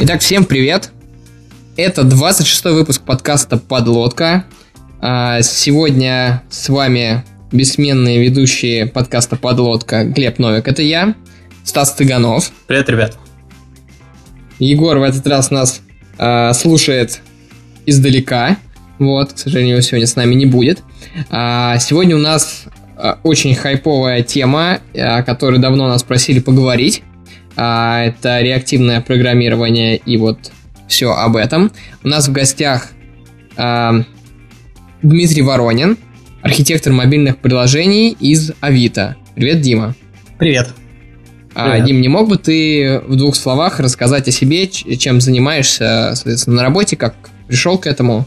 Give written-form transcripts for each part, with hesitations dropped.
Итак, всем привет! Это 26-й выпуск подкаста «Подлодка». Сегодня с вами бессменные ведущие подкаста «Подлодка» Глеб Новик, это я, Стас Цыганов. Привет, ребят. Егор в этот раз нас слушает издалека. Вот, к сожалению, его сегодня с нами не будет. Сегодня у нас очень хайповая тема, о которой давно нас просили поговорить. Это реактивное программирование и вот все об этом. У нас в гостях Дмитрий Воронин, архитектор мобильных приложений из Авито. Привет, Дима. Привет. Дим, не мог бы ты в двух словах рассказать о себе, чем занимаешься, соответственно, на работе, как пришел к этому?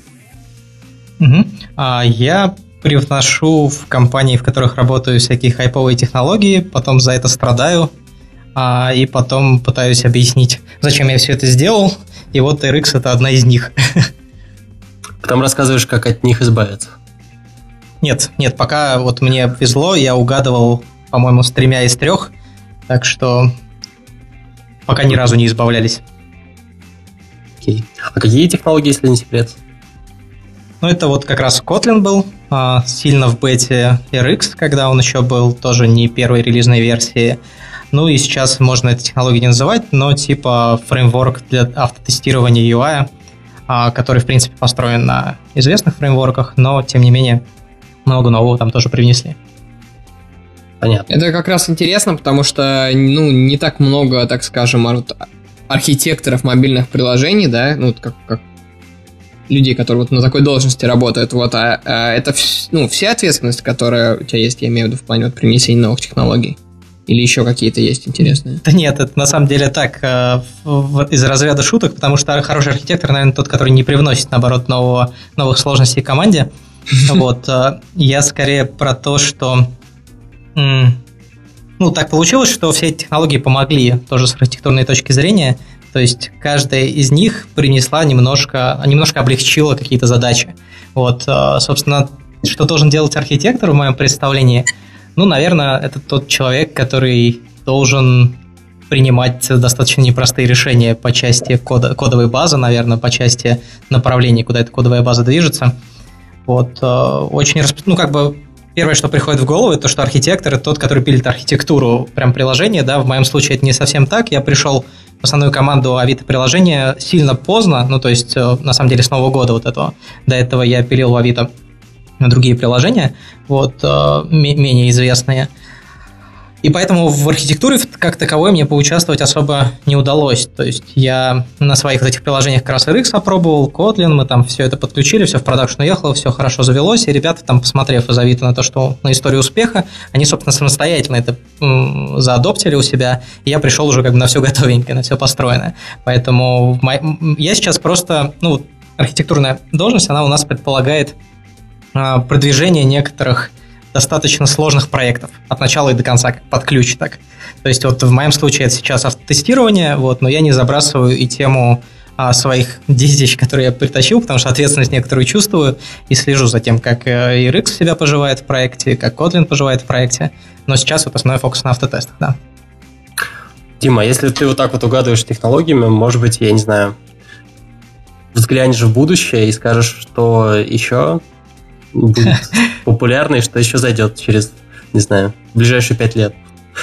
Я привношу в компании, в которых работаю, всякие хайповые технологии, потом за это страдаю, и потом пытаюсь объяснить, зачем я все это сделал, и вот RX — это одна из них. Потом рассказываешь, как от них избавиться. Нет, пока вот мне повезло, я угадывал, по-моему, с 3 из 3, так что пока ни разу не избавлялись. Окей. А какие технологии, если не секрет? Ну, это вот как раз Kotlin был, сильно в бете RX, когда он еще был тоже не первой релизной версии. Ну и сейчас можно эту технологию не называть, но типа фреймворк для автотестирования UI, который, в принципе, построен на известных фреймворках, но, тем не менее, много нового там тоже привнесли. Понятно. Это как раз интересно, потому что, не так много, так скажем, архитекторов мобильных приложений, да, как людей, которые вот на такой должности работают, вот, это вся ответственность, которая у тебя есть, я имею в виду в плане вот привнесения новых технологий. Или еще какие-то есть интересные? Да нет, это на самом деле так, из разряда шуток, потому что хороший архитектор, наверное, тот, который не привносит, наоборот, новых сложностей команде. Вот, я скорее про то, что так получилось, что все эти технологии помогли тоже с архитектурной точки зрения, то есть каждая из них принесла немножко облегчила какие-то задачи. Вот, собственно, что должен делать архитектор в моем представлении? Наверное, это тот человек, который должен принимать достаточно непростые решения по части кодовой базы, наверное, по части направления, куда эта кодовая база движется. Вот, первое, что приходит в голову, это что архитектор – это тот, который пилит архитектуру прям приложения, да, в моем случае это не совсем так, я пришел в основную команду Авито приложения сильно поздно, то есть, на самом деле, с Нового года вот этого, до этого я пилил в Авито другие приложения, вот, менее известные. И поэтому в архитектуре как таковой мне поучаствовать особо не удалось. То есть я на своих вот этих приложениях как раз RX опробовал, Kotlin, мы там все это подключили, все в продакшн уехало, все хорошо завелось, и ребята там, посмотрев из Авито на то, что на историю успеха, они, собственно, самостоятельно это заадоптили у себя, и я пришел уже как бы на все готовенькое, на все построенное. Поэтому я сейчас просто, архитектурная должность, она у нас предполагает продвижение некоторых достаточно сложных проектов от начала и до конца, как под ключ так. То есть вот в моем случае это сейчас автотестирование, но я не забрасываю и тему своих детищ, которые я притащил, потому что ответственность некоторую чувствую и слежу за тем, как RX себя поживает в проекте, как Kotlin поживает в проекте. Но сейчас вот основной фокус на автотестах, да. Дима, если ты вот так вот угадываешь технологиями, может быть, я не знаю, взглянешь в будущее и скажешь, что еще будет популярно и что еще зайдет через, не знаю, ближайшие 5 лет.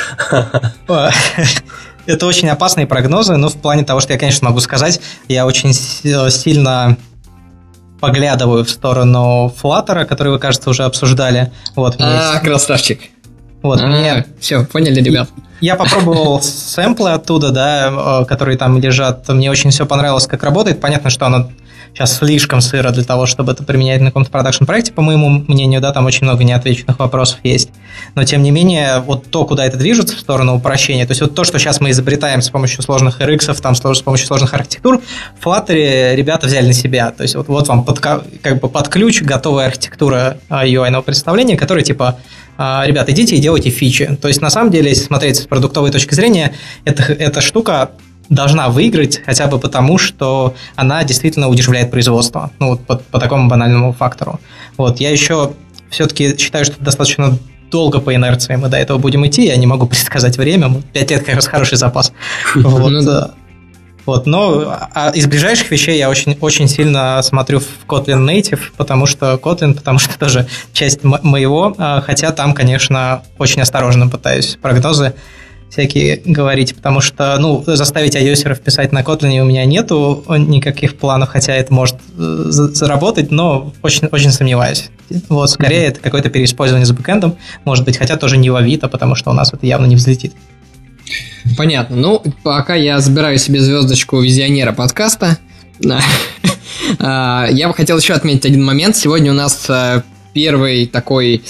Это очень опасные прогнозы, но в плане того, что я, конечно, могу сказать, я очень сильно поглядываю в сторону Flutter, который вы, кажется, уже обсуждали. Вот, красавчик. Вот, все, поняли, ребят. Я попробовал сэмплы оттуда, да, которые там лежат. Мне очень все понравилось, как работает. Понятно, что оно сейчас слишком сыро для того, чтобы это применять на каком-то продакшн-проекте, по моему мнению, да, там очень много неотвеченных вопросов есть. Но, тем не менее, вот то, куда это движется в сторону упрощения, то есть вот то, что сейчас мы изобретаем с помощью сложных RX, там, с помощью сложных архитектур, в Flutter ребята взяли на себя. То есть вот вам под ключ готовая архитектура UI-ного представления, которая типа ребят, идите и делайте фичи. То есть, на самом деле, если смотреть с продуктовой точки зрения, эта штука должна выиграть хотя бы потому, что она действительно удешевляет производство. По такому банальному фактору. Вот, я еще все-таки считаю, что достаточно долго по инерции мы до этого будем идти. Я не могу предсказать время. 5 лет как раз хороший запас. Вот, но из ближайших вещей я очень, очень сильно смотрю в Kotlin Native, потому что тоже часть моего, хотя там, конечно, очень осторожно пытаюсь прогнозы всякие говорить, потому что, заставить iOS-еров писать на Kotlin у меня нету никаких планов, хотя это может заработать, но очень, очень сомневаюсь. Вот, скорее, это какое-то переиспользование с бэкэндом, может быть, хотя тоже не в Авито, потому что у нас это явно не взлетит. Понятно. Пока я забираю себе звездочку визионера подкаста, я бы хотел еще отметить один момент. Сегодня у нас первый такой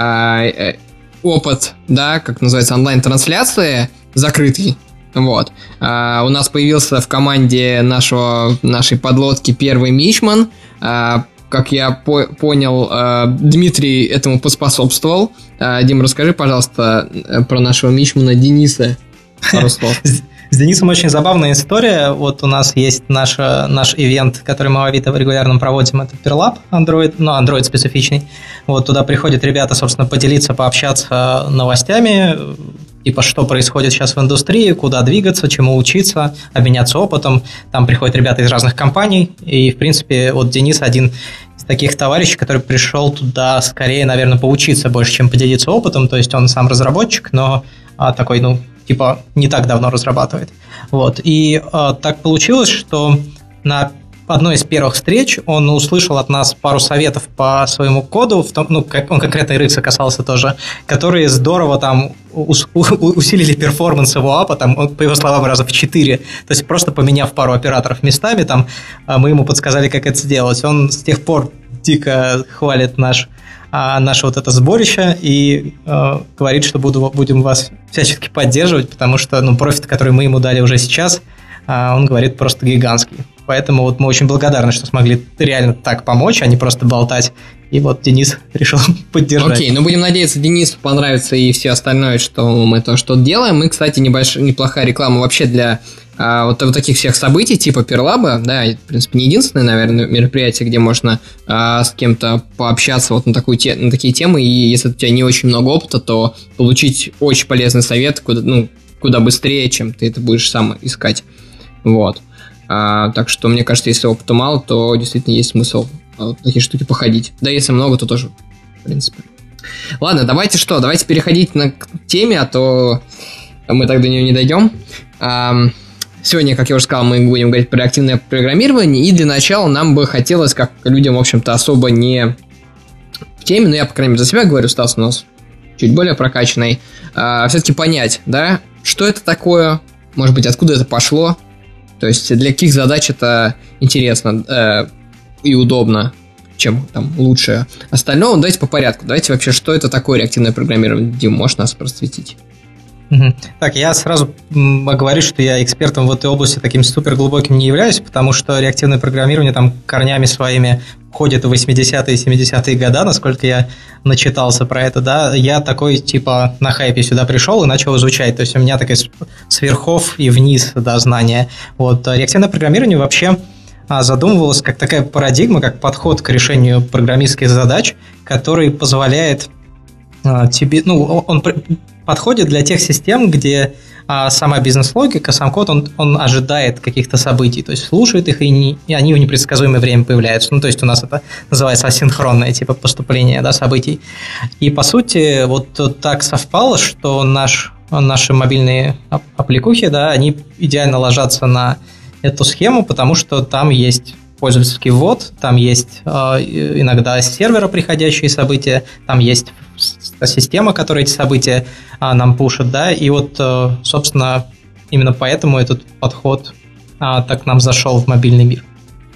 опыт, да, как называется, онлайн-трансляции, закрытый. Вот. У нас появился в команде нашей подлодки первый мичман. Как я понял, Дмитрий этому поспособствовал. Дим, расскажи, пожалуйста, про нашего мичмана Дениса пару слов. С Денисом очень забавная история. Вот у нас есть наш ивент, который мы в Авито регулярно проводим, это Perlab Android, Android специфичный. Вот туда приходят ребята, собственно, поделиться, пообщаться новостями, типа, что происходит сейчас в индустрии, куда двигаться, чему учиться, обменяться опытом. Там приходят ребята из разных компаний, и, в принципе, вот Денис один из таких товарищей, который пришел туда скорее, наверное, поучиться больше, чем поделиться опытом. То есть он сам разработчик, но такой, не так давно разрабатывает. Вот. И так получилось, что на одной из первых встреч он услышал от нас пару советов по своему коду, он конкретно RX касался тоже, которые здорово там усилили перформанс его апа, по его словам, раза в 4. То есть просто поменяв пару операторов местами, там мы ему подсказали, как это сделать. Он с тех пор дико хвалит наше вот это сборище и говорит, что будем вас всячески поддерживать, потому что профит, который мы ему дали уже сейчас, он говорит, просто гигантский. Поэтому вот мы очень благодарны, что смогли реально так помочь, а не просто болтать. И вот Денис решил поддержать. Окей, будем надеяться, Денису понравится и все остальное, что мы то что делаем. Мы, кстати, неплохая реклама вообще для вот таких всех событий, типа Perlab, да, это, в принципе, не единственное, наверное, мероприятие, где можно с кем-то пообщаться вот на такие темы, и если у тебя не очень много опыта, то получить очень полезный совет куда быстрее, чем ты это будешь сам искать. Вот. Так что, мне кажется, если опыта мало, то действительно есть смысл вот такие штуки походить. Да, если много, то тоже, в принципе. Ладно, давайте переходить к теме, а то мы так до нее не дойдем. Сегодня, как я уже сказал, мы будем говорить про реактивное программирование, и для начала нам бы хотелось, как людям, в общем-то, особо не в теме, но я, по крайней мере, за себя говорю, Стас у нас чуть более прокачанный, все-таки понять, да, что это такое, может быть, откуда это пошло, то есть для каких задач это интересно и удобно, чем там лучше остального. Давайте по порядку, давайте вообще, что это такое реактивное программирование. Дим, можешь нас просветить? Так, я сразу говорю, что я экспертом в этой области таким супер глубоким не являюсь, потому что реактивное программирование там корнями своими входит в 80-е и 70-е годы, насколько я начитался про это, да, я такой, типа, на хайпе сюда пришел и начал изучать, то есть у меня такая с верхов и вниз, да, знания. Вот, реактивное программирование вообще задумывалось как такая парадигма, как подход к решению программистских задач, который позволяет тебе, он подходит для тех систем, где сама бизнес-логика, сам код, он ожидает каких-то событий, то есть слушает их, и они в непредсказуемое время появляются. То есть у нас это называется асинхронное типа поступление, да, событий. И по сути вот так совпало, что наши мобильные аппликухи, да, они идеально ложатся на эту схему, потому что там есть пользовательский ввод, там есть иногда с сервера приходящие события, там есть система, которая эти события нам пушит, да, и вот, собственно, именно поэтому этот подход так нам зашел в мобильный мир.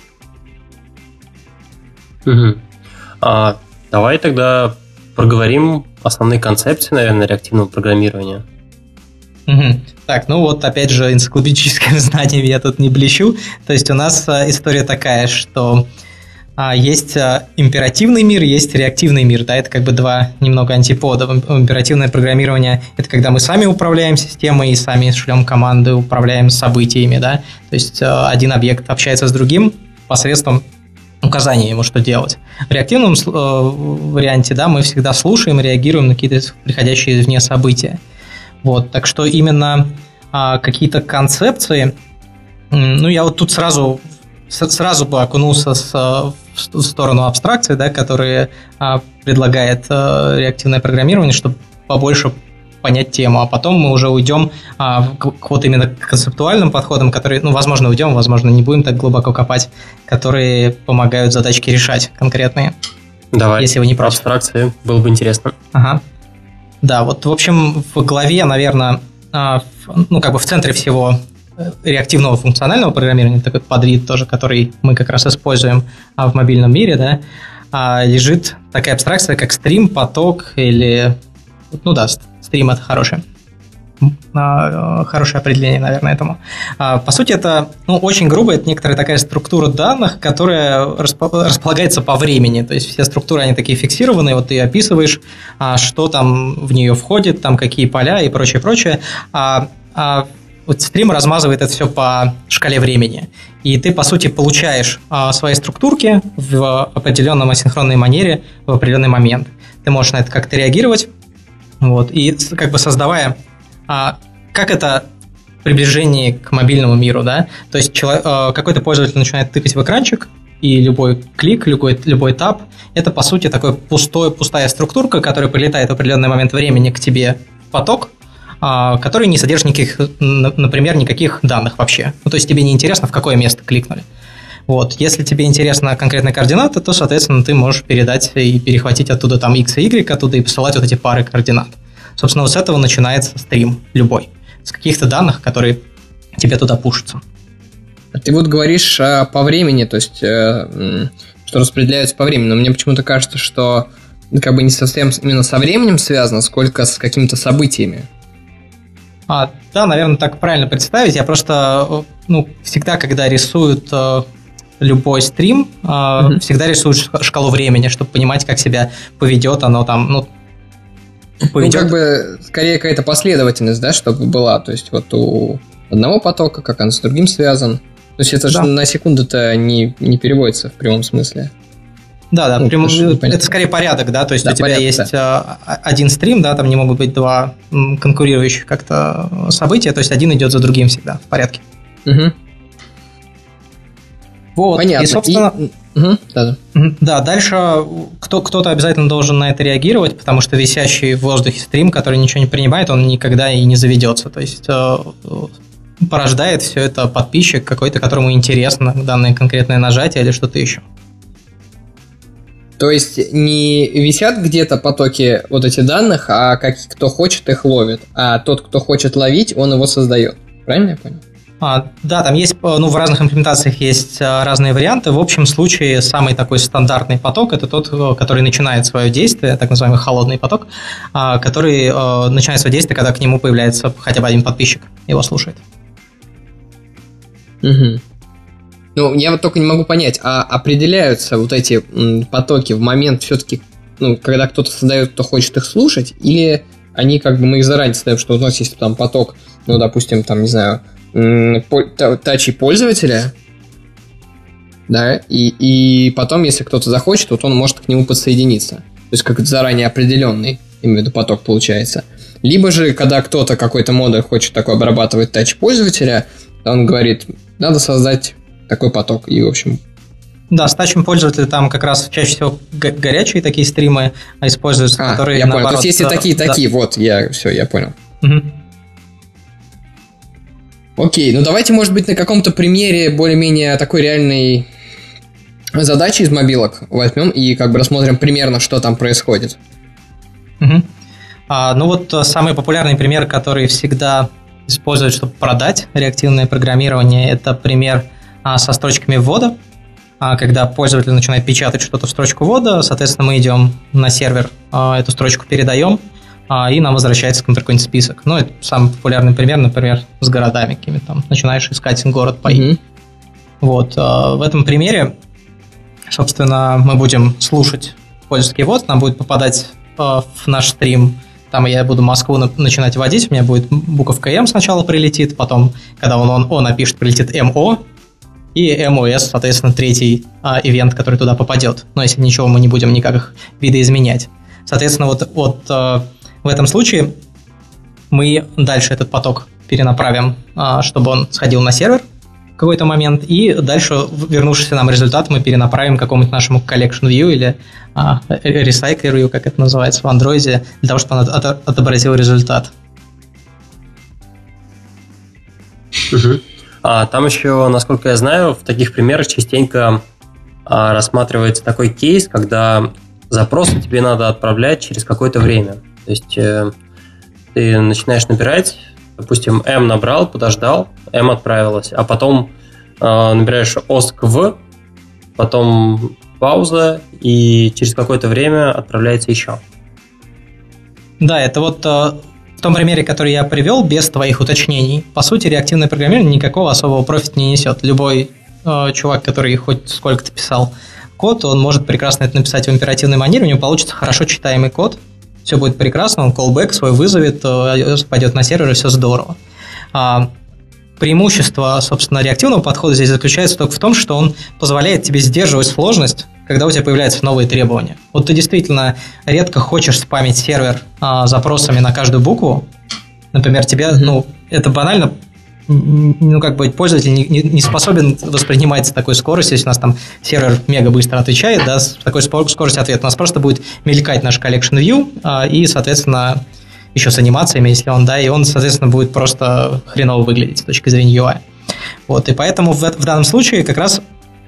Давай тогда проговорим основные концепции, наверное, реактивного программирования. Так, опять же, энциклопедическими знаниями я тут не блещу. То есть у нас история такая, что есть императивный мир, есть реактивный мир, да, это как бы два немного антипода. Императивное программирование – это когда мы сами управляем системой и сами шлем команды, управляем событиями, да, то есть один объект общается с другим посредством указания ему, что делать. В реактивном варианте, да, мы всегда слушаем и реагируем на какие-то приходящие извне события. Вот, так что именно какие-то концепции Я вот тут сразу бы окунулся в сторону абстракций, да, которые предлагает реактивное программирование, чтобы побольше понять тему, а потом мы уже уйдем к вот именно концептуальным подходам, которые, возможно, уйдем, возможно, не будем так глубоко копать, которые помогают задачки решать конкретные. Давай, если вы не против. Абстракции, было бы интересно. Ага. Да, вот, в общем, в главе, наверное, в центре всего реактивного функционального программирования, такой подвид тоже, который мы как раз используем в мобильном мире, да, лежит такая абстракция, как стрим, поток или... стрим – это хорошее определение, наверное, этому. По сути, это очень грубо, это некоторая такая структура данных, которая располагается по времени. То есть все структуры, они такие фиксированные, вот ты описываешь, что там в нее входит, там какие поля и прочее. Вот стрим размазывает это все по шкале времени. И ты, по сути, получаешь свои структурки в определенном асинхронной манере в определенный момент. Ты можешь на это как-то реагировать, и создавая... как это приближение к мобильному миру, да? То есть какой-то пользователь начинает тыкать в экранчик, и любой клик, любой тап – это, по сути, такая пустая структурка, которая прилетает в определенный момент времени к тебе в поток, который не содержит никаких данных вообще. То есть тебе не интересно, в какое место кликнули. Если тебе интересна конкретная координата, то, соответственно, ты можешь передать и перехватить оттуда там x и y оттуда и посылать вот эти пары координат. Собственно, с этого начинается стрим любой, с каких-то данных, которые тебе туда пушатся. Ты говоришь по времени, то есть, что распределяются по времени, но мне почему-то кажется, что не совсем именно со временем связано, сколько с какими-то событиями. Да, наверное, так правильно представить. Я просто, всегда, когда рисуют любой стрим, всегда рисуют шкалу времени, чтобы понимать, как себя поведет оно там, скорее какая-то последовательность, да, чтобы была. То есть у одного потока, как он с другим связан. То есть это же на секунду-то не переводится в прямом смысле. Да, это скорее порядок, да, то есть у тебя есть один стрим, да, там не могут быть два конкурирующих как-то события, то есть один идет за другим всегда в порядке. Угу. Понятно. И, собственно, да, дальше кто-то обязательно должен на это реагировать, потому что висящий в воздухе стрим, который ничего не принимает, он никогда и не заведется. То есть порождает все это подписчик какой-то, которому интересно данное конкретное нажатие или что-то еще. То есть не висят где-то потоки вот эти данных, а кто хочет, их ловит. А тот, кто хочет ловить, он его создает. Правильно я понял? Да, там есть, в разных имплементациях есть разные варианты. В общем случае самый такой стандартный поток – это тот, который начинает свое действие, так называемый холодный поток, который начинает свое действие, когда к нему появляется хотя бы один подписчик, его слушает. Угу. Я только не могу понять, а определяются вот эти потоки в момент все-таки, когда кто-то создает, кто хочет их слушать, или они мы их заранее создаем, что у нас есть там поток, допустим, там, не знаю, тачи пользователя, да, и потом, если кто-то захочет, он может к нему подсоединиться. То есть как заранее определенный, имею в виду, поток получается. Либо же, когда кто-то, какой-то модуль хочет такой обрабатывать тач пользователя, он говорит, надо создать такой поток, и, в общем... Да, с тачем пользователя там как раз чаще всего горячие такие стримы используются, которые, я понял, то есть если такие, вот, я понял. Угу. Окей, давайте, может быть, на каком-то примере более-менее такой реальной задачи из мобилок возьмем и рассмотрим примерно, что там происходит. Угу. Самый популярный пример, который всегда используют, чтобы продать реактивное программирование, это пример со строчками ввода. Когда пользователь начинает печатать что-то в строчку ввода, соответственно, мы идем на сервер, эту строчку передаем, и нам возвращается какой-нибудь список. Это самый популярный пример, например, с городами какими-то там. Начинаешь искать город по имени. В этом примере, собственно, мы будем слушать пользовательский ввод, нам будет попадать в наш стрим. Там я буду Москву начинать вводить, у меня будет буковка М сначала прилетит, потом, когда он напишет, прилетит МО, и МОС, соответственно, третий ивент, который туда попадет. Но если ничего, мы не будем никак их видоизменять. Соответственно, в этом случае мы дальше этот поток перенаправим, чтобы он сходил на сервер, какой-то момент, и дальше, вернувшийся нам результат, мы перенаправим к какому-нибудь нашему collection view или recycler view, как это называется в Android, для того, чтобы он отобразил результат. Угу. Там еще, насколько я знаю, в таких примерах частенько рассматривается такой кейс, когда запросы тебе надо отправлять через какое-то время. То есть ты начинаешь набирать, допустим, M набрал, подождал, M отправилась, а потом набираешь OSC-V, потом пауза, и через какое-то время отправляется еще. Да, это вот в том примере, который я привел, без твоих уточнений, по сути, реактивное программирование никакого особого профита не несет. Любой чувак, который хоть сколько-то писал код, он может прекрасно это написать в императивной манере, у него получится хорошо читаемый код, все будет прекрасно, он callback свой вызовет, пойдет на сервер, и все здорово. Преимущество, собственно, реактивного подхода здесь заключается только в том, что он позволяет тебе сдерживать сложность, когда у тебя появляются новые требования. Вот ты действительно редко хочешь спамить сервер запросами на каждую букву. Например, тебе, это банально, пользователь не способен воспринимать с такой скоростью, если у нас там сервер мега быстро отвечает, да, с такой скоростью ответа, у нас просто будет мелькать наш collection view и, соответственно, еще с анимациями, если он, да, и он, соответственно, будет просто хреново выглядеть с точки зрения UI. Вот, и поэтому в данном случае как раз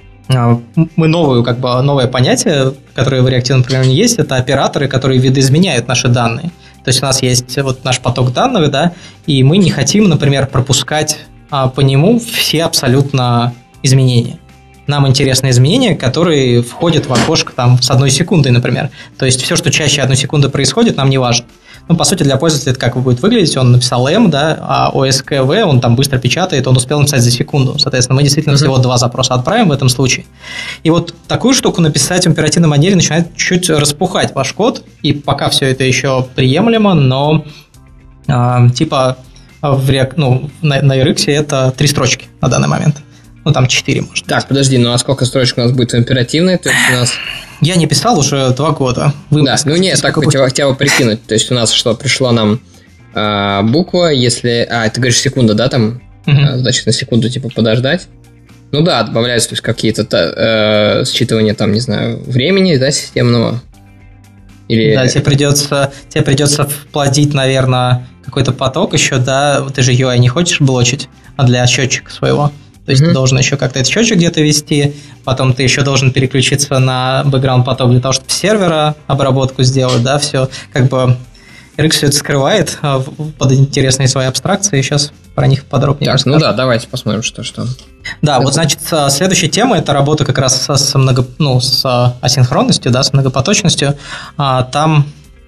мы новое понятие, которое в реактивном программировании есть, это операторы, которые видоизменяют наши данные. То есть у нас есть вот наш поток данных, да, и мы не хотим, например, пропускать по нему все абсолютно изменения. Нам интересны изменения, которые входят в окошко там, с 1 секундой, например. То есть все, что чаще 1 секунды происходит, нам не важно. По сути, для пользователя это как будет выглядеть. Он написал M, да, а OSCV он там быстро печатает, он успел написать за секунду. Соответственно, мы действительно всего 2 запроса отправим в этом случае. И вот такую штуку написать в императивной манере начинает чуть распухать ваш код, и пока все это еще приемлемо, но на RX это 3 строчки на данный момент. Там 4, может быть. Так, подожди, а сколько строчек у нас будет в императивной? То есть у нас... Я не писал уже 2 года. Так хотя бы прикинуть. То есть у нас что, пришло нам буква, если... ты говоришь секунда, да, там? Значит, на секунду подождать. Добавляются то есть, какие-то считывания, там, не знаю, времени, да, системного. Или... Да, тебе придется вплотить, наверное, какой-то поток еще, да, ты же UI не хочешь блочить, а для счетчика своего. То есть ты должен еще как-то этот счетчик где-то вести, потом ты еще должен переключиться на бэкграунд-поток для того, чтобы сервера обработку сделать, да, все RX все это скрывает под интересные свои абстракции, сейчас про них подробнее расскажу. Давайте посмотрим, что. Да, вот, значит, следующая тема – это работа как раз с асинхронностью, да, с многопоточностью. Там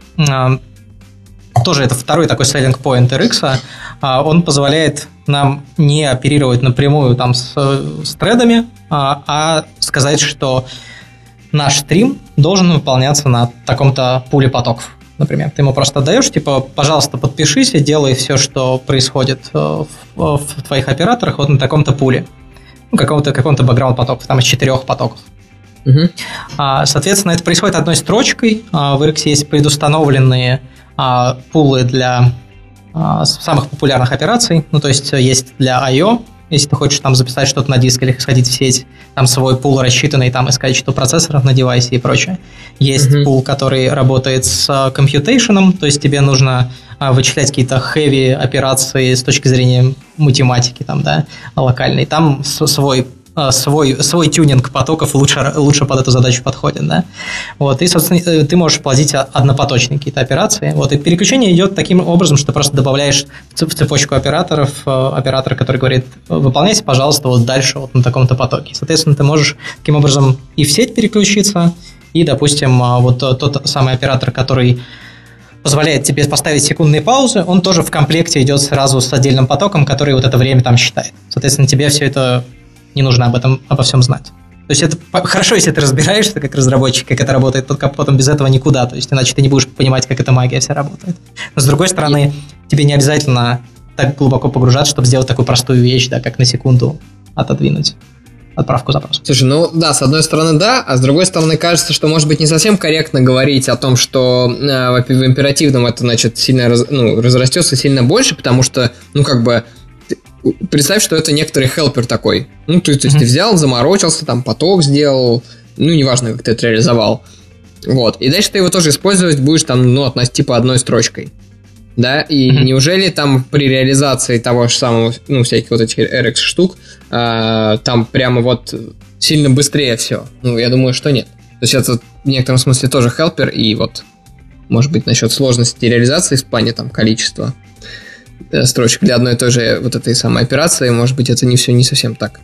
тоже это второй такой selling point RX, он позволяет нам не оперировать напрямую там с тредами, а сказать, что наш стрим должен выполняться на таком-то пуле потоков. Например, ты ему просто даешь, пожалуйста, подпишись и делай все, что происходит в твоих операторах вот на таком-то пуле. Каком-то бэкграунд потоков, там из 4 потоков. Соответственно, это происходит одной строчкой. В RX есть предустановленные пулы для самых популярных операций. То есть для I.O., если ты хочешь там записать что-то на диск или сходить в сеть, там свой пул рассчитанный, там искать что-то процессоров на девайсе и прочее. Есть пул, который работает с computation, то есть тебе нужно вычислять какие-то heavy операции с точки зрения математики, там, да, локальной. Там свой тюнинг потоков лучше под эту задачу подходит, да. Вот, и, собственно, ты можешь платить однопоточные какие-то операции. Вот, и переключение идет таким образом, что ты просто добавляешь в цепочку операторов оператора, который говорит: выполняйте, пожалуйста, вот дальше вот на таком-то потоке. Соответственно, ты можешь таким образом и в сеть переключиться, и, допустим, вот тот самый оператор, который позволяет тебе поставить секундные паузы, он тоже в комплекте идет сразу с отдельным потоком, который вот это время там считает. Соответственно, тебе все это не нужно обо всем знать. То есть это хорошо, если ты разбираешься как разработчик, как это работает под капотом, без этого никуда. То есть иначе ты не будешь понимать, как эта магия вся работает. Но с другой стороны, тебе не обязательно так глубоко погружаться, чтобы сделать такую простую вещь, да, как на секунду отодвинуть отправку запроса. Слушай, с одной стороны да, а с другой стороны кажется, что может быть не совсем корректно говорить о том, что в императивном это, значит, сильно разрастется сильно больше, потому что, представь, что это некоторый хелпер такой. Ну, то есть ты взял, заморочился, там поток сделал, ну, неважно, как ты это реализовал. Вот. И дальше ты его тоже использовать будешь там, ну, типа одной строчкой. Да, и неужели там при реализации того же самого, ну, всяких вот этих RX штук, там прямо вот сильно быстрее все? Ну, я думаю, что нет. То есть это в некотором смысле тоже хелпер, и вот, может быть, насчет сложности реализации в плане там количества строчек для одной и той же вот этой самой операции, может быть, это не все не совсем так.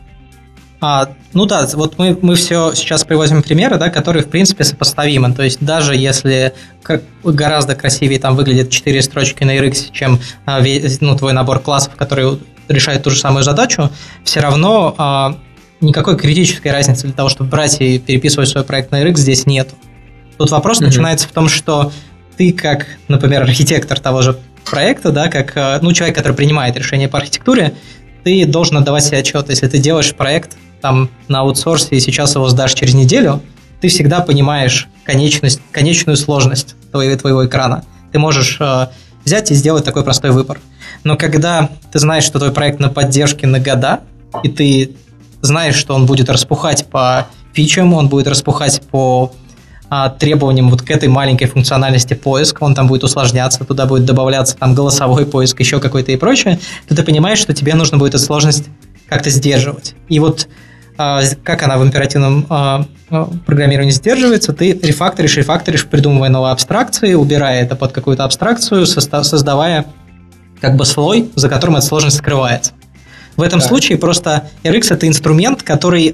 Ну да, вот мы все сейчас приводим примеры, да, которые, в принципе, сопоставимы. То есть даже если гораздо красивее там выглядят 4 строчки на RX, чем твой набор классов, которые решают ту же самую задачу, все равно никакой критической разницы для того, чтобы брать и переписывать свой проект на RX, здесь нету. Тут вопрос начинается в том, что ты, как, например, архитектор того же проекта, да, как человек, который принимает решения по архитектуре, ты должен отдавать себе отчет. Если ты делаешь проект там на аутсорсе и сейчас его сдашь через неделю, ты всегда понимаешь конечную сложность твоего экрана. Ты можешь взять и сделать такой простой выбор. Но когда ты знаешь, что твой проект на поддержке на года, и ты знаешь, что он будет распухать по фичам, он будет распухать по требованиям вот к этой маленькой функциональности поиска, он там будет усложняться, туда будет добавляться там голосовой поиск, еще какой-то и прочее, то ты понимаешь, что тебе нужно будет эту сложность как-то сдерживать. И вот как она в императивном программировании сдерживается, ты рефакторишь, придумывая новые абстракции, убирая это под какую-то абстракцию, создавая как бы слой, за которым эта сложность скрывается. В этом случае просто RX — это инструмент, который,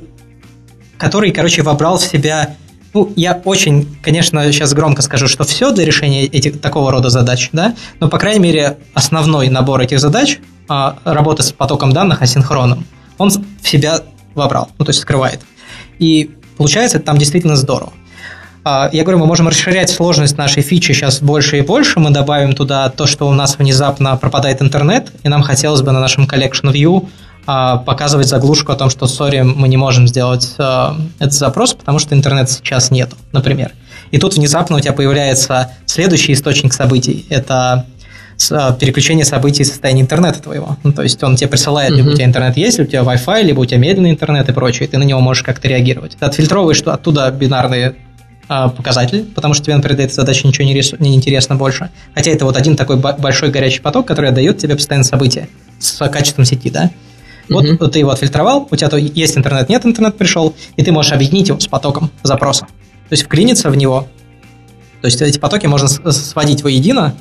вобрал в себя... Ну, я очень, конечно, сейчас громко скажу, что все для решения такого рода задач, да, но, по крайней мере, основной набор этих задач, работы с потоком данных асинхронным, он в себя вобрал, ну, то есть скрывает. И получается, это там действительно здорово. Я говорю, мы можем расширять сложность нашей фичи сейчас больше и больше, мы добавим туда то, что у нас внезапно пропадает интернет, и нам хотелось бы на нашем collection view показывать заглушку о том, что, sorry, мы не можем сделать этот запрос, потому что интернета сейчас нету, например. И тут внезапно у тебя появляется следующий источник событий. Это переключение событий в состоянии интернета твоего. Ну, то есть он тебе присылает, либо у тебя интернет есть, либо у тебя Wi-Fi, либо у тебя медленный интернет и прочее, и ты на него можешь как-то реагировать. Ты отфильтровываешь оттуда бинарные показатели, потому что тебе, например, для этой задачи ничего не интересно больше. Хотя это вот один такой большой горячий поток, который отдает тебе постоянно события с качеством сети, да? Вот ты его отфильтровал, у тебя то есть интернет, нет, интернет пришел, и ты можешь объединить его с потоком запроса. То есть вклиниться в него. То есть эти потоки можно сводить воедино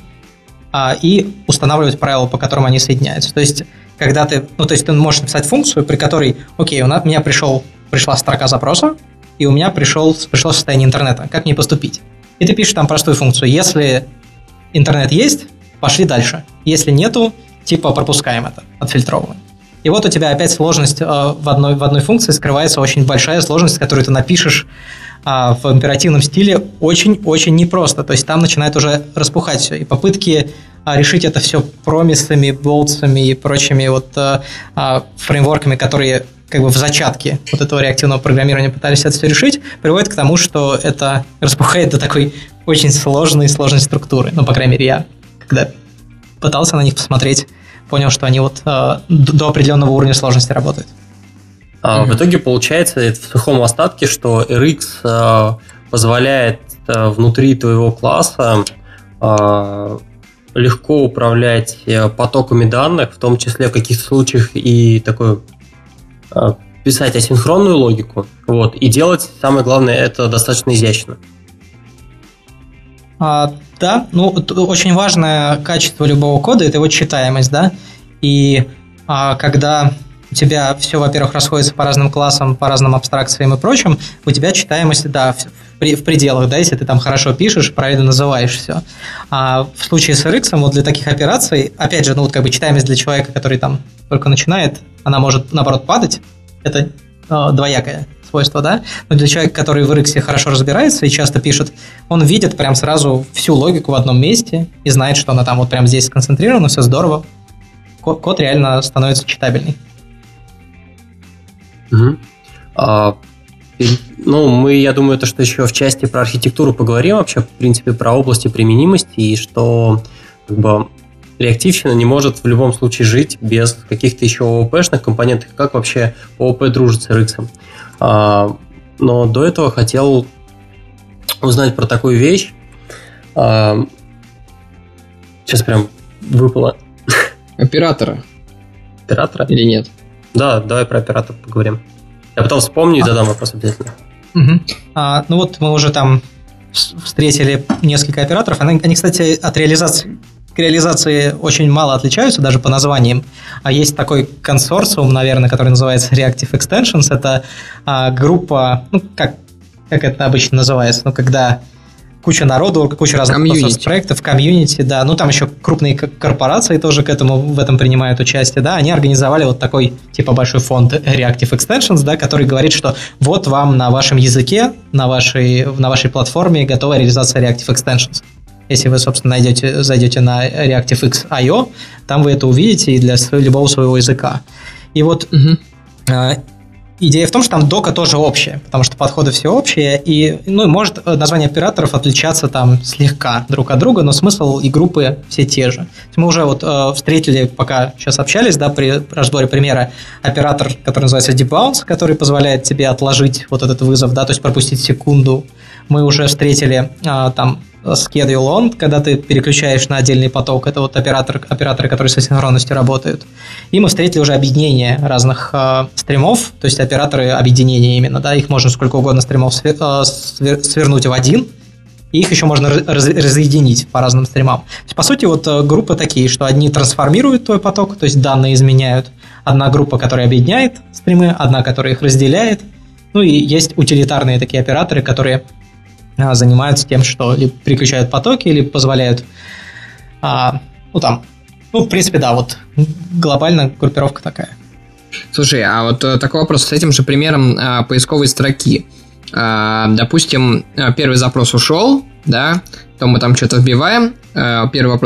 и устанавливать правила, по которым они соединяются. То есть когда ты можешь написать функцию, при которой, окей, у меня пришла строка запроса, и у меня пришло состояние интернета. Как мне поступить? И ты пишешь там простую функцию. Если интернет есть, пошли дальше. Если нету, типа пропускаем это, отфильтровываем. И вот у тебя опять сложность в одной функции скрывается, очень большая сложность, которую ты напишешь в императивном стиле, очень-очень непросто. То есть там начинает уже распухать все. И попытки решить это все промисами, болтсами и прочими вот фреймворками, которые как бы в зачатке вот этого реактивного программирования пытались это все решить, приводит к тому, что это распухает до такой очень сложной структуры. Ну, по крайней мере, я, когда пытался на них посмотреть, понял, что они вот до определенного уровня сложности работают. В итоге получается в сухом остатке, что RX позволяет внутри твоего класса легко управлять потоками данных, в том числе в каких-то случаях и писать асинхронную логику, вот, и делать, самое главное, это достаточно изящно. Да, очень важное качество любого кода – это его читаемость, да, и когда у тебя все, во-первых, расходится по разным классам, по разным абстракциям и прочим, у тебя читаемость, да, в пределах, да, если ты там хорошо пишешь, правильно называешь все. А в случае с RX, вот для таких операций, опять же, читаемость для человека, который там только начинает, она может, наоборот, падать, это двоякое свойство, да, но для человека, который в RX хорошо разбирается и часто пишет, он видит прям сразу всю логику в одном месте и знает, что она там вот прям здесь сконцентрирована, все здорово. Код реально становится читабельный. Я думаю, что еще в части про архитектуру поговорим вообще, в принципе, про области применимости, и что реактивщина не может в любом случае жить без каких-то еще ООП-шных компонентов, как вообще ООП дружит с RX. Но до этого хотел узнать про такую вещь. Сейчас прям выпало. Оператора. Оператора? Или нет? Да, давай про оператора поговорим. Я потом вспомню и задам вопрос обязательно. Ну вот мы уже там встретили несколько операторов. Они, кстати, к реализации очень мало отличаются, даже по названиям. А есть такой консорциум, наверное, который называется Reactive Extensions. Это группа, как это обычно называется, когда куча народу, куча разных проектов, комьюнити, да, там еще крупные корпорации тоже в этом принимают участие, да, они организовали вот такой, типа, большой фонд Reactive Extensions, да, который говорит, что вот вам на вашем языке, на вашей платформе готова реализация Reactive Extensions. Если вы, собственно, зайдете на ReactiveX.io, там вы это увидите и для любого своего языка. И вот идея в том, что там дока тоже общая, потому что подходы все общие, и может название операторов отличаться там слегка друг от друга, но смысл и группы все те же. Мы уже встретили, пока сейчас общались, да, при разборе примера, оператор, который называется debounce, который позволяет тебе отложить вот этот вызов, да, то есть пропустить секунду. Мы уже встретили там schedule on, когда ты переключаешь на отдельный поток, это вот операторы, которые со синхронностью работают. И мы встретили уже объединение разных стримов, то есть операторы объединения именно, да, их можно сколько угодно стримов свернуть в один, и их еще можно разъединить по разным стримам. То есть, по сути, вот группы такие, что одни трансформируют твой поток, то есть данные изменяют, одна группа, которая объединяет стримы, одна, которая их разделяет, и есть утилитарные такие операторы, которые занимаются тем, что либо переключают потоки, или позволяют, в принципе, да, вот глобально группировка такая. Слушай, а вот такой вопрос с этим же примером поисковой строки. Допустим, первый запрос ушел, да, то мы там что-то вбиваем, первый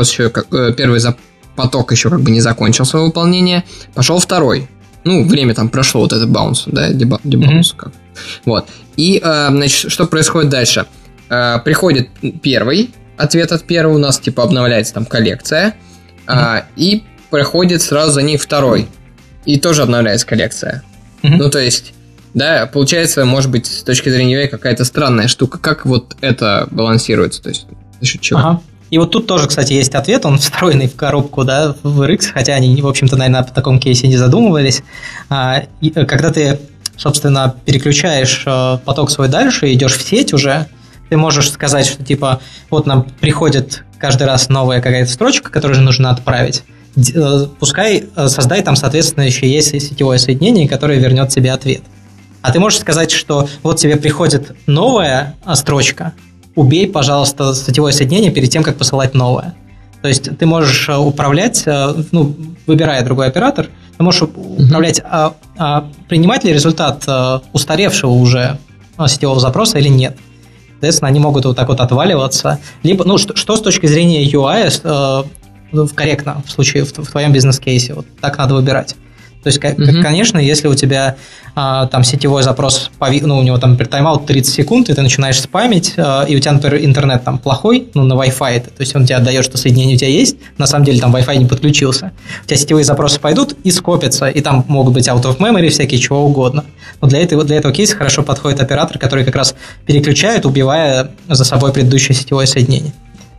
поток еще как бы не закончил свое выполнение, пошел второй. Время там прошло, вот этот баунс, да, дебаунс. Вот. И, значит, что происходит дальше? Приходит первый, ответ от первого, у нас, типа, обновляется там коллекция, и проходит сразу за ней второй, и тоже обновляется коллекция. То есть, да, получается, может быть, с точки зрения UI какая-то странная штука. Как вот это балансируется? То есть, за счет чего? И вот тут тоже, кстати, есть ответ, он встроенный в коробку, да, в RX, хотя они, в общем-то, наверное, по таком кейсе не задумывались. Когда ты, собственно, переключаешь поток свой дальше и идешь в сеть уже, ты можешь сказать, что типа вот нам приходит каждый раз новая какая-то строчка, которую же нужно отправить. Пускай создай там, соответственно, еще есть сетевое соединение, которое вернет тебе ответ. А ты можешь сказать, что вот тебе приходит новая строчка, убей, пожалуйста, сетевое соединение перед тем, как посылать новое. То есть ты можешь управлять, выбирая другой оператор, ты можешь управлять, принимать ли результат устаревшего уже сетевого запроса или нет. Соответственно, они могут вот так вот отваливаться. Либо, что с точки зрения UI корректно в случае в твоем бизнес-кейсе. Вот так надо выбирать. То есть, конечно, если у тебя там сетевой запрос, у него там тайм-аут 30 секунд, и ты начинаешь спамить, и у тебя, например, интернет там плохой, на Wi-Fi, то есть он тебе отдает, что соединение у тебя есть, на самом деле там Wi-Fi не подключился. У тебя сетевые запросы пойдут и скопятся, и там могут быть out of memory, всякие чего угодно. Но для этого кейса хорошо подходит оператор, который как раз переключает, убивая за собой предыдущее сетевое соединение.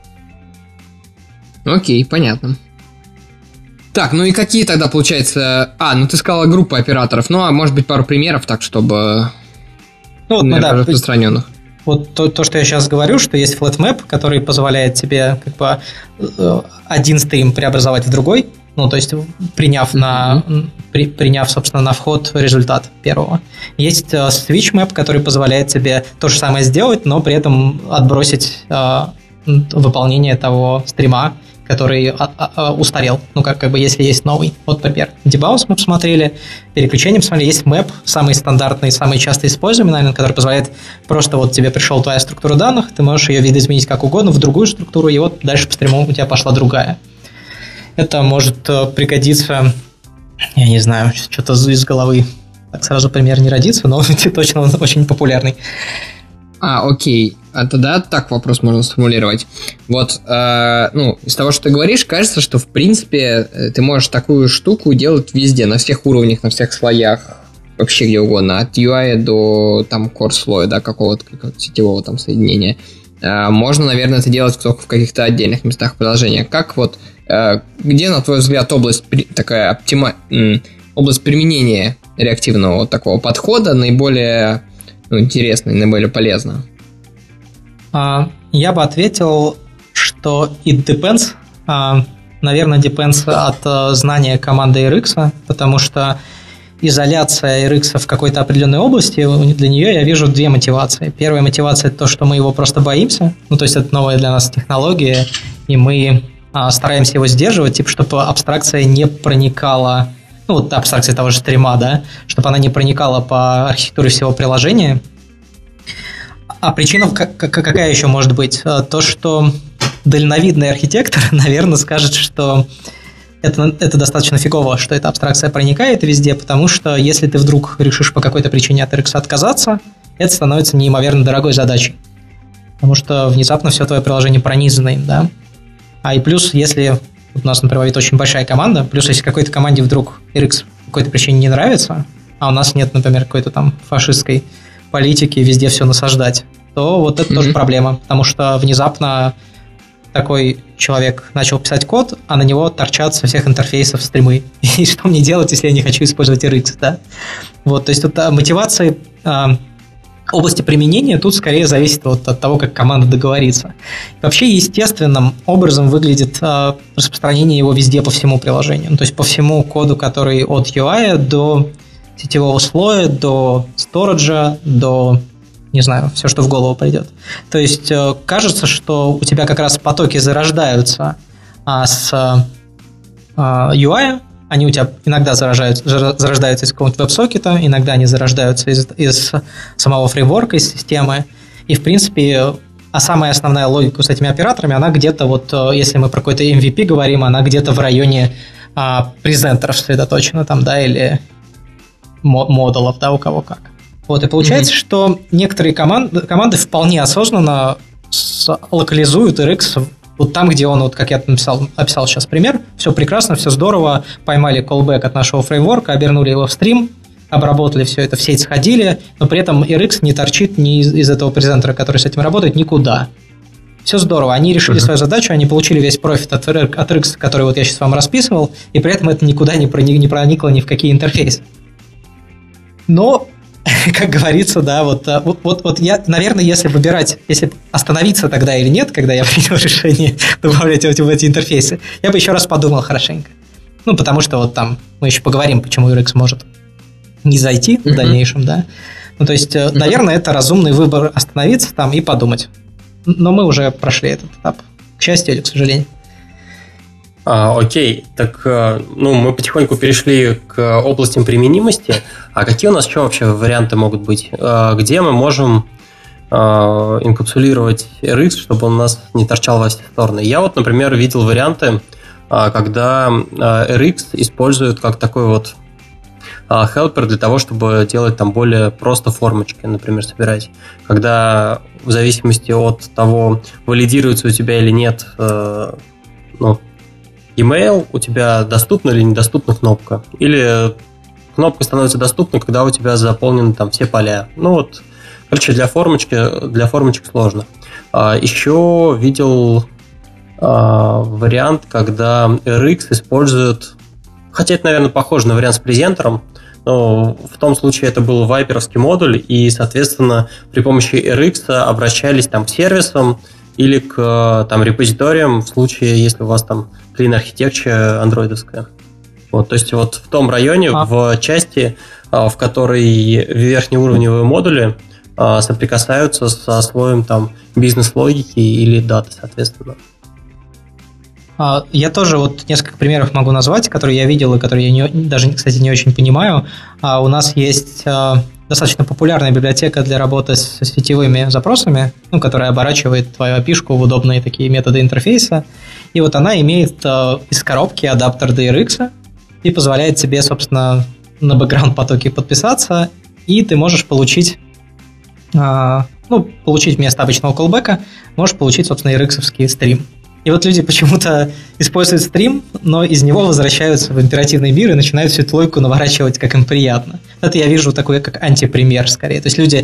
Окей, понятно. Так, и какие тогда, получается... ты сказала группа операторов, может быть, пару примеров, так, чтобы... распространенных. Вот то, что я сейчас говорю, что есть FlatMap, который позволяет тебе как бы один стрим преобразовать в другой, то есть приняв, собственно, на вход результат первого. Есть SwitchMap, который позволяет тебе то же самое сделать, но при этом отбросить выполнение того стрима, который устарел, как бы если есть новый. Вот, например, debounce мы посмотрели, переключение посмотрели, есть map, самый стандартный, самый часто используемый, наверное, который позволяет просто вот тебе пришел твоя структура данных, ты можешь ее видоизменить как угодно в другую структуру, и вот дальше по стриму у тебя пошла другая. Это может пригодиться, я не знаю, что-то из головы, так сразу пример не родится, но точно он очень популярный. Окей. тогда так вопрос можно сформулировать. Вот, из того, что ты говоришь, кажется, что в принципе ты можешь такую штуку делать везде, на всех уровнях, на всех слоях, вообще где угодно, от UI до там core слоя, да, какого-то сетевого там соединения. Можно, наверное, это делать только в каких-то отдельных местах приложения. Как вот, где, на твой взгляд, область применения реактивного вот такого подхода наиболее интересна и наиболее полезна? Я бы ответил, что it depends. Наверное, depends от знания команды RX, потому что изоляция RX в какой-то определенной области, для нее я вижу две мотивации. Первая мотивация – это то, что мы его просто боимся, то есть это новая для нас технология, и мы стараемся его сдерживать, типа, чтобы абстракция не проникала, абстракция того же стрима, да, чтобы она не проникала по архитектуре всего приложения. А причина какая еще может быть? То, что дальновидный архитектор, наверное, скажет, что это достаточно фигово, что эта абстракция проникает везде, потому что если ты вдруг решишь по какой-то причине от RX отказаться, это становится неимоверно дорогой задачей. Потому что внезапно все твое приложение пронизано им, да. И плюс, если у нас, например, очень большая команда, плюс если какой-то команде вдруг RX по какой-то причине не нравится, а у нас нет, например, какой-то там фашистской политики везде все насаждать, то вот это тоже проблема, потому что внезапно такой человек начал писать код, а на него торчат со всех интерфейсов стримы. И что мне делать, если я не хочу использовать RX, да? Вот, то есть тут мотивация области применения тут скорее зависит от того, как команда договорится. Вообще естественным образом выглядит распространение его везде по всему приложению. То есть по всему коду, который от UI до сетевого слоя, до сториджа, до, не знаю, все, что в голову придет. То есть кажется, что у тебя как раз потоки зарождаются с UI, они у тебя иногда зарождаются из какого-нибудь веб-сокета, иногда они зарождаются из самого фреймворка, из системы. И, в принципе, самая основная логика с этими операторами, она где-то, если мы про какой-то MVP говорим, она где-то в районе презентеров сосредоточена, там, да, или модулов, да, у кого как. Вот, и получается, что некоторые команды вполне осознанно локализуют RX вот там, где он, как я описал сейчас пример, все прекрасно, все здорово, поймали callback от нашего фреймворка, обернули его в стрим, обработали все это, в сеть сходили, но при этом RX не торчит ни из этого презентера, который с этим работает, никуда. Все здорово, они решили свою задачу, они получили весь профит от RX, который вот я сейчас вам расписывал, и при этом это никуда не проникло ни в какие интерфейсы. Но, как говорится, да, вот я, наверное, если остановиться тогда или нет, когда я принял решение добавлять в эти интерфейсы, я бы еще раз подумал хорошенько. Потому что вот там мы еще поговорим, почему RX может не зайти в дальнейшем, да. То есть, наверное, это разумный выбор остановиться там и подумать. Но мы уже прошли этот этап, к счастью или к сожалению. Окей, так мы потихоньку перешли к областям применимости. А какие у нас еще вообще варианты могут быть? Где мы можем инкапсулировать RX, чтобы он у нас не торчал во все стороны? Я вот, например, видел варианты, когда RX используют как такой вот helper для того, чтобы делать там более просто формочки, например, собирать. Когда в зависимости от того, валидируется у тебя или нет email, у тебя доступна или недоступна кнопка. Или кнопка становится доступна, когда у тебя заполнены там все поля. Короче, для формочек сложно. Еще видел вариант, когда RX используют, хотя это, наверное, похоже на вариант с презентером, но в том случае это был вайперовский модуль, и, соответственно, при помощи RX обращались там к сервисам или к там репозиториям в случае, если у вас там clean architecture андроидовская. То есть вот в том районе, в части, в которой верхнеуровневые модули соприкасаются со слоем там бизнес-логики или даты, соответственно. Я тоже несколько примеров могу назвать, которые я видел и которые я даже, кстати, не очень понимаю. У нас есть достаточно популярная библиотека для работы с сетевыми запросами, которая оборачивает твою API-шку в удобные такие методы интерфейса. И вот она имеет из коробки адаптер DRX и позволяет тебе, собственно, на бэкграунд-потоке подписаться, и ты можешь получить получить вместо обычного callback, можешь получить, собственно, RX-овский стрим. И вот люди почему-то используют стрим, но из него возвращаются в императивный мир и начинают всю эту логику наворачивать, как им приятно. Это я вижу такой, как антипример, скорее. То есть люди,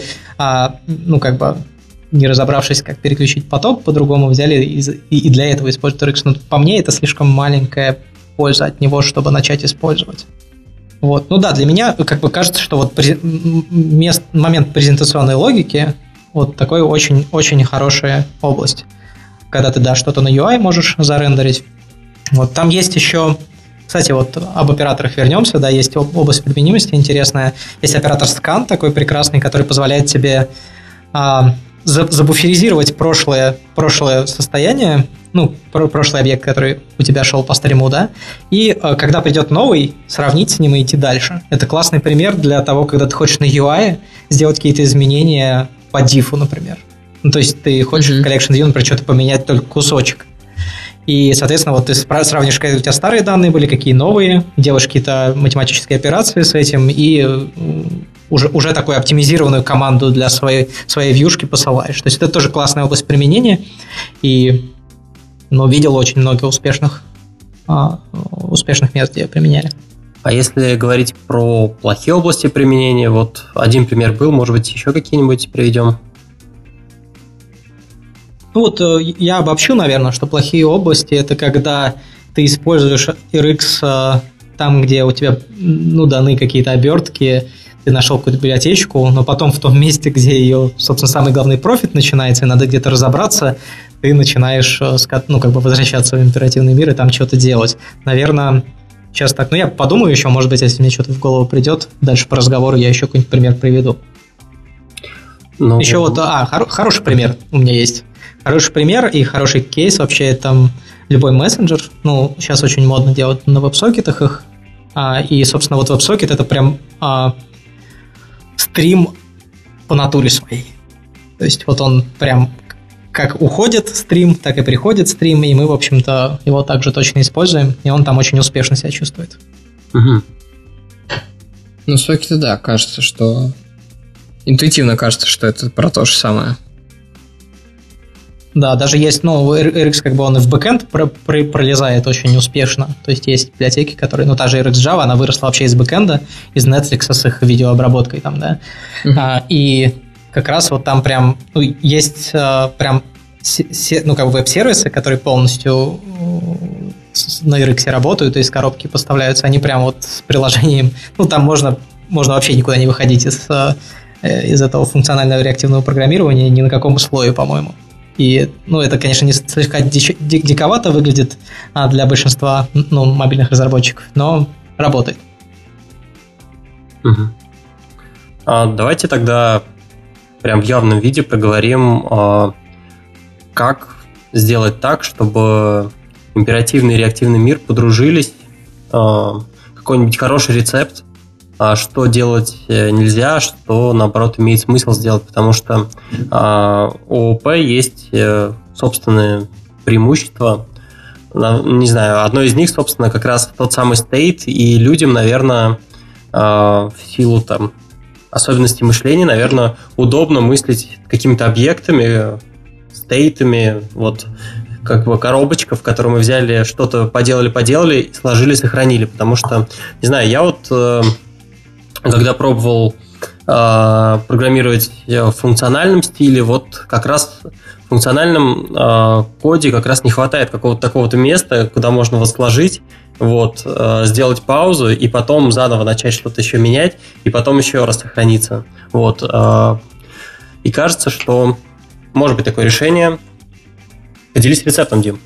не разобравшись, как переключить поток, по-другому взяли и для этого используют RX. Но по мне это слишком маленькая польза от него, чтобы начать использовать. Вот. Ну да, для меня кажется, что вот момент презентационной логики вот такой очень-очень хорошая область. Когда ты, что-то на UI можешь зарендерить. Вот там есть еще, кстати, вот об операторах вернемся, есть область применимости интересная. Есть оператор scan такой прекрасный, который позволяет тебе забуферизировать прошлое состояние, прошлый объект, который у тебя шел по стриму, и когда придет новый, сравнить с ним и идти дальше. Это классный пример для того, когда ты хочешь на UI сделать какие-то изменения по дифу, например. То есть ты хочешь в Collection View, например, что-то поменять только кусочек. И, соответственно, вот ты сравнишь, какие у тебя старые данные были, какие новые, делаешь какие-то математические операции с этим, и уже такую оптимизированную команду для своей вьюшки посылаешь. То есть это тоже классная область применения, и видел очень много успешных мест, где ее применяли. А если говорить про плохие области применения, вот один пример был, может быть, еще какие-нибудь приведем? Я обобщу, наверное, что плохие области – это когда ты используешь RX там, где у тебя даны какие-то обертки, ты нашел какую-то библиотечку, но потом в том месте, где ее, собственно, самый главный профит начинается, и надо где-то разобраться, ты начинаешь возвращаться в императивный мир и там что-то делать. Наверное, сейчас так. Я подумаю еще, может быть, если мне что-то в голову придет, дальше по разговору я еще какой-нибудь пример приведу. Еще хороший пример у меня есть. Хороший пример и хороший кейс вообще это любой мессенджер. Сейчас очень модно делать на веб-сокетах их. И, собственно, вот веб-сокет это прям стрим по натуре своей. То есть вот он прям как уходит стрим, так и приходит стрим, и мы, в общем-то, его также точно используем, и он там очень успешно себя чувствует. Угу. Сокеты, кажется, что... Интуитивно кажется, что это про то же самое. Да, даже есть, RX, он и в бэкэнд пролезает очень успешно. То есть есть библиотеки, которые, та же RX Java, она выросла вообще из бэкэнда, из Netflix с их видеообработкой там, и как раз вот там прям, есть прям, веб-сервисы, которые полностью на RX работают, то есть коробки поставляются, они прям вот с приложением, там можно вообще никуда не выходить из этого функционального реактивного программирования ни на каком слое, по-моему. И, это, конечно, не слегка диковато выглядит для большинства мобильных разработчиков, но работает. Угу. Давайте тогда прям в явном виде поговорим, как сделать так, чтобы императивный и реактивный мир подружились, какой-нибудь хороший рецепт, что делать нельзя, что, наоборот, имеет смысл сделать, потому что у ООП есть собственные преимущества. Не знаю, одно из них, собственно, как раз тот самый стейт, и людям, наверное, в силу особенностей мышления, наверное, удобно мыслить какими-то объектами, стейтами, коробочка, в которой мы взяли что-то, поделали, сложили, сохранили, потому что, не знаю, я когда пробовал программировать в функциональном стиле, как раз в функциональном коде как раз не хватает какого-то такого-то места, куда можно сложить, сделать паузу и потом заново начать что-то еще менять, и потом еще раз сохраниться. И кажется, что может быть такое решение. Поделись рецептом, Дим.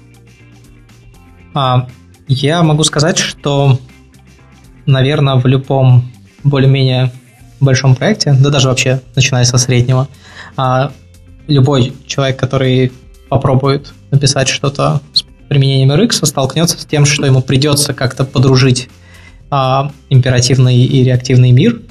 Я могу сказать, что, наверное, в любом более-менее большом проекте, даже вообще начиная со среднего, любой человек, который попробует написать что-то с применением RX, столкнется с тем, что ему придется как-то подружить императивный и реактивный мир.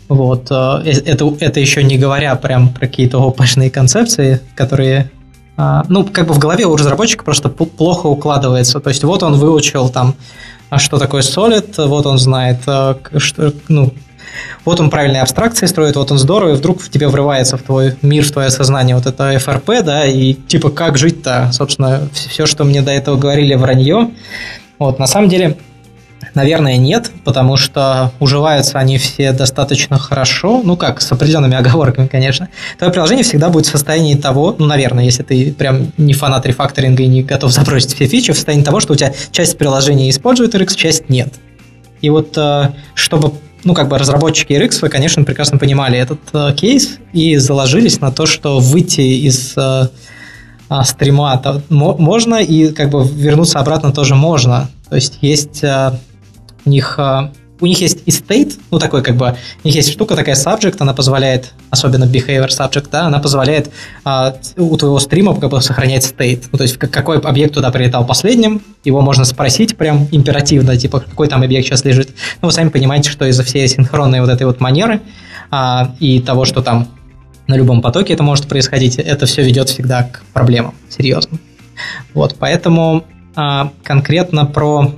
Это еще не говоря прям про какие-то опашные концепции, которые... в голове у разработчика просто плохо укладывается. То есть он выучил что такое Solid, он знает, вот он правильные абстракции строит, вот он здоровый, и вдруг в тебе врывается в твой мир, в твое сознание вот это FRP, да, и типа как жить-то, собственно, все, что мне до этого говорили, вранье. Вот, на самом деле, наверное, нет, потому что уживаются они все достаточно хорошо, ну как, с определенными оговорками, конечно. Твое приложение всегда будет в состоянии того, ну, наверное, если ты прям не фанат рефакторинга и не готов забросить все фичи, в состоянии того, что у тебя часть приложения использует RX, часть нет. И вот чтобы, ну, как бы разработчики RX, вы, конечно, прекрасно понимали этот кейс и заложились на то, что выйти из стрима можно и как бы вернуться обратно тоже можно. То есть есть у них есть и state, ну такой как бы, у них есть штука такая subject, она позволяет, особенно behavior subject, да, она позволяет у твоего стрима как бы сохранять state. Ну, то есть какой объект туда прилетал последним, его можно спросить прям императивно, типа какой там объект сейчас лежит. Ну, вы сами понимаете, что из-за всей синхронной вот этой вот манеры и того, что там на любом потоке это может происходить, это все ведет всегда к проблемам серьезным. Вот, поэтому конкретно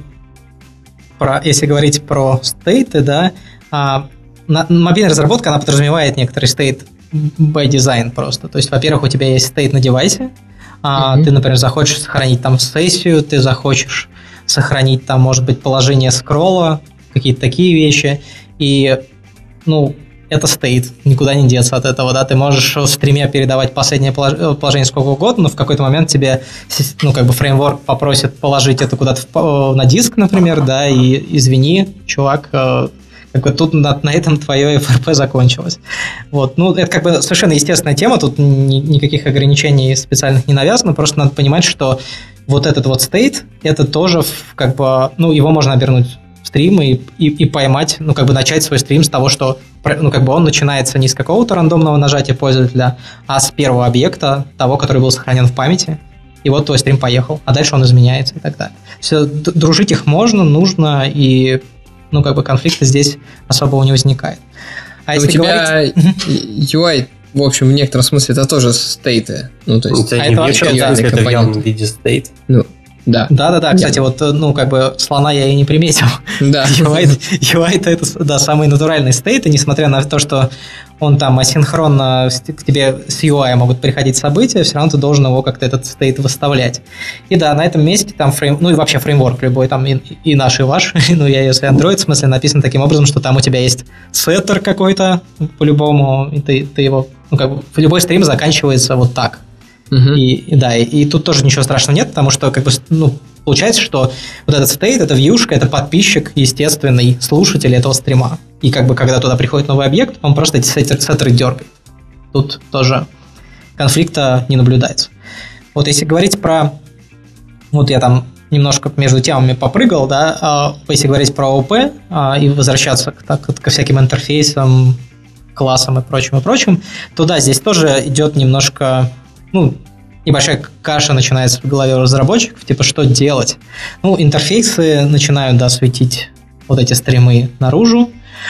если говорить про стейты, да, мобильная разработка, она подразумевает некоторый стейт by design просто. То есть, во-первых, у тебя есть стейт на девайсе, ты, например, захочешь сохранить там сессию, ты захочешь сохранить там, может быть, положение скролла, какие-то такие вещи, и, ну, это стейт, никуда не деться от этого, да, ты можешь в стриме передавать последнее положение сколько угодно, но в какой-то момент тебе, ну, как бы фреймворк попросит положить это куда-то на диск, например, да, и извини, чувак, как бы тут на этом твое FRP закончилось. Вот, ну, это как бы совершенно естественная тема, тут никаких ограничений специальных не навязано, просто надо понимать, что вот этот вот стейт, это тоже как бы, ну, его можно обернуть в стрим и поймать, ну, как бы начать свой стрим с того, что, ну, как бы он начинается не с какого-то рандомного нажатия пользователя, а с первого объекта, того, который был сохранен в памяти, и вот твой стрим поехал, а дальше он изменяется и так далее. Все, дружить их можно, нужно, и, ну, как бы конфликта здесь особого не возникает. А если у тебя UI, в общем, в некотором смысле, это тоже стейты. Ну, то есть, это вообще в явном виде стейт. Ну, да. Да. Кстати, вот, ну, как бы слона я и не приметил. Да. UI это, да, самый натуральный стейт, и несмотря на то, что он там асинхронно к тебе с UI могут приходить события, все равно ты должен его как-то этот стейт выставлять. И да, на этом месте там ну и вообще фреймворк любой, там и наш, и ваш, ну я если Android, в смысле, написан таким образом, что там у тебя есть сеттер какой-то, по-любому, и ты его, ну, как бы, любой стрим заканчивается вот так. И тут тоже ничего страшного нет, потому что, как бы, ну, получается, что вот этот стейт, эта вьюшка, это подписчик, естественный слушатель этого стрима. И как бы, когда туда приходит новый объект, он просто эти сеттеры дергает. Тут тоже конфликта не наблюдается. Вот если говорить про... Вот я там немножко между темами попрыгал, да, если говорить про ООП и возвращаться ко всяким интерфейсам, классам и прочим, то да, здесь тоже идет немножко... Ну, небольшая каша начинается в голове у разработчиков, типа, что делать? Ну, интерфейсы начинают, да, светить вот эти стримы наружу,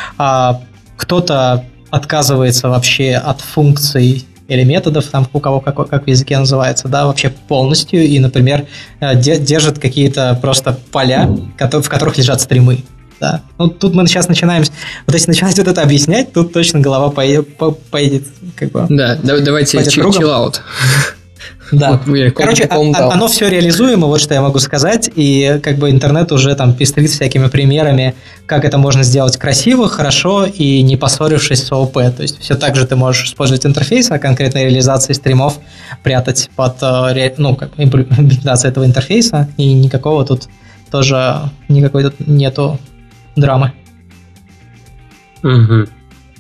кто-то отказывается вообще от функций или методов, там у кого как в языке называется, да, вообще полностью, и, например, держит какие-то просто поля, в которых лежат стримы. Да. Ну, тут мы сейчас начинаем... Вот если начинать вот это объяснять, тут точно голова поедет как бы... Да, давайте chill-out. Да. Короче, оно все реализуемо, вот что я могу сказать, и как бы интернет уже там пестрит всякими примерами, как это можно сделать красиво, хорошо и не поссорившись с ООП. То есть все так же ты можешь использовать интерфейс, а конкретной реализации стримов прятать под, ну, как имплементацию этого интерфейса, и никакого тут тоже, никакой тут нету драмы. Угу.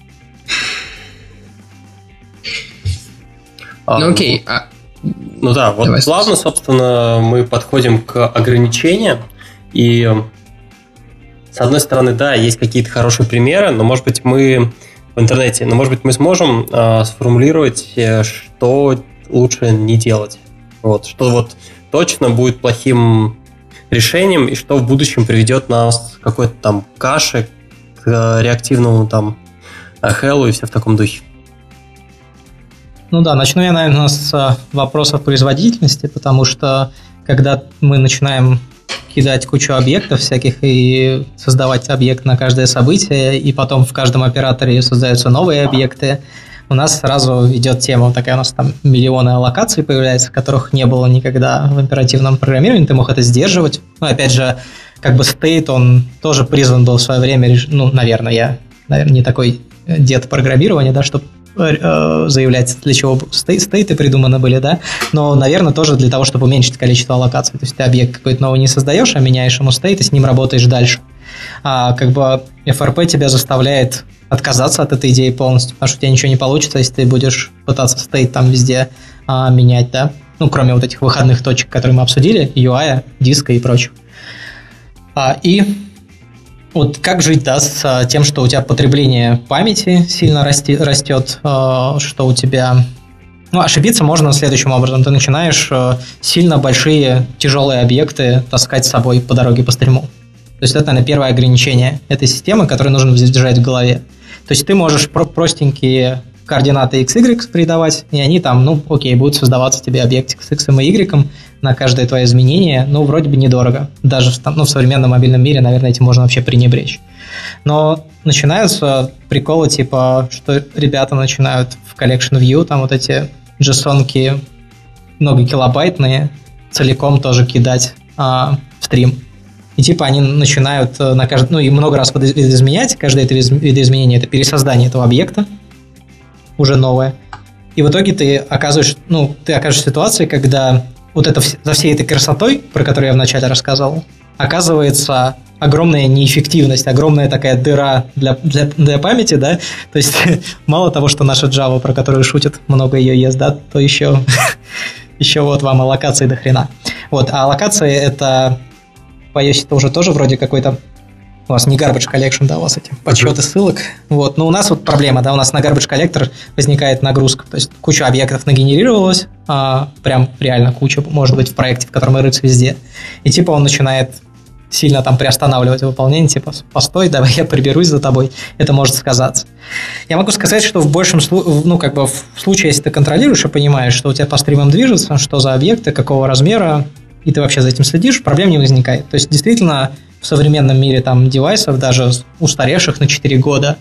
Ну окей. Ну да, вот давай плавно, собственно, мы подходим к ограничениям. И с одной стороны, да, есть какие-то хорошие примеры, но, может быть, мы в интернете, но, может быть, мы сможем сформулировать, что лучше не делать. Вот, что вот точно будет плохим решением, и что в будущем приведет нас к какой-то там каше, к реактивному там хеллу и все в таком духе. Ну да, начну я, наверное, с вопросов производительности, потому что когда мы начинаем кидать кучу объектов всяких и создавать объект на каждое событие, и потом в каждом операторе создаются новые объекты, у нас сразу идет тема такая, у нас там миллионы аллокаций появляется, которых не было никогда в императивном программировании, ты мог это сдерживать. Ну, опять же, как бы стейт, он тоже призван был в свое время, ну, наверное, я не такой дед программирования, да, чтобы заявлять, для чего стейты придуманы были, да, но, наверное, тоже для того, чтобы уменьшить количество аллокаций. То есть ты объект какой-то новый не создаешь, а меняешь ему стейт, и с ним работаешь дальше. А как бы FRP тебя заставляет отказаться от этой идеи полностью, потому что у тебя ничего не получится, если ты будешь пытаться стейт там везде менять, да, ну, кроме вот этих выходных точек, которые мы обсудили, UI, диска и прочего. И вот как жить, да, с тем, что у тебя потребление памяти сильно растет, что у тебя... Ну, ошибиться можно следующим образом. Ты начинаешь сильно большие, тяжелые объекты таскать с собой по дороге по стриму. То есть это, наверное, первое ограничение этой системы, которое нужно держать в голове. То есть ты можешь простенькие координаты x, y придавать, и они там, ну, окей, будут создаваться тебе объектик с x и y на каждое твое изменение, ну, вроде бы недорого. Даже в современном мобильном мире, наверное, этим можно вообще пренебречь. Но начинаются приколы, типа, что ребята начинают в Collection View, там вот эти JSON-ки многокилобайтные целиком тоже кидать в стрим. И типа они начинают на каждый, ну, и много раз видоизменять. Каждое это видоизменение – это пересоздание этого объекта, уже новое. И в итоге ты окажешься в ситуации, когда вот это за всей этой красотой, про которую я вначале рассказывал, оказывается огромная неэффективность, огромная такая дыра для памяти, да, то есть мало того, что наша Java, про которую шутят, много ее ест, да, то еще вот вам аллокации до хрена. Вот, а аллокации это по iOS это уже тоже вроде какой-то. У вас не garbage collection, да, у вас эти подсчеты ссылок. Вот. Но у нас вот проблема, да, у нас на garbage collector возникает нагрузка. То есть куча объектов нагенерировалась, прям реально куча, может быть, в проекте, в котором RX везде. И типа он начинает сильно там приостанавливать выполнение, типа, постой, давай я приберусь за тобой. Это может сказаться. Я могу сказать, что в большем случае, ну, как бы в случае, если ты контролируешь и понимаешь, что у тебя по стримам движется, что за объекты, какого размера, и ты вообще за этим следишь, проблем не возникает. То есть, действительно, в современном мире там девайсов, даже устаревших на 4 года,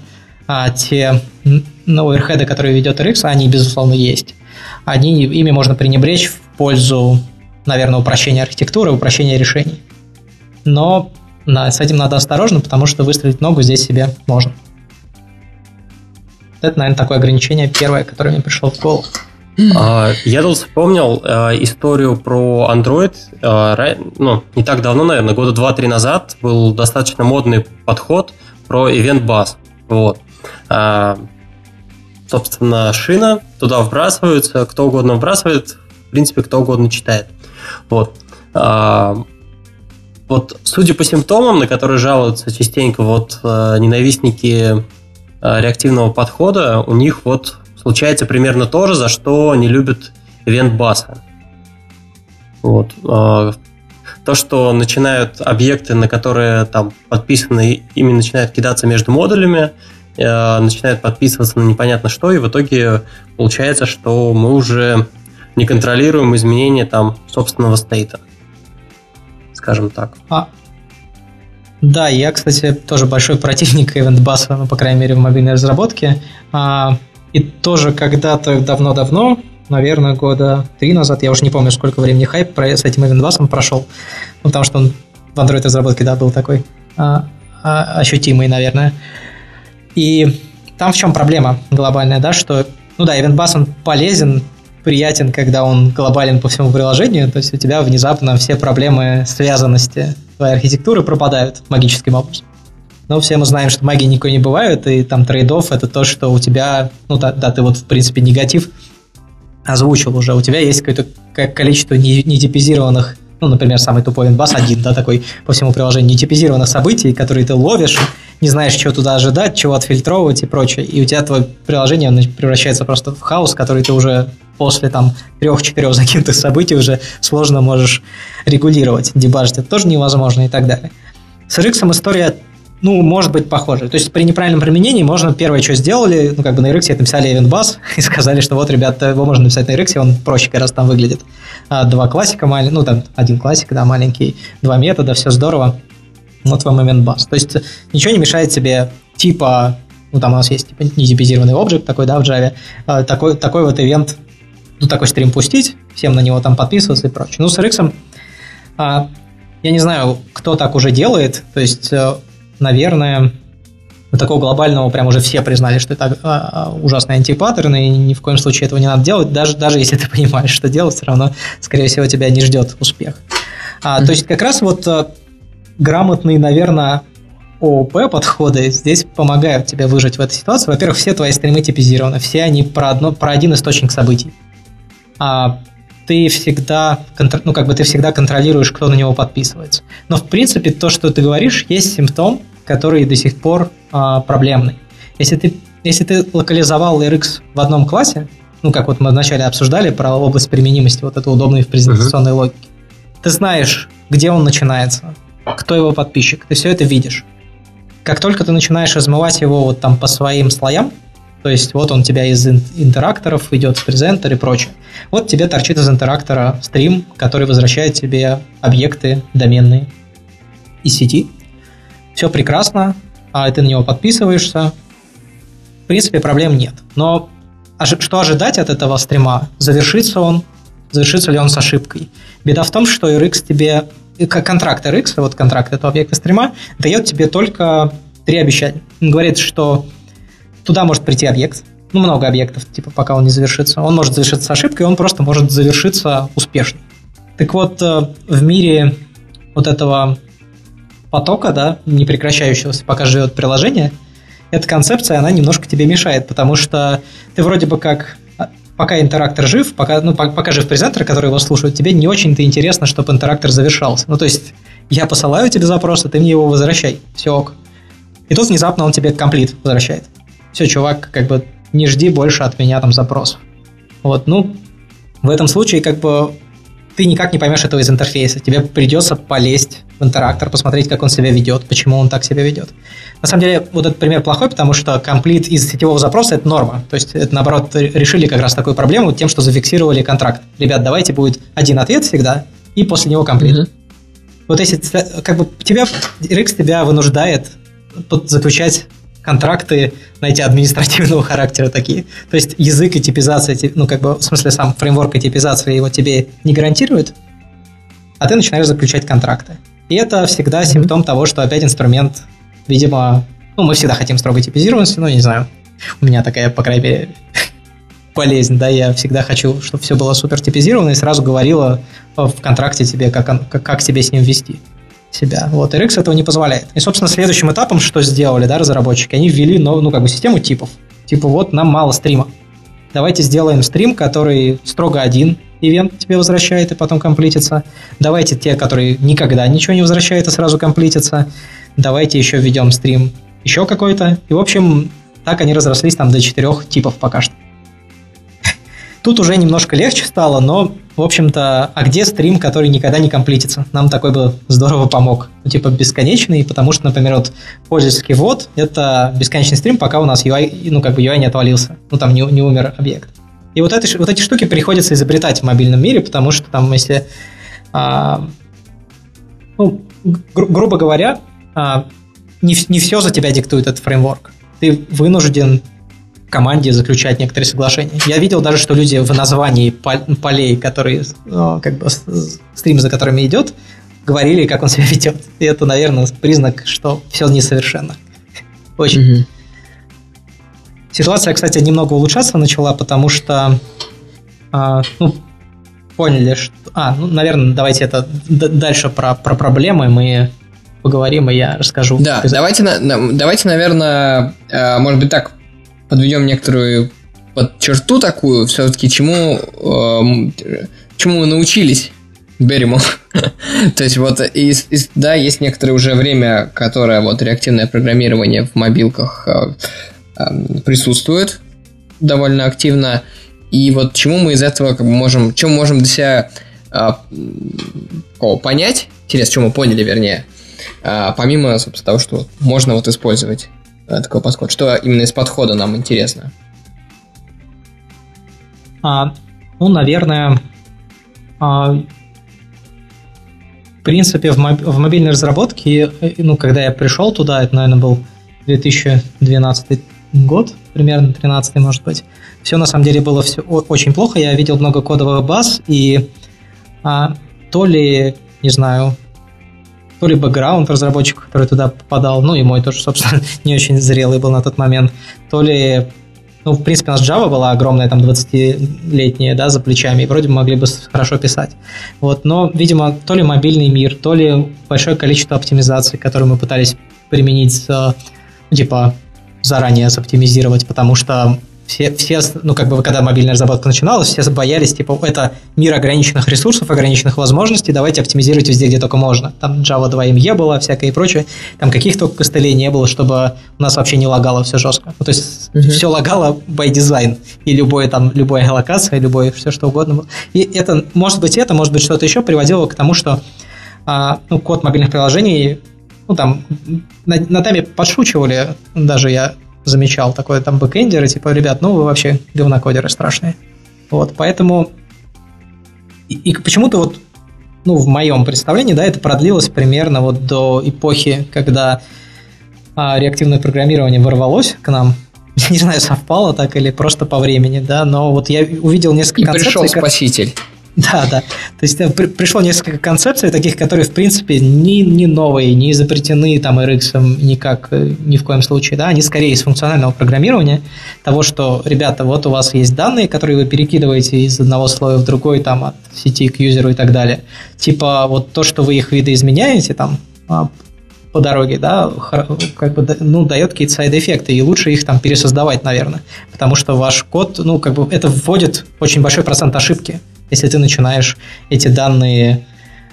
те оверхеды, которые ведет RX, они, безусловно, есть. Ими можно пренебречь в пользу, наверное, упрощения архитектуры, упрощения решений. Но с этим надо осторожно, потому что выстроить ногу здесь себе можно. Это, наверное, такое ограничение первое, которое мне пришло в голову. Я тут вспомнил историю про Android. Не так давно, наверное, года 2-3 назад был достаточно модный подход про Event Bus. Вот. Собственно, шина, туда вбрасываются, кто угодно вбрасывает, в принципе, кто угодно читает. Вот. Вот, судя по симптомам, на которые жалуются частенько вот ненавистники реактивного подхода, у них вот случается примерно то же, за что не любят ивент-басы. Вот. То, что начинают объекты, на которые там подписаны, ими начинают кидаться между модулями, начинают подписываться на непонятно что, и в итоге получается, что мы уже не контролируем изменения там собственного стейта. Скажем так. Да, я, кстати, тоже большой противник ивент-баса, ну, по крайней мере, в мобильной разработке. И тоже когда-то давно-давно, наверное, года 3 назад, я уже не помню, сколько времени хайп с этим ивент-басом прошел, ну, потому что он в Android-разработке, да, был такой ощутимый, наверное. И там в чем проблема глобальная, да, что, ну да, ивент-бас, он полезен, приятен, когда он глобален по всему приложению, то есть у тебя внезапно все проблемы связанности твоей архитектуры пропадают магическим образом. Но все мы знаем, что магии никакой не бывает, и там трейд-офф – это то, что у тебя, ну да, ты вот, в принципе, негатив озвучил уже, у тебя есть какое-то количество нетипизированных, ну, например, самый тупой ивент-бас один, да, такой по всему приложению, нетипизированных событий, которые ты ловишь, не знаешь, чего туда ожидать, чего отфильтровывать и прочее, и у тебя твое приложение превращается просто в хаос, который ты уже после там 3-4 закинутых событий уже сложно можешь регулировать, дебажить, это тоже невозможно и так далее. С RX история Ну, может быть, похоже. То есть при неправильном применении можно первое, что сделали, ну, как бы на RX это написали event bus и сказали, что вот, ребята, его можно написать на RX, он проще как раз там выглядит. 2 классика маленьких, ну, там 1 классик, да, маленький, 2 метода, все здорово. Вот вам event bus. То есть ничего не мешает тебе типа, ну, там у нас есть типа нетипизированный объект такой, да, в Java, такой вот ивент, ну, такой стрим пустить, всем на него там подписываться и прочее. Ну, с RX я не знаю, кто так уже делает, то есть, наверное, такого глобального прям уже все признали, что это ужасный антипаттерн, и ни в коем случае этого не надо делать, даже если ты понимаешь, что делать, все равно, скорее всего, тебя не ждет успех. То есть, как раз вот грамотные, наверное, ООП подходы здесь помогают тебе выжить в этой ситуации. Во-первых, все твои стримы типизированы, все они про один источник событий. Ты всегда, ну, как бы ты всегда контролируешь, кто на него подписывается. Но, в принципе, то, что ты говоришь, есть симптом, который до сих пор проблемный. Если ты локализовал RX в одном классе, ну, как вот мы вначале обсуждали про область применимости, вот это удобной в презентационной логике, ты знаешь, где он начинается, кто его подписчик, ты все это видишь. Как только ты начинаешь размывать его вот там по своим слоям, то есть вот он у тебя из интеракторов идет в презентер и прочее. Вот тебе торчит из интерактора стрим, который возвращает тебе объекты доменные из сети. Все прекрасно, ты на него подписываешься. В принципе, проблем нет. Но что ожидать от этого стрима? Завершится ли он с ошибкой? Беда в том, что RX тебе... Контракт RX, вот контракт этого объекта стрима, дает тебе только 3 обещания. Он говорит, что туда может прийти объект, ну, много объектов, типа, пока он не завершится. Он может завершиться с ошибкой, он просто может завершиться успешно. Так вот, в мире вот этого потока, да, не прекращающегося, пока живет приложение, эта концепция, она немножко тебе мешает, потому что ты вроде бы как... Пока интерактор жив, пока жив презентер, который его слушает, тебе не очень-то интересно, чтобы интерактор завершался. Ну, то есть, я посылаю тебе запрос, а ты мне его возвращай. Все ок. И тут внезапно он тебе комплит возвращает. Все, чувак, как бы не жди больше от меня там запросов. Вот, ну, в этом случае, как бы, ты никак не поймешь этого из интерфейса. Тебе придется полезть в интерактор, посмотреть, как он себя ведет, почему он так себя ведет. На самом деле, вот этот пример плохой, потому что комплит из сетевого запроса – это норма. То есть, это, наоборот, решили как раз такую проблему тем, что зафиксировали контракт. Ребят, давайте будет один ответ всегда, и после него комплит. Mm-hmm. Вот если, как бы, RX тебя вынуждает заключать контракты, знаете, административного характера такие. То есть, язык и типизация, ну, как бы, в смысле, сам фреймворк и типизация его тебе не гарантирует, а ты начинаешь заключать контракты. И это всегда симптом того, что опять инструмент, видимо, ну, мы всегда хотим строгой типизированности, но не знаю, у меня такая, по крайней мере, болезнь, да, я всегда хочу, чтобы все было супер типизировано, и сразу говорила в контракте тебе, как тебе с ним вести себя. Вот, RX этого не позволяет. И, собственно, следующим этапом, что сделали, да, разработчики, они ввели, ну, как бы, систему типов. Типа, вот, нам мало стрима. Давайте сделаем стрим, который строго один ивент тебе возвращает и потом комплитится. Давайте те, которые никогда ничего не возвращают и сразу комплитятся. Давайте еще введем стрим еще какой-то. И, в общем, так они разрослись там до 4 типов пока что. Тут уже немножко легче стало, но, в общем-то, а где стрим, который никогда не комплитится? Нам такой бы здорово помог. Ну, типа, бесконечный, потому что, например, вот пользовательский ввод – это бесконечный стрим, пока у нас UI, ну, как бы UI не отвалился, ну, там не умер объект. И вот эти штуки приходится изобретать в мобильном мире, потому что там, если, грубо говоря, не все за тебя диктует этот фреймворк. Ты вынужден команде заключать некоторые соглашения. Я видел даже, что люди в названии полей, которые, как бы, стрим, за которыми идет, говорили, как он себя ведет. И это, наверное, признак, что все несовершенно. Очень. Mm-hmm. Ситуация, кстати, немного улучшаться начала, потому что поняли, что... наверное, давайте это дальше про проблемы мы поговорим, и я расскажу. Да, давайте, наверное, может быть, так подведем некоторую черту такую, все-таки чему мы научились Берриму. То есть вот да, есть некоторое уже время, которое вот реактивное программирование в мобилках присутствует довольно активно. И вот чему мы из этого можем для себя понять, интересно, что мы поняли, вернее, помимо, собственно, того, что можно вот использовать такой подход? Что именно из подхода нам интересно? Наверное, в принципе, в мобильной разработке, когда я пришел туда, это, наверное, был 2012 год, примерно 13 может быть, все на самом деле было все очень плохо. Я видел много кодовых баз, и то ли, не знаю, то ли бэкграунд разработчика, который туда попадал, и мой тоже, собственно, не очень зрелый был на тот момент, то ли, в принципе, у нас Java была огромная, там, 20-летняя, да, за плечами, и вроде бы могли бы хорошо писать. Но, видимо, то ли мобильный мир, то ли большое количество оптимизаций, которые мы пытались применить, заранее соптимизировать, потому что все, когда мобильная разработка начиналась, все боялись, это мир ограниченных ресурсов, ограниченных возможностей, давайте оптимизировать везде, где только можно. Там Java 2ME было, всякое и прочее, там каких только костылей не было, чтобы у нас вообще не лагало все жестко. То есть все лагало by design, и любая локация, все что угодно было. И это, может быть, что-то еще приводило к тому, что код мобильных приложений, над нами подшучивали, даже я замечал такое, бэкэндеры, ребят, вы вообще говнокодеры страшные. Поэтому и почему-то в моем представлении, да, это продлилось примерно до эпохи, когда реактивное программирование ворвалось к нам. Не знаю, совпало так или просто по времени, да, но я увидел несколько концепций. И пришел спаситель. Да. То есть пришло несколько концепций таких, которые, в принципе, не новые, не изобретены RX никак, ни в коем случае, да, они скорее из функционального программирования, того, что, ребята, у вас есть данные, которые вы перекидываете из одного слоя в другой, от сети к юзеру и так далее. То, что вы их видоизменяете, по дороге, да, дает какие-то сайд-эффекты, и лучше их пересоздавать, наверное, потому что ваш код, это вводит очень большой процент ошибки, если ты начинаешь эти данные,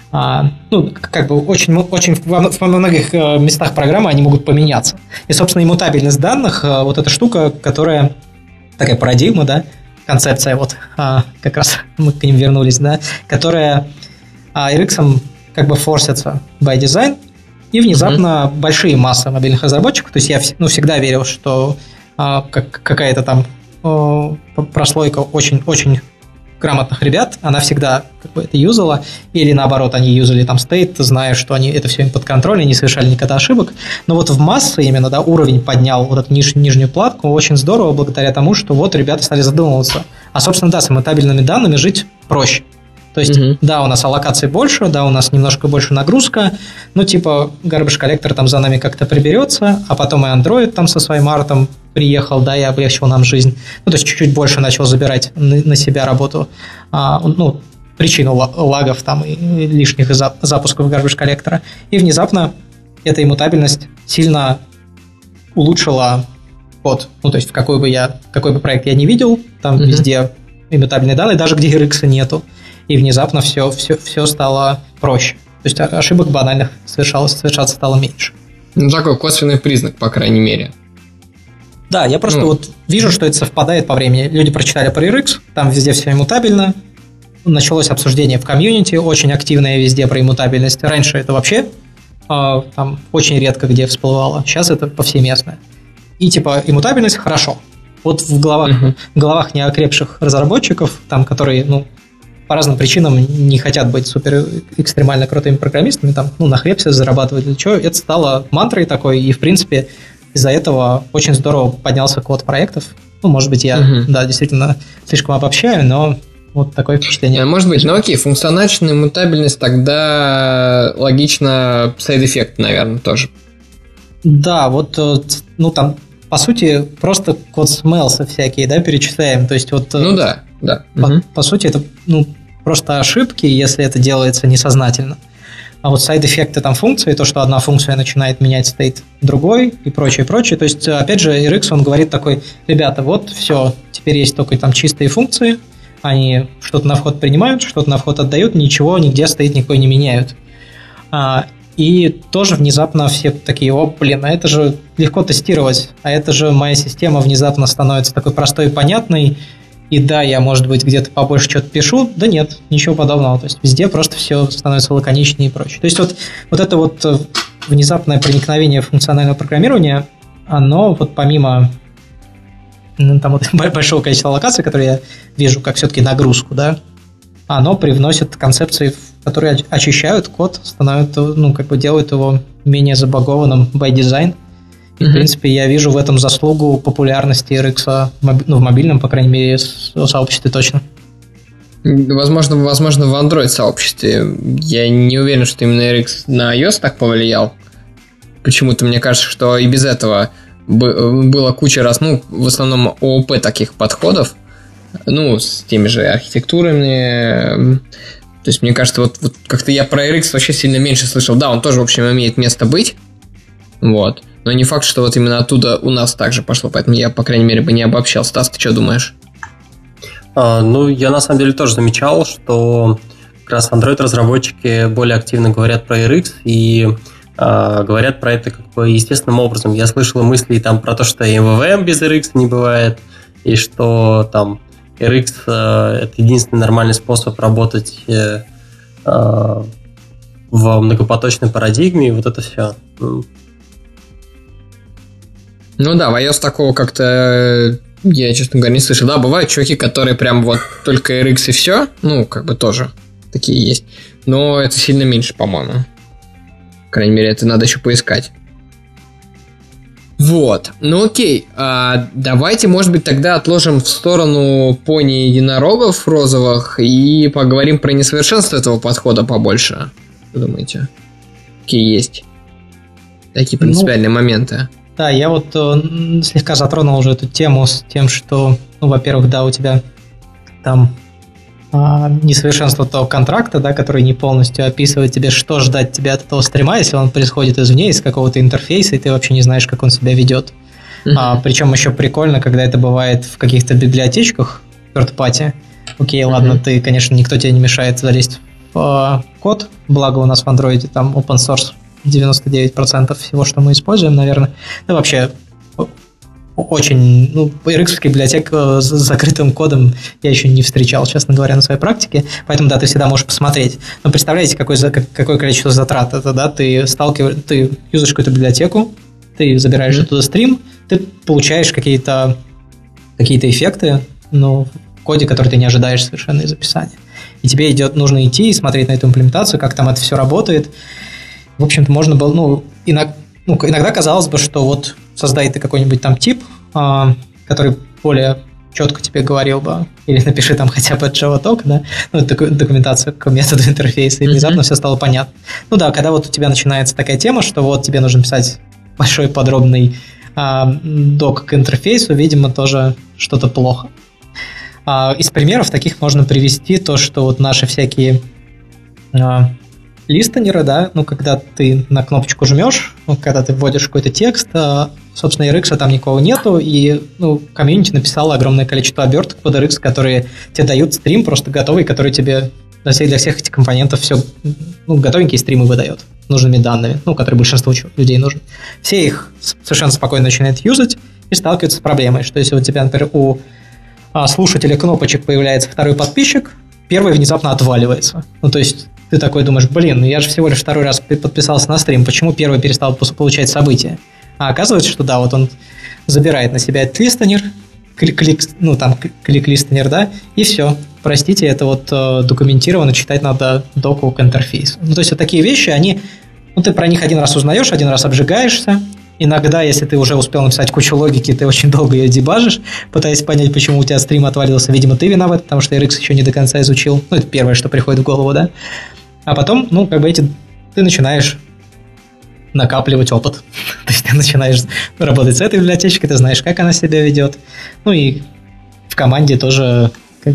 очень во многих местах программы они могут поменяться. И, собственно, иммутабельность данных, эта штука, которая такая парадигма, да, концепция, как раз мы к ним вернулись, да, которая RX форсится by design, и внезапно большие массы мобильных разработчиков, то есть я всегда верил, что какая-то прослойка очень грамотных ребят, она всегда это юзала, или наоборот, они юзали стейт, зная, что они это все им под контролем, не совершали никогда ошибок. Но в массы именно, да, уровень поднял эту нижнюю платку очень здорово, благодаря тому, что ребята стали задумываться. А, собственно, да, с иммутабельными данными жить проще. То есть, да, у нас аллокации больше, да, у нас немножко больше нагрузка, garbage коллектор за нами как-то приберется, а потом и Android со своим артом приехал, да, и облегчил нам жизнь. То есть, чуть-чуть больше начал забирать на себя работу, причину лагов и лишних запусков garbage коллектора. И внезапно эта иммутабельность сильно улучшила код. То есть, какой бы проект я не видел, там везде иммутабельные данные, даже где RX нету. И внезапно все стало проще. То есть ошибок банальных совершаться стало меньше. Такой косвенный признак, по крайней мере. Да, я просто вижу, что это совпадает по времени. Люди прочитали про RX, там везде все иммутабельно. Началось обсуждение в комьюнити, очень активное везде про иммутабельность. Раньше это вообще очень редко где всплывало. Сейчас это повсеместно. И иммутабельность хорошо. В головах неокрепших разработчиков, которые, по разным причинам не хотят быть супер экстремально крутыми программистами, на хлеб себе зарабатывать или что, это стало мантрой такой, и, в принципе, из-за этого очень здорово поднялся код проектов. Может быть, я, да, действительно слишком обобщаю, но такое впечатление. Может быть, окей, функциональная иммутабельность, тогда логично сайд-эффект, наверное, тоже. Да, по сути, просто код смелсы всякие, да, перечисляем, то есть да. По сути, это просто ошибки, если это делается несознательно. А сайд-эффекты функции, то, что одна функция начинает менять стейт другой и прочее. То есть, опять же, RX, он говорит такой, ребята, все, теперь есть только чистые функции, они что-то на вход принимают, что-то на вход отдают, ничего, нигде стейт никакой не меняют. И тоже внезапно все такие, а это же легко тестировать, а это же моя система внезапно становится такой простой и понятной, и да, я, может быть, где-то побольше что-то пишу, да нет, ничего подобного, то есть везде просто все становится лаконичнее и прочее. То есть это внезапное проникновение функционального программирования, оно вот помимо там вот большого количества локаций, которые я вижу как все-таки нагрузку, да, оно привносит концепции, которые очищают код, становятся, делают его менее забагованным by design. И, в принципе, я вижу в этом заслугу популярности RX, в мобильном, по крайней мере, сообществе точно. Возможно, в Android-сообществе. Я не уверен, что именно RX на iOS так повлиял. Почему-то мне кажется, что и без этого было куча раз, в основном ООП таких подходов, с теми же архитектурами. То есть, мне кажется, вот как-то я про RX вообще сильно меньше слышал. Да, он тоже, в общем, имеет место быть. Вот. Но не факт, что вот именно оттуда у нас также пошло. Поэтому я, по крайней мере, бы не обобщал. Стас, ты что думаешь? Я на самом деле тоже замечал, что как раз Android-разработчики более активно говорят про RX и говорят про это как бы естественным образом. Я слышал мысли там про то, что MVVM без RX не бывает, и что там RX это единственный нормальный способ работать в многопоточной парадигме, и вот это все. Да, в iOS такого как-то я, честно говоря, не слышал. Да, бывают чуваки, которые прям вот только RX и все, тоже такие есть. Но это сильно меньше, по-моему. По крайней мере, это надо еще поискать. Вот, окей. Давайте, может быть, тогда отложим в сторону пони единорогов розовых и поговорим про несовершенство этого подхода побольше. Что думаете? Какие есть такие принципиальные моменты? Да, я вот слегка затронул уже эту тему с тем, что, во-первых, да, у тебя там несовершенство того контракта, да, который не полностью описывает тебе, что ждать тебя от этого стрима, если он происходит извне, из какого-то интерфейса, и ты вообще не знаешь, как он себя ведет. Причем еще прикольно, когда это бывает в каких-то библиотечках third-party. Окей, ладно, ты, конечно, никто тебе не мешает залезть в код, благо у нас в Android там open source 99% всего, что мы используем, наверное. Да вообще очень... RX-овских библиотек с закрытым кодом я еще не встречал, честно говоря, на своей практике. Поэтому, да, ты всегда можешь посмотреть. Но представляете, какое количество затрат это, да? Ты юзаешь какую-то библиотеку, ты забираешь оттуда стрим, ты получаешь какие-то эффекты, в коде, который ты не ожидаешь совершенно из описания. И тебе нужно идти и смотреть на эту имплементацию, как там это все работает. В общем-то, можно было, иногда казалось бы, что вот создай ты какой-нибудь там тип, который более четко тебе говорил бы, или напиши там хотя бы JavaTalk, да, документацию к методу интерфейса, и внезапно все стало понятно. Когда вот у тебя начинается такая тема, что вот тебе нужно писать большой подробный док к интерфейсу, видимо, тоже что-то плохо. Из примеров таких можно привести то, что вот наши всякие листенеры, да, когда ты на кнопочку жмешь, когда ты вводишь какой-то текст, собственно, RX там никого нету, и, комьюнити написало огромное количество оберток под RX, которые тебе дают стрим просто готовый, который тебе для всех этих компонентов все, готовенькие стримы выдает нужными данными, которые большинству людей нужны. Все их совершенно спокойно начинают юзать и сталкиваются с проблемой, что если у тебя, например, у слушателя кнопочек появляется второй подписчик, первый внезапно отваливается. То есть ты такой думаешь, я же всего лишь второй раз подписался на стрим, почему первый перестал получать события? А оказывается, что да, вот он забирает на себя этот листенер, клик-листенер, да, и все. Простите, это вот документировано, читать надо доку к интерфейсу. То есть вот такие вещи, они, ты про них один раз узнаешь, один раз обжигаешься. Иногда, если ты уже успел написать кучу логики, ты очень долго ее дебажишь, пытаясь понять, почему у тебя стрим отвалился. Видимо, ты виноват, потому что RX еще не до конца изучил. Это первое, что приходит в голову, да. А потом, ты начинаешь накапливать опыт. То есть ты начинаешь работать с этой библиотечкой, ты знаешь, как она себя ведет. И в команде тоже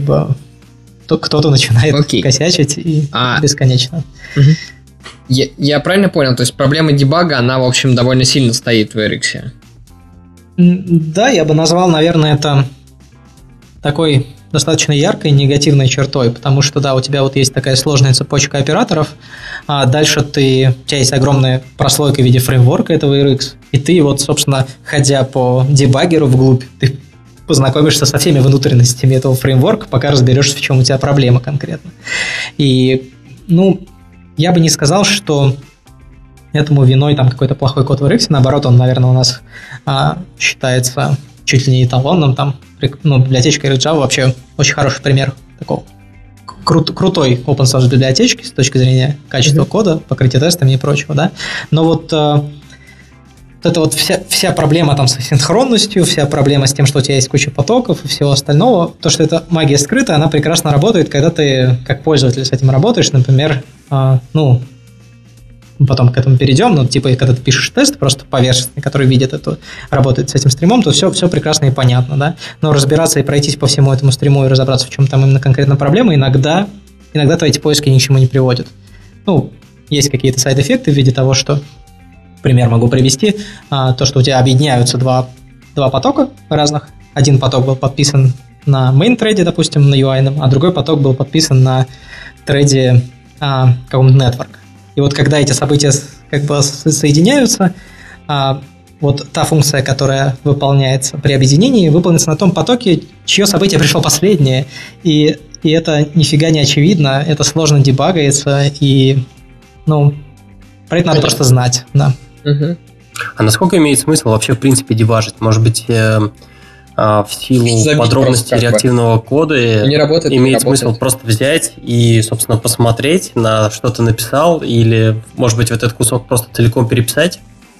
кто-то начинает косячить и бесконечно. Я правильно понял? То есть проблема дебага, она, в общем, довольно сильно стоит в RX? Да, я бы назвал, наверное, это такой достаточно яркой негативной чертой, потому что, да, у тебя вот есть такая сложная цепочка операторов, а дальше у тебя есть огромная прослойка в виде фреймворка этого RX, и ты вот, собственно, ходя по дебаггеру вглубь, ты познакомишься со всеми внутренностями этого фреймворка, пока разберешься, в чем у тебя проблема конкретно. И, я бы не сказал, что этому виной там какой-то плохой код в RX. Наоборот, он, наверное, у нас считается чуть ли не эталонным. Там, библиотечка Java вообще очень хороший пример такого крутой open source библиотечки с точки зрения качества кода, покрытия тестами и прочего, да. Но вот это вот вся проблема там с синхронностью, вся проблема с тем, что у тебя есть куча потоков и всего остального, то, что эта магия скрыта, она прекрасно работает, когда ты как пользователь с этим работаешь, например, потом к этому перейдем, но типа, когда ты пишешь тест просто поверхностный, который видит это, работает с этим стримом, то все прекрасно и понятно, да. Но разбираться и пройтись по всему этому стриму и разобраться, в чем там именно конкретно проблема, иногда твои эти поиски ни к чему не приводят. Есть какие-то сайд-эффекты в виде того, что, пример могу привести, то, что у тебя объединяются два потока разных. Один поток был подписан на main-треде, допустим, на UI, а другой поток был подписан на треде какого-нибудь network. И вот когда эти события как бы соединяются, вот та функция, которая выполняется при объединении, выполнится на том потоке, чье событие пришло последнее. И это нифига не очевидно, это сложно дебагается, и про это надо просто знать. Да. Угу. А насколько имеет смысл вообще в принципе дебажить? Может быть, в силу подробностей реактивного кода имеет смысл просто взять и, собственно, посмотреть на что ты написал, или, может быть, вот этот кусок просто целиком переписать?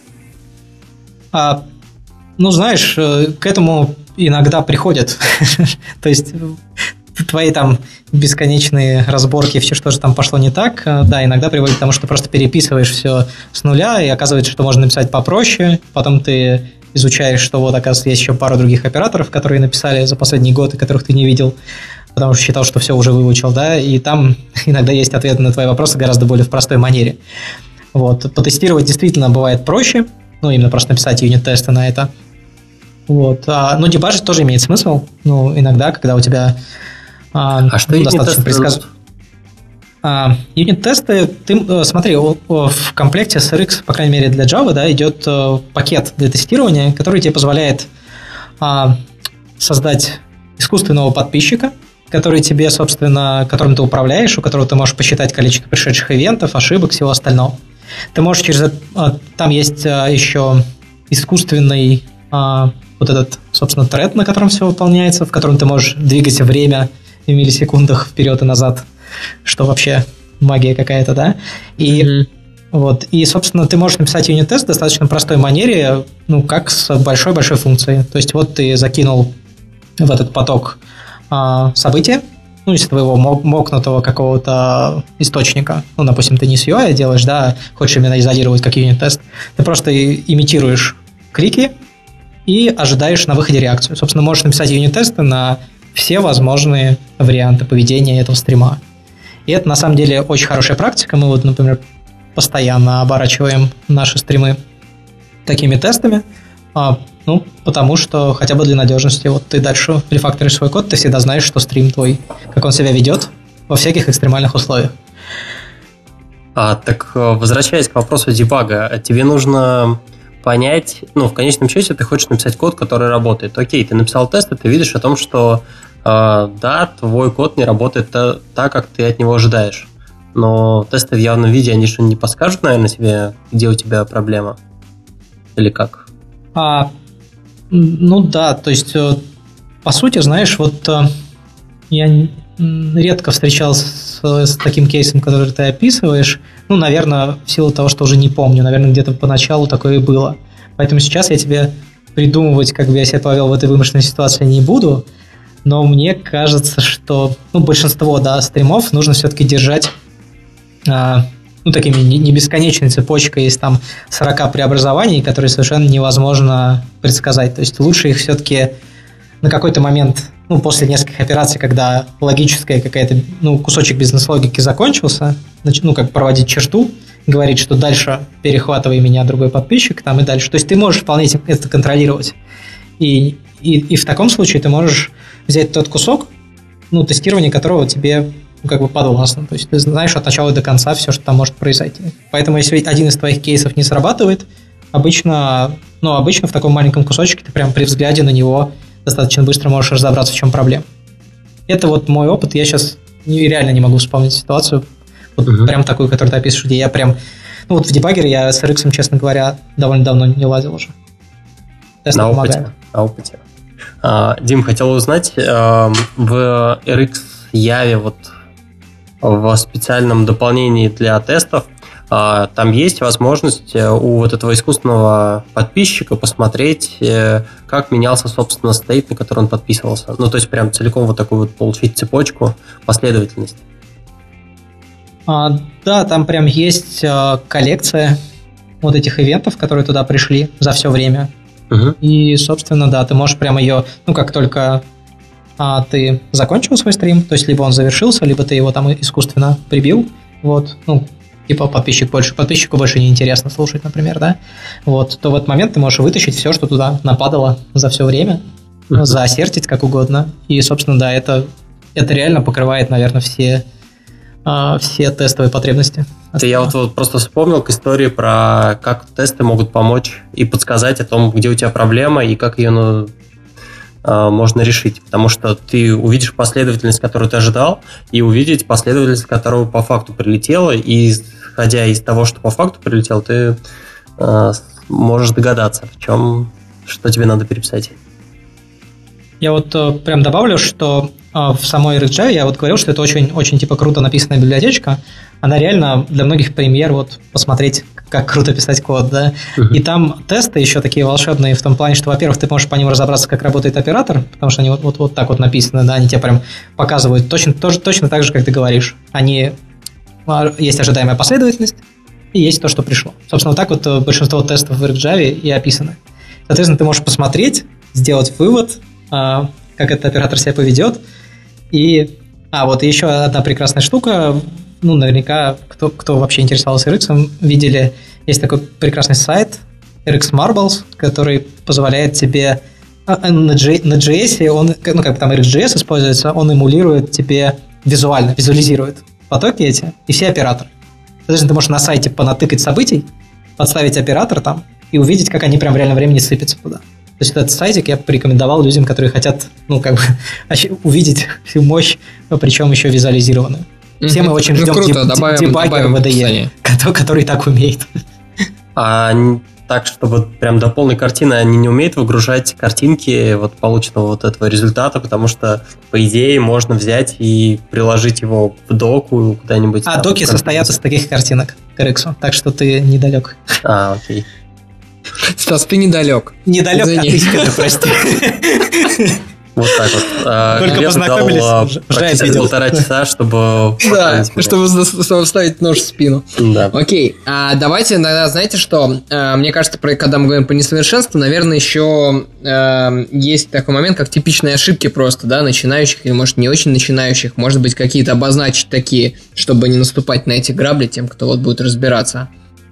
Знаешь, к этому иногда приходят. То есть твои там бесконечные разборки, все, что же там пошло не так, да, иногда приводит к тому, что ты просто переписываешь все с нуля, и оказывается, что можно написать попроще, потом ты изучаешь, что вот, оказывается, есть еще пару других операторов, которые написали за последний год, и которых ты не видел, потому что считал, что все уже выучил, да, и там иногда есть ответы на твои вопросы гораздо более в простой манере. Вот. Потестировать действительно бывает проще, именно просто написать юнит-тесты на это. Вот. Но дебажить тоже имеет смысл, иногда, когда у тебя что достаточно предсказуемо. Юнит-тесты, ты смотри, в комплекте с RX, по крайней мере для Java, да, идет пакет для тестирования, который тебе позволяет создать искусственного подписчика, который тебе, собственно, которым ты управляешь, у которого ты можешь посчитать количество пришедших ивентов, ошибок, всего остального. Ты можешь там есть еще искусственный вот этот, собственно, тред, на котором все выполняется, в котором ты можешь двигать время в миллисекундах вперед и назад, что вообще магия какая-то, да? И и, собственно, ты можешь написать юнит-тест в достаточно простой манере, как с большой-большой функцией. То есть вот ты закинул в этот поток события, из твоего мокнутого какого-то источника. Допустим, ты не с UI делаешь, да, хочешь именно изолировать как юнит-тест. Ты просто имитируешь клики и ожидаешь на выходе реакцию. Собственно, можешь написать юнит-тесты на все возможные варианты поведения этого стрима. И это, на самом деле, очень хорошая практика. Мы вот, например, постоянно оборачиваем наши стримы такими тестами, потому что хотя бы для надежности. Вот ты дальше рефакторишь свой код, ты всегда знаешь, что стрим твой, как он себя ведет во всяких экстремальных условиях. Так, возвращаясь к вопросу дебага, тебе нужно понять, в конечном счете ты хочешь написать код, который работает. Окей, ты написал тест, и ты видишь о том, что да, твой код не работает так, как ты от него ожидаешь. Но тесты в явном виде, они же не подскажут, наверное, тебе, где у тебя проблема? Или как? Да, то есть, по сути, знаешь, вот я редко встречался с таким кейсом, который ты описываешь. Наверное, в силу того, что уже не помню. Наверное, где-то поначалу такое и было. Поэтому сейчас я тебе придумывать, как бы я себя повел в этой вымышленной ситуации, не буду. Но мне кажется, что большинство, да, стримов нужно все-таки держать такими не бесконечной цепочкой из там 40 преобразований, которые совершенно невозможно предсказать. То есть лучше их все-таки на какой-то момент, после нескольких операций, когда логическая какая-то, кусочек бизнес-логики закончился, как проводить черту, говорить, что дальше перехватывай меня другой подписчик, там и дальше. То есть ты можешь вполне это контролировать. И в таком случае ты можешь взять тот кусок, тестирование которого тебе подвластно. То есть ты знаешь от начала до конца все, что там может произойти. Поэтому если один из твоих кейсов не срабатывает, обычно в таком маленьком кусочке ты прям при взгляде на него достаточно быстро можешь разобраться, в чем проблема. Это вот мой опыт. Я сейчас реально не могу вспомнить ситуацию, прям такую, которую ты описываешь, где я прям Ну, вот в дебаггере я с RX, честно говоря, довольно давно не лазил уже. Тесты помогают. На опыте. Дим, хотел узнать, в RX Яве вот в специальном дополнении для тестов там есть возможность у вот этого искусственного подписчика посмотреть, как менялся, собственно, стейт, на который он подписывался. Ну, то есть прям целиком вот такую вот получить цепочку, последовательность. Да, там прям есть коллекция вот этих ивентов, которые туда пришли за все время. И, собственно, да, ты можешь прямо ее, ну, как только ты закончил свой стрим, то есть либо он завершился, либо ты его там искусственно прибил, вот, ну, типа подписчику больше не интересно слушать, например, да, вот, то в этот момент ты можешь вытащить все, что туда нападало за все время, заассертить как угодно, и, собственно, да, это реально покрывает, наверное, все тестовые потребности. Я вот просто вспомнил к истории про как тесты могут помочь и подсказать о том, где у тебя проблема и как ее можно решить. Потому что ты увидишь последовательность, которую ты ожидал, и увидеть последовательность, которая по факту прилетела, и исходя из того, что по факту прилетело, ты можешь догадаться, что тебе надо переписать. Я вот прям добавлю, что в самой RxJava я вот говорил, что это очень типа круто написанная библиотечка. Она реально для многих пример вот посмотреть, как круто писать код, да. И там тесты еще такие волшебные в том плане, что, во-первых, ты можешь по ним разобраться, как работает оператор, потому что они вот так вот написаны, да, они тебе прям показывают точно так же, как ты говоришь. Есть ожидаемая последовательность и есть то, что пришло. Собственно, вот так вот большинство тестов в RxJava и описаны. Соответственно, ты можешь посмотреть, сделать вывод, как этот оператор себя поведет. И вот еще одна прекрасная штука. Ну, наверняка, кто вообще интересовался RX, видели, есть такой прекрасный сайт RX Marbles, который позволяет тебе на JS, он, ну, как бы там RxJS используется, он эмулирует тебе визуально, визуализирует потоки эти и все операторы. Соответственно, ты можешь на сайте понатыкать событий, подставить оператор там и увидеть, как они прям в реальном времени сыпятся туда. То есть этот сайтик я порекомендовал людям, которые хотят, ну, как бы увидеть всю мощь, причем еще визуализированную. Все мы очень ждем дебаггер в IDE, который так умеет. Так, чтобы прям до полной картины они не умеют выгружать картинки вот полученного вот этого результата, потому что, по идее, можно взять и приложить его в доку куда-нибудь. Доки состоят из таких картинок к RX, так что ты недалек. Окей. Стас, ты недалек. Недалек от истины, прости. Вот так вот. Только познакомились, практически 1,5 часа, чтобы... Да, чтобы вставить нож в спину. Да. Окей, давайте иногда, знаете что, мне кажется, когда мы говорим по несовершенству, наверное, еще есть такой момент, как типичные ошибки просто, да, начинающих или, может, не очень начинающих, может быть, какие-то обозначить такие, чтобы не наступать на эти грабли тем, кто вот будет разбираться.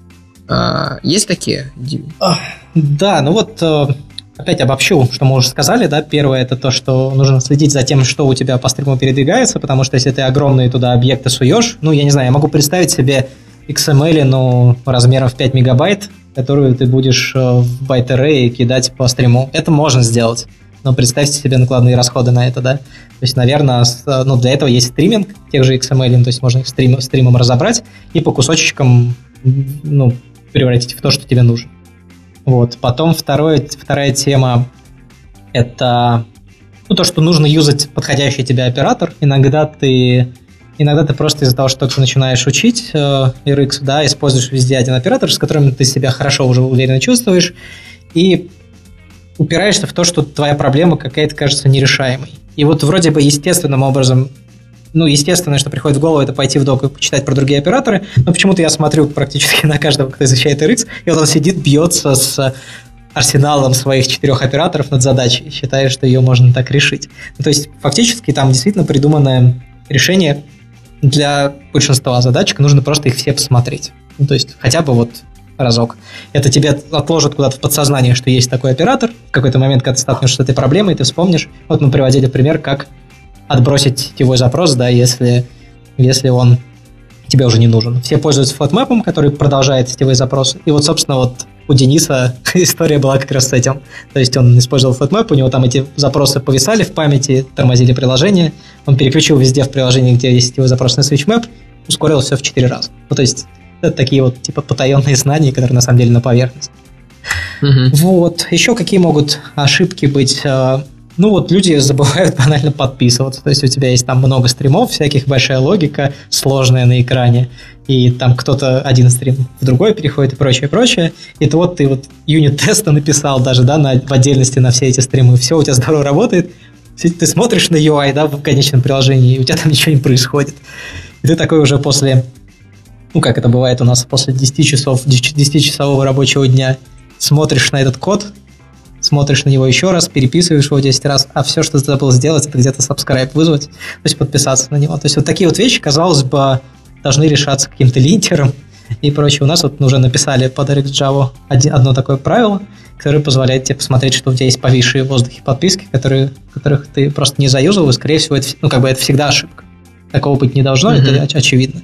Есть такие? Да, ну вот... Опять обобщу, что мы уже сказали, да, первое это то, что нужно следить за тем, что у тебя по стриму передвигается, потому что если ты огромные туда объекты суешь, ну, я не знаю, я могу представить себе XML, ну, размером в 5 мегабайт, которую ты будешь в байт-аррей кидать по стриму. Это можно сделать, но представьте себе накладные расходы на это, да. То есть, наверное, ну, для этого есть стриминг тех же XML, то есть можно их стримом разобрать и по кусочкам, ну, превратить в то, что тебе нужно. Вот. Потом вторая тема – это то, что нужно юзать подходящий тебе оператор. Иногда ты просто из-за того, что ты начинаешь учить RX, да, используешь везде один оператор, с которым ты себя хорошо уже уверенно чувствуешь, и упираешься в то, что твоя проблема какая-то кажется нерешаемой. И вот вроде бы естественным образом, ну, естественное, что приходит в голову, это пойти в док и почитать про другие операторы, но почему-то я смотрю практически на каждого, кто изучает RX, и вот он сидит, бьется с арсеналом своих 4 операторов над задачей, считая, что ее можно так решить. Ну, то есть, фактически там действительно придуманное решение для большинства задачек, нужно просто их все посмотреть. Ну, то есть, хотя бы вот разок. Это тебе отложит куда-то в подсознание, что есть такой оператор, в какой-то момент, когда ты столкнешься с этой проблемой, ты вспомнишь. Вот мы приводили пример, как отбросить сетевой запрос, да, если он тебе уже не нужен. Все пользуются флотмэпом, который продолжает сетевые запросы. И вот, собственно, вот у Дениса история была как раз с этим. То есть он использовал флотмэп, у него там эти запросы повисали в памяти, тормозили приложение, он переключил везде в приложении, где есть сетевой запрос, на SwitchMap, ускорил все в 4 раза. Ну, то есть Это такие вот типа потаенные знания, которые на самом деле на поверхности. Вот. Еще какие могут ошибки быть? Ну вот люди забывают банально подписываться. То есть у тебя есть там много стримов всяких, большая логика, сложная на экране, и там кто-то один стрим в другой переходит и прочее, прочее. И то вот ты вот юнит-тесты написал даже, да, в отдельности на все эти стримы. Все у тебя здорово работает. Ты смотришь на UI, да, в конечном приложении, и у тебя там ничего не происходит. И ты такой уже после, ну как это бывает у нас, после 10-часового рабочего дня смотришь на этот код, смотришь на него еще раз, переписываешь его 10 раз, а все, что ты забыл сделать, это где-то subscribe вызвать, то есть подписаться на него. То есть вот такие вот вещи, казалось бы, должны решаться каким-то линтером и прочее. У нас вот уже написали под RxJava одно такое правило, которое позволяет тебе посмотреть, что у тебя есть повисшие в воздухе подписки, которых ты просто не заюзал, и, скорее всего, это, ну, как бы это всегда ошибка. Такого быть не должно, это очевидно.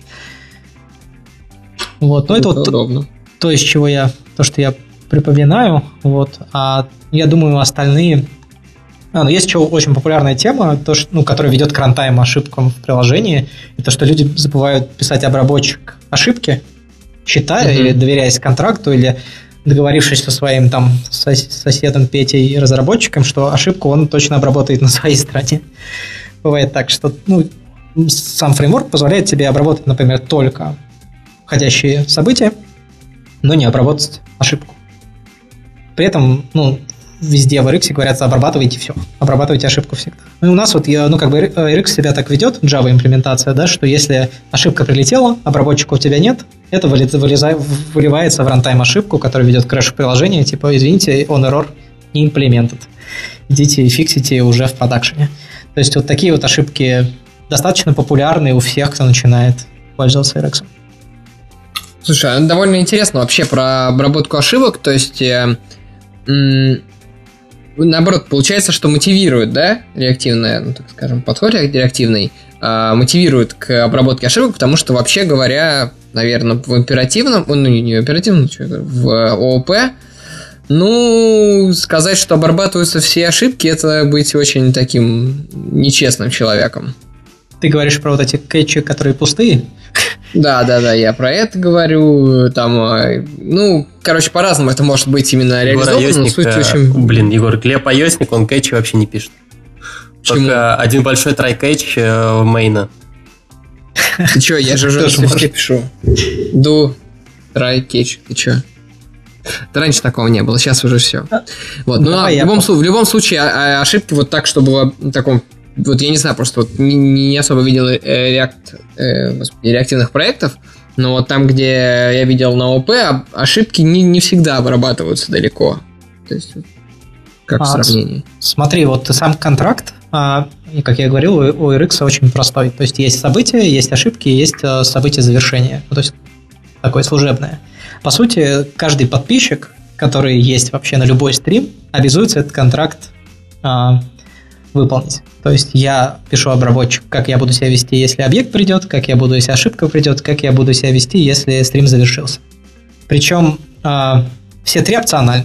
Вот, но это вот то, что я припоминаю, вот, а я думаю, остальные... Ну, есть еще очень популярная тема, то, что, ну, которая ведет к рантайм ошибкам в приложении, это что люди забывают писать обработчик ошибки, считая или доверяясь контракту, или договорившись со своим там соседом Петей, разработчиком, что ошибку он точно обработает на своей стороне. Бывает так, что сам фреймворк позволяет тебе обработать, например, только входящие события, но не обработать ошибку. При этом, везде в RX говорят, обрабатывайте все, обрабатывайте ошибку всегда. И у нас вот, RX себя так ведет, Java имплементация, да, что если ошибка прилетела, обработчика у тебя нет, это выливается в рантайм ошибку, которая ведет к крэшу приложения, типа, извините, on error не implemented. Идите и фиксите уже в продакшене. То есть вот такие вот ошибки достаточно популярны у всех, кто начинает пользоваться RX. Слушай, довольно интересно вообще про обработку ошибок, то есть... наоборот, получается, что мотивирует, да, реактивный, так скажем, подход реактивный, мотивирует к обработке ошибок, потому что, вообще говоря, наверное, в оперативном, не в оперативном, в ООП, сказать, что обрабатываются все ошибки, это быть очень таким нечестным человеком. Ты говоришь про вот эти кэтчи, которые пустые? Да, я про это говорю. Там, по-разному это может быть именно реализовано. Егор, Глеб iOSник, он кэтчи вообще не пишет. Почему? Только один большой try-catch мейна. Ты чё, я же уже все пишу. Do, try-catch, ты чё? Да раньше такого не было, сейчас уже все. Вот, в любом случае, ошибки вот так, чтобы в таком... Вот я не знаю, просто вот не особо видел реактивных проектов, но вот там, где я видел на ОП, ошибки не всегда обрабатываются далеко. То есть, как в сравнении. Смотри, вот сам контракт, как я говорил, у RX очень простой. То есть, есть события, есть ошибки, есть события завершения. То есть, такое служебное. По сути, каждый подписчик, который есть вообще на любой стрим, обязуется этот контракт выполнить. То есть я пишу обработчик, как я буду себя вести, если объект придет, как я буду, если ошибка придет, как я буду себя вести, если стрим завершился. Причем все три опциональны.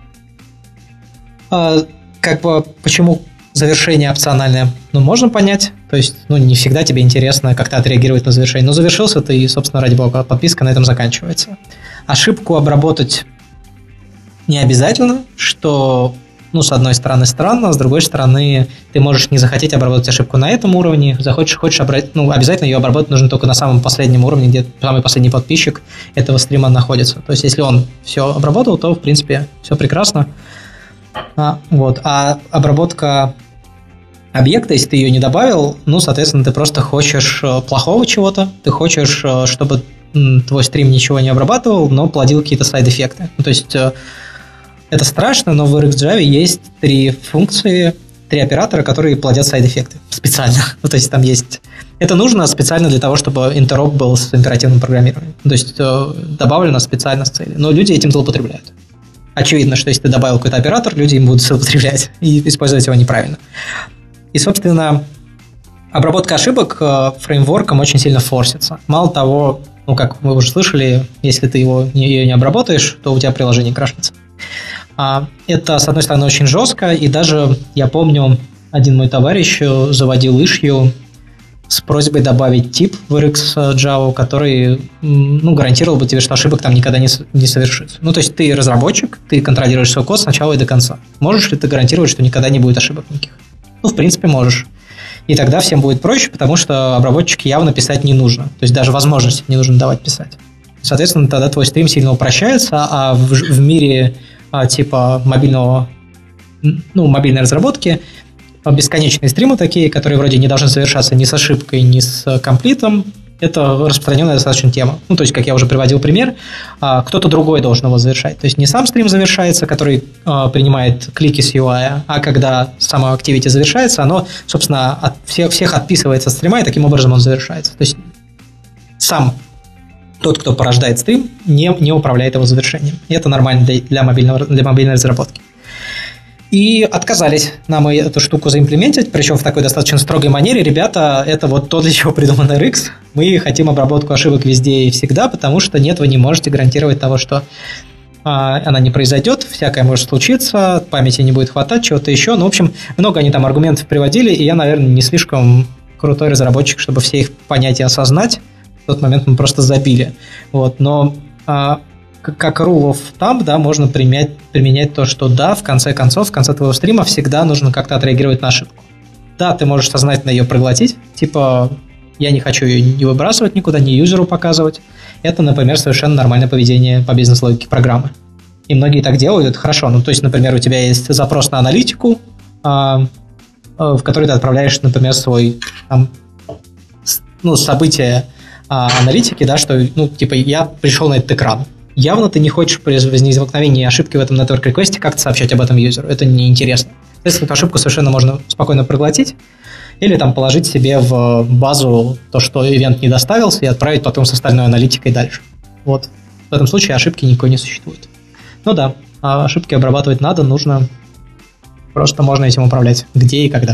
Почему завершение опциональное? Можно понять. То есть, не всегда тебе интересно как-то отреагировать на завершение. Но завершился ты, и, собственно, ради бога, подписка на этом заканчивается. Ошибку обработать не обязательно, что... с одной стороны странно, с другой стороны ты можешь не захотеть обработать ошибку на этом уровне, хочешь обязательно ее обработать нужно только на самом последнем уровне, где самый последний подписчик этого стрима находится. То есть, если он все обработал, то, в принципе, все прекрасно. А обработка объекта, если ты ее не добавил, соответственно, ты просто хочешь плохого чего-то, ты хочешь, чтобы твой стрим ничего не обрабатывал, но плодил какие-то сайд-эффекты. То есть... Это страшно, но в RxJava есть три функции, три оператора, которые плодят сайд-эффекты специально. То есть там есть... Это нужно специально для того, чтобы интероп был с императивным программированием. То есть добавлено специально с целью. Но люди этим злоупотребляют. Очевидно, что если ты добавил какой-то оператор, люди им будут злоупотреблять и использовать его неправильно. И, собственно, обработка ошибок фреймворком очень сильно форсится. Мало того, как вы уже слышали, если ты ее не обработаешь, то у тебя приложение крашнется. Это, с одной стороны, очень жестко, и даже, я помню, один мой товарищ заводил ишью с просьбой добавить тип в RX Java, который гарантировал бы тебе, что ошибок там никогда не совершится. Ну, то есть ты разработчик, ты контролируешь свой код с начала и до конца. Можешь ли ты гарантировать, что никогда не будет ошибок никаких? Ну, в принципе, можешь. И тогда всем будет проще, потому что обработчике явно писать не нужно. То есть даже возможности не нужно давать писать. Соответственно, тогда твой стрим сильно упрощается, а в мире типа мобильной разработки бесконечные стримы такие, которые вроде не должны завершаться ни с ошибкой, ни с комплитом, это распространенная достаточно тема. Ну, то есть, как я уже приводил пример, кто-то другой должен его завершать. То есть, не сам стрим завершается, который принимает клики с UI, а когда само activity завершается, оно, собственно, от всех отписывается от стрима, и таким образом он завершается. То есть, сам тот, кто порождает стрим, не управляет его завершением. И это нормально для мобильной разработки. И отказались нам эту штуку заимплементить, причем в такой достаточно строгой манере. Ребята, это вот то, для чего придуман RX. Мы хотим обработку ошибок везде и всегда, потому что нет, вы не можете гарантировать того, что она не произойдет, всякое может случиться, памяти не будет хватать, чего-то еще. Ну, в общем, много они там аргументов приводили, и я, наверное, не слишком крутой разработчик, чтобы все их понять и осознать. В тот момент мы просто забили. Вот, но как rule of thumb, да, можно применять то, что да, в конце концов, в конце твоего стрима всегда нужно как-то отреагировать на ошибку. Да, ты можешь сознательно ее проглотить, типа я не хочу ее не выбрасывать никуда, ни юзеру показывать. Это, например, совершенно нормальное поведение по бизнес-логике программы. И многие так делают, это хорошо. Ну, то есть, например, у тебя есть запрос на аналитику, в который ты отправляешь, например, свой событие аналитики, да, что, типа, я пришел на этот экран. Явно ты не хочешь при возникновении ошибки в этом network request как-то сообщать об этом юзеру. Это неинтересно. Соответственно, эту ошибку совершенно можно спокойно проглотить или там положить себе в базу то, что ивент не доставился, и отправить потом с остальной аналитикой дальше. Вот. В этом случае ошибки никакой не существует. Ну да, а ошибки обрабатывать надо, нужно. Просто можно этим управлять. Где и когда.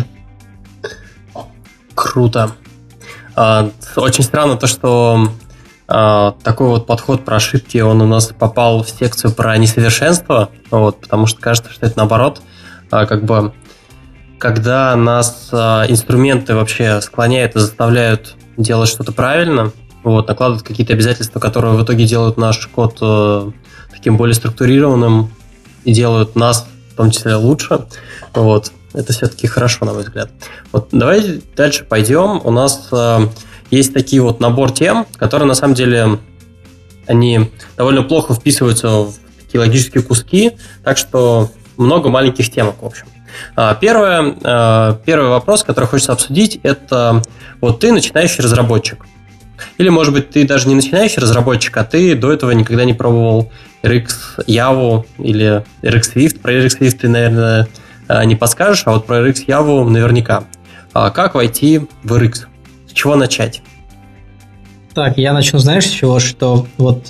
Круто. Очень странно то, что такой вот подход про ошибки, он у нас попал в секцию про несовершенство, вот, потому что кажется, что это наоборот, как бы, когда нас инструменты вообще склоняют и заставляют делать что-то правильно, вот, накладывают какие-то обязательства, которые в итоге делают наш код таким более структурированным и делают нас, в том числе, лучше, вот, это все-таки хорошо, на мой взгляд. Вот, давай дальше пойдем. У нас есть такие вот набор тем, которые, на самом деле, они довольно плохо вписываются в такие логические куски, так что много маленьких темок, в общем. Первый вопрос, который хочется обсудить, это вот ты начинающий разработчик. Или, может быть, ты даже не начинающий разработчик, а ты до этого никогда не пробовал RX Java или RX Swift. Про RX Swift ты, наверное, не подскажешь, а вот про RX Java наверняка. Как войти в RX? С чего начать? Так, я начну, знаешь, с чего? Что вот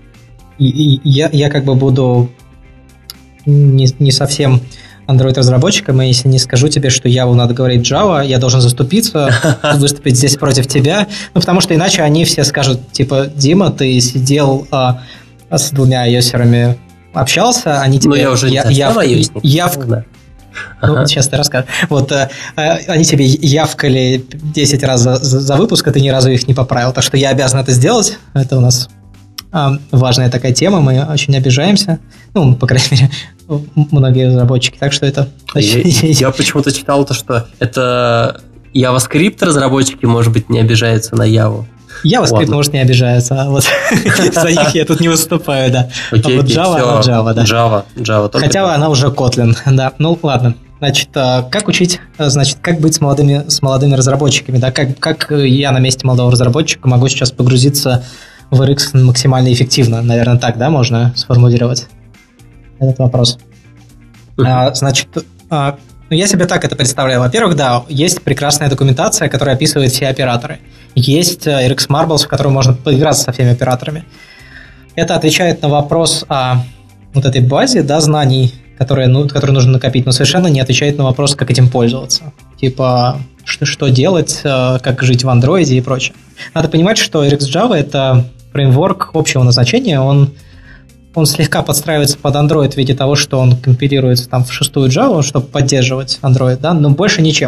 я как бы буду не совсем Android-разработчиком, и если не скажу тебе, что Java надо говорить Java, я должен заступиться, выступить здесь против тебя, потому что иначе они все скажут, типа, Дима, ты сидел с двумя iOS-ерами, общался, они тебе... Ну, я уже не совсем iOS-ник. Ну, сейчас ты расскажешь. Вот, они тебе явкали 10 раз за выпуск, а ты ни разу их не поправил. Так что я обязан это сделать. Это у нас важная такая тема, мы очень обижаемся. Ну, по крайней мере, многие разработчики. Так что это... Я почему-то читал то, что это JavaScript разработчики, может быть, не обижаются на Java. JavaScript, может, не обижается, а вот за них я тут не выступаю, да. А вот Java, она Java, да. Java. Хотя она уже Kotlin, да. Ну, ладно. Значит, как учить, значит, как быть с молодыми разработчиками, да, как я на месте молодого разработчика могу сейчас погрузиться в RX максимально эффективно, наверное, так, да, можно сформулировать этот вопрос. Значит, я себе так это представляю. Во-первых, да, есть прекрасная документация, которая описывает все операторы. Есть RX Marbles, в котором можно поиграться со всеми операторами. Это отвечает на вопрос о вот этой базе, да, знаний, которые нужно накопить, но совершенно не отвечает на вопрос, как этим пользоваться. Типа, что делать, как жить в Android и прочее. Надо понимать, что RX Java — это фреймворк общего назначения, он слегка подстраивается под Android в виде того, что он компилируется там в 6-ю Java, чтобы поддерживать Android, да, но больше ничем.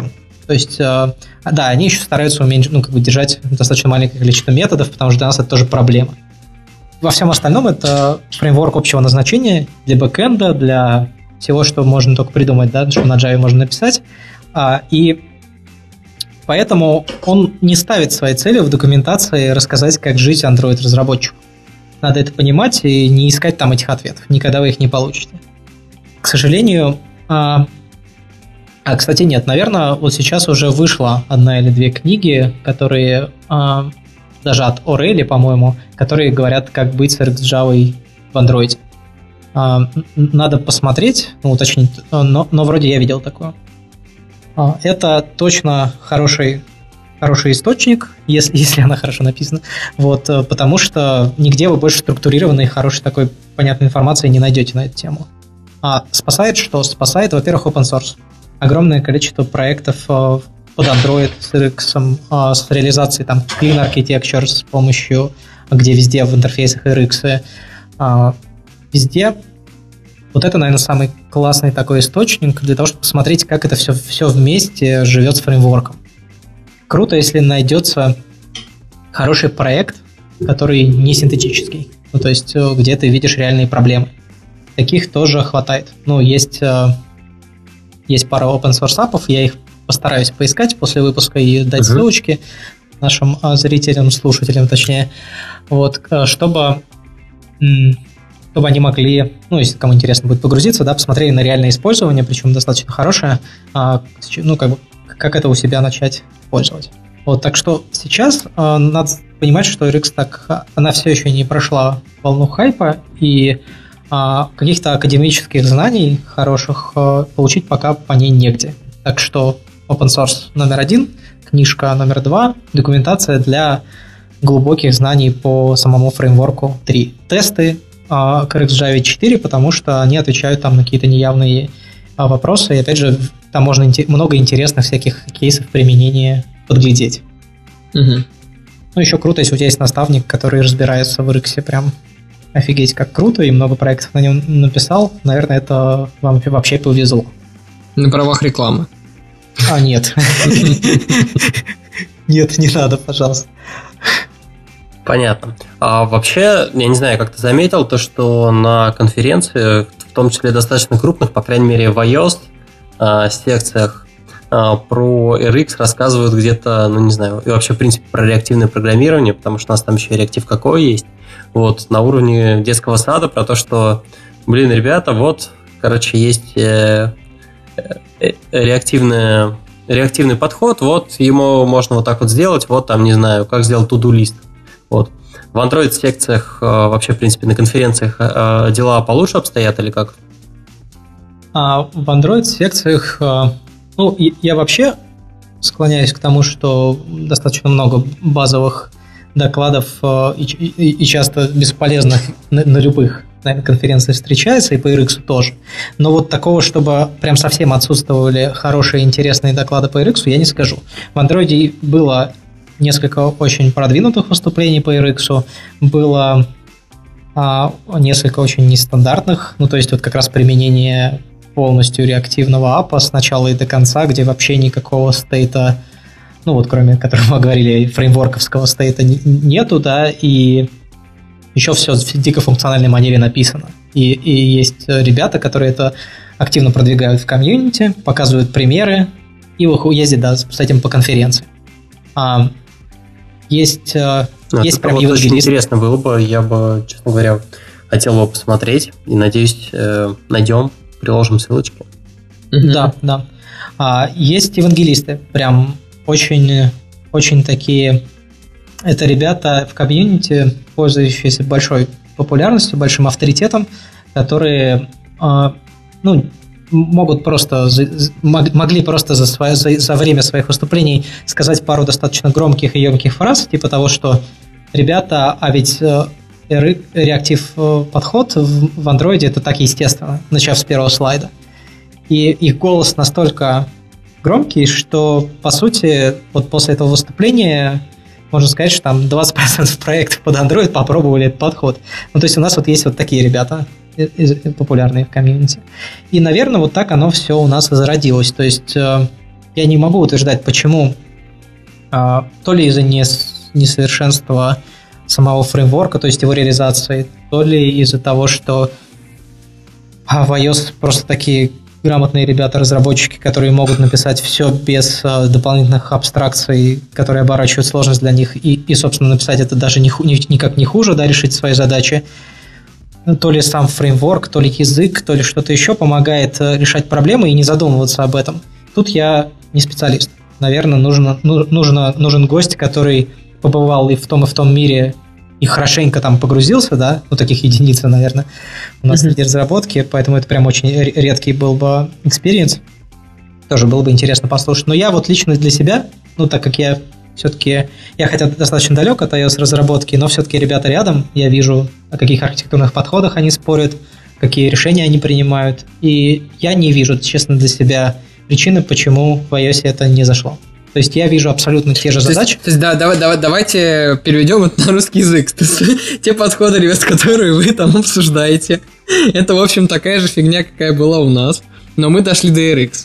То есть, да, они еще стараются уменьшить, держать достаточно маленькое количество методов, потому что для нас это тоже проблема. Во всем остальном это фреймворк общего назначения для бэкэнда, для всего, что можно только придумать, да, что на Java можно написать. И поэтому он не ставит своей целью в документации рассказать, как жить Android-разработчику. Надо это понимать и не искать там этих ответов. Никогда вы их не получите. К сожалению... кстати, нет, наверное, вот сейчас уже вышла одна или две книги, которые даже от Орели, по-моему, которые говорят, как быть с RxJava в Android. Надо посмотреть, уточнить, но вроде я видел такое. Это точно хороший источник, если она хорошо написана, потому что нигде вы больше структурированной, хорошей такой понятной информации не найдете на эту тему. Спасает что? Спасает, во-первых, open source. Огромное количество проектов под Android с RX, с реализацией там Clean Architecture с помощью, где везде в интерфейсах RX, везде. Вот это, наверное, самый классный такой источник для того, чтобы посмотреть, как это все вместе живет с фреймворком. Круто, если найдется хороший проект, который не синтетический, то есть где ты видишь реальные проблемы. Таких тоже хватает. Есть пара open source апов, я их постараюсь поискать после выпуска и дать ссылочки нашим зрителям, слушателям, точнее, чтобы они могли, если кому интересно будет погрузиться, да, посмотрели на реальное использование, причем достаточно хорошее, как это у себя начать пользовать. Так что сейчас надо понимать, что RxStack, она все еще не прошла волну хайпа, и каких-то академических знаний хороших получить пока по ней негде. Так что open source номер 1, книжка номер 2, документация для глубоких знаний по самому фреймворку 3. Тесты к RxJava 4, потому что они отвечают там на какие-то неявные вопросы, и опять же, там можно много интересных всяких кейсов применения подглядеть. Еще круто, если у тебя есть наставник, который разбирается в RX, прям офигеть, как круто, и много проектов на нем написал. Наверное, это вам вообще повезло. На правах рекламы. Нет. Нет, не надо, пожалуйста. Понятно. А вообще, я не знаю, как ты заметил, то, что на конференции, в том числе достаточно крупных, по крайней мере в iOS секциях, про RX рассказывают где-то, не знаю, и вообще, в принципе, про реактивное программирование, потому что у нас там еще и реактив какой есть, на уровне детского сада, про то, что, ребята, есть реактивный подход, ему можно так сделать, не знаю, как сделать to-do-лист. В Android-секциях вообще, в принципе, на конференциях дела получше обстоят или как? В Android-секциях, я вообще склоняюсь к тому, что достаточно много базовых докладов и часто бесполезных на любых, наверное, конференциях встречается, и по RX тоже. Но такого, чтобы прям совсем отсутствовали хорошие, интересные доклады по RX, я не скажу. В Android было несколько очень продвинутых выступлений по RX, было несколько очень нестандартных, то есть как раз применение полностью реактивного апа с начала и до конца, где вообще никакого стейта, кроме которого мы говорили, фреймворковского стейта нету, да, и еще все в дико функциональной манере написано. И есть ребята, которые это активно продвигают в комьюнити, показывают примеры и ездят, да, с этим по конференции. Есть прям очень интересно было бы, я бы, честно говоря, хотел его посмотреть, и надеюсь, найдем, приложим ссылочки. Да. Есть евангелисты, прям очень, очень такие. Это ребята в комьюнити, пользующиеся большой популярностью, большим авторитетом, которые могли просто за время своих выступлений сказать пару достаточно громких и емких фраз, типа того, что ребята, а ведь реактив подход в Android это так естественно, начав с первого слайда. И их голос настолько громкий, что, по сути, после этого выступления можно сказать, что там 20% проектов под Android попробовали этот подход. То есть у нас есть такие ребята, популярные в комьюнити. И, наверное, так оно все у нас и зародилось. То есть я не могу утверждать, почему. То ли из-за несовершенства самого фреймворка, то есть его реализации, то ли из-за того, что в iOS просто такие грамотные ребята-разработчики, которые могут написать все без дополнительных абстракций, которые оборачивают сложность для них, и собственно, написать это даже никак не хуже, да, решить свои задачи. То ли сам фреймворк, то ли язык, то ли что-то еще помогает решать проблемы и не задумываться об этом. Тут я не специалист. Наверное, нужен гость, который побывал и в том мире, и хорошенько там погрузился, да, таких единиц, наверное, у нас среди разработки, поэтому это прям очень редкий был бы экспириенс. Тоже было бы интересно послушать. Но я вот лично для себя, так как я хотя достаточно далек от iOS-разработки, но все-таки ребята рядом, я вижу, о каких архитектурных подходах они спорят, какие решения они принимают, и я не вижу, честно, для себя причины, почему в iOS это не зашло. То есть я вижу абсолютно те же задачи. То есть давайте переведем это на русский язык. То есть, те подходы, ребят, которые вы там обсуждаете, это, в общем, такая же фигня, какая была у нас, но мы дошли до RX.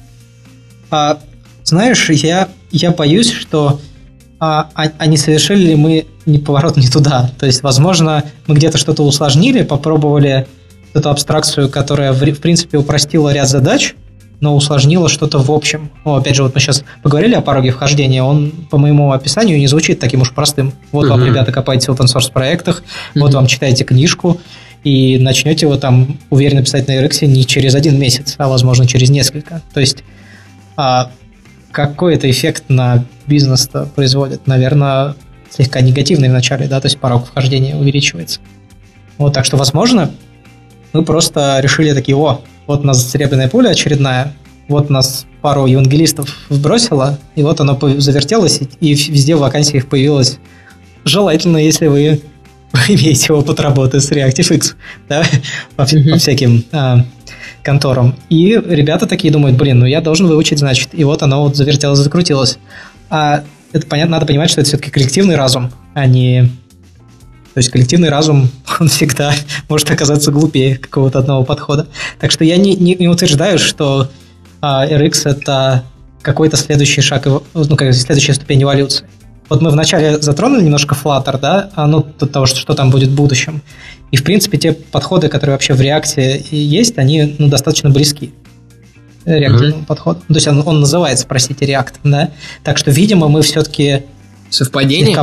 Знаешь, я боюсь, что не совершили ли мы поворот не туда. То есть, возможно, мы где-то что-то усложнили, попробовали эту абстракцию, которая, в принципе, упростила ряд задач, но усложнило что-то в общем. Опять же, вот мы сейчас поговорили о пороге вхождения, он по моему описанию не звучит таким уж простым. Вот вам, ребята, копаетесь в open-source проектах, вот вам читаете книжку, и начнете вы там уверенно писать на RX не через 1 месяц, а, возможно, через несколько. То есть, какой это эффект на бизнес-то производит? Наверное, слегка негативный вначале, да, то есть порог вхождения увеличивается. Вот, так что, возможно, мы просто решили такие, вот у нас серебряная пуля очередная, вот нас пару евангелистов вбросило, и вот оно завертелось, и везде в вакансиях появилось. Желательно, если вы имеете опыт работы с Reactive-X, да, по всяким конторам. И ребята такие думают, я должен выучить, значит, и вот оно вот завертелось, закрутилось. А это понятно, надо понимать, что это все-таки коллективный разум, а не... То есть коллективный разум, он всегда может оказаться глупее какого-то одного подхода. Так что я не утверждаю, что RX это какой-то следующий шаг, следующая ступень эволюции. Вот мы вначале затронули немножко Flutter, да, от того, что там будет в будущем. И, в принципе, те подходы, которые вообще в React есть, они достаточно близки реактивному подходу. То есть он называется, простите, React, да. Так что, видимо, мы все-таки... Совпадение?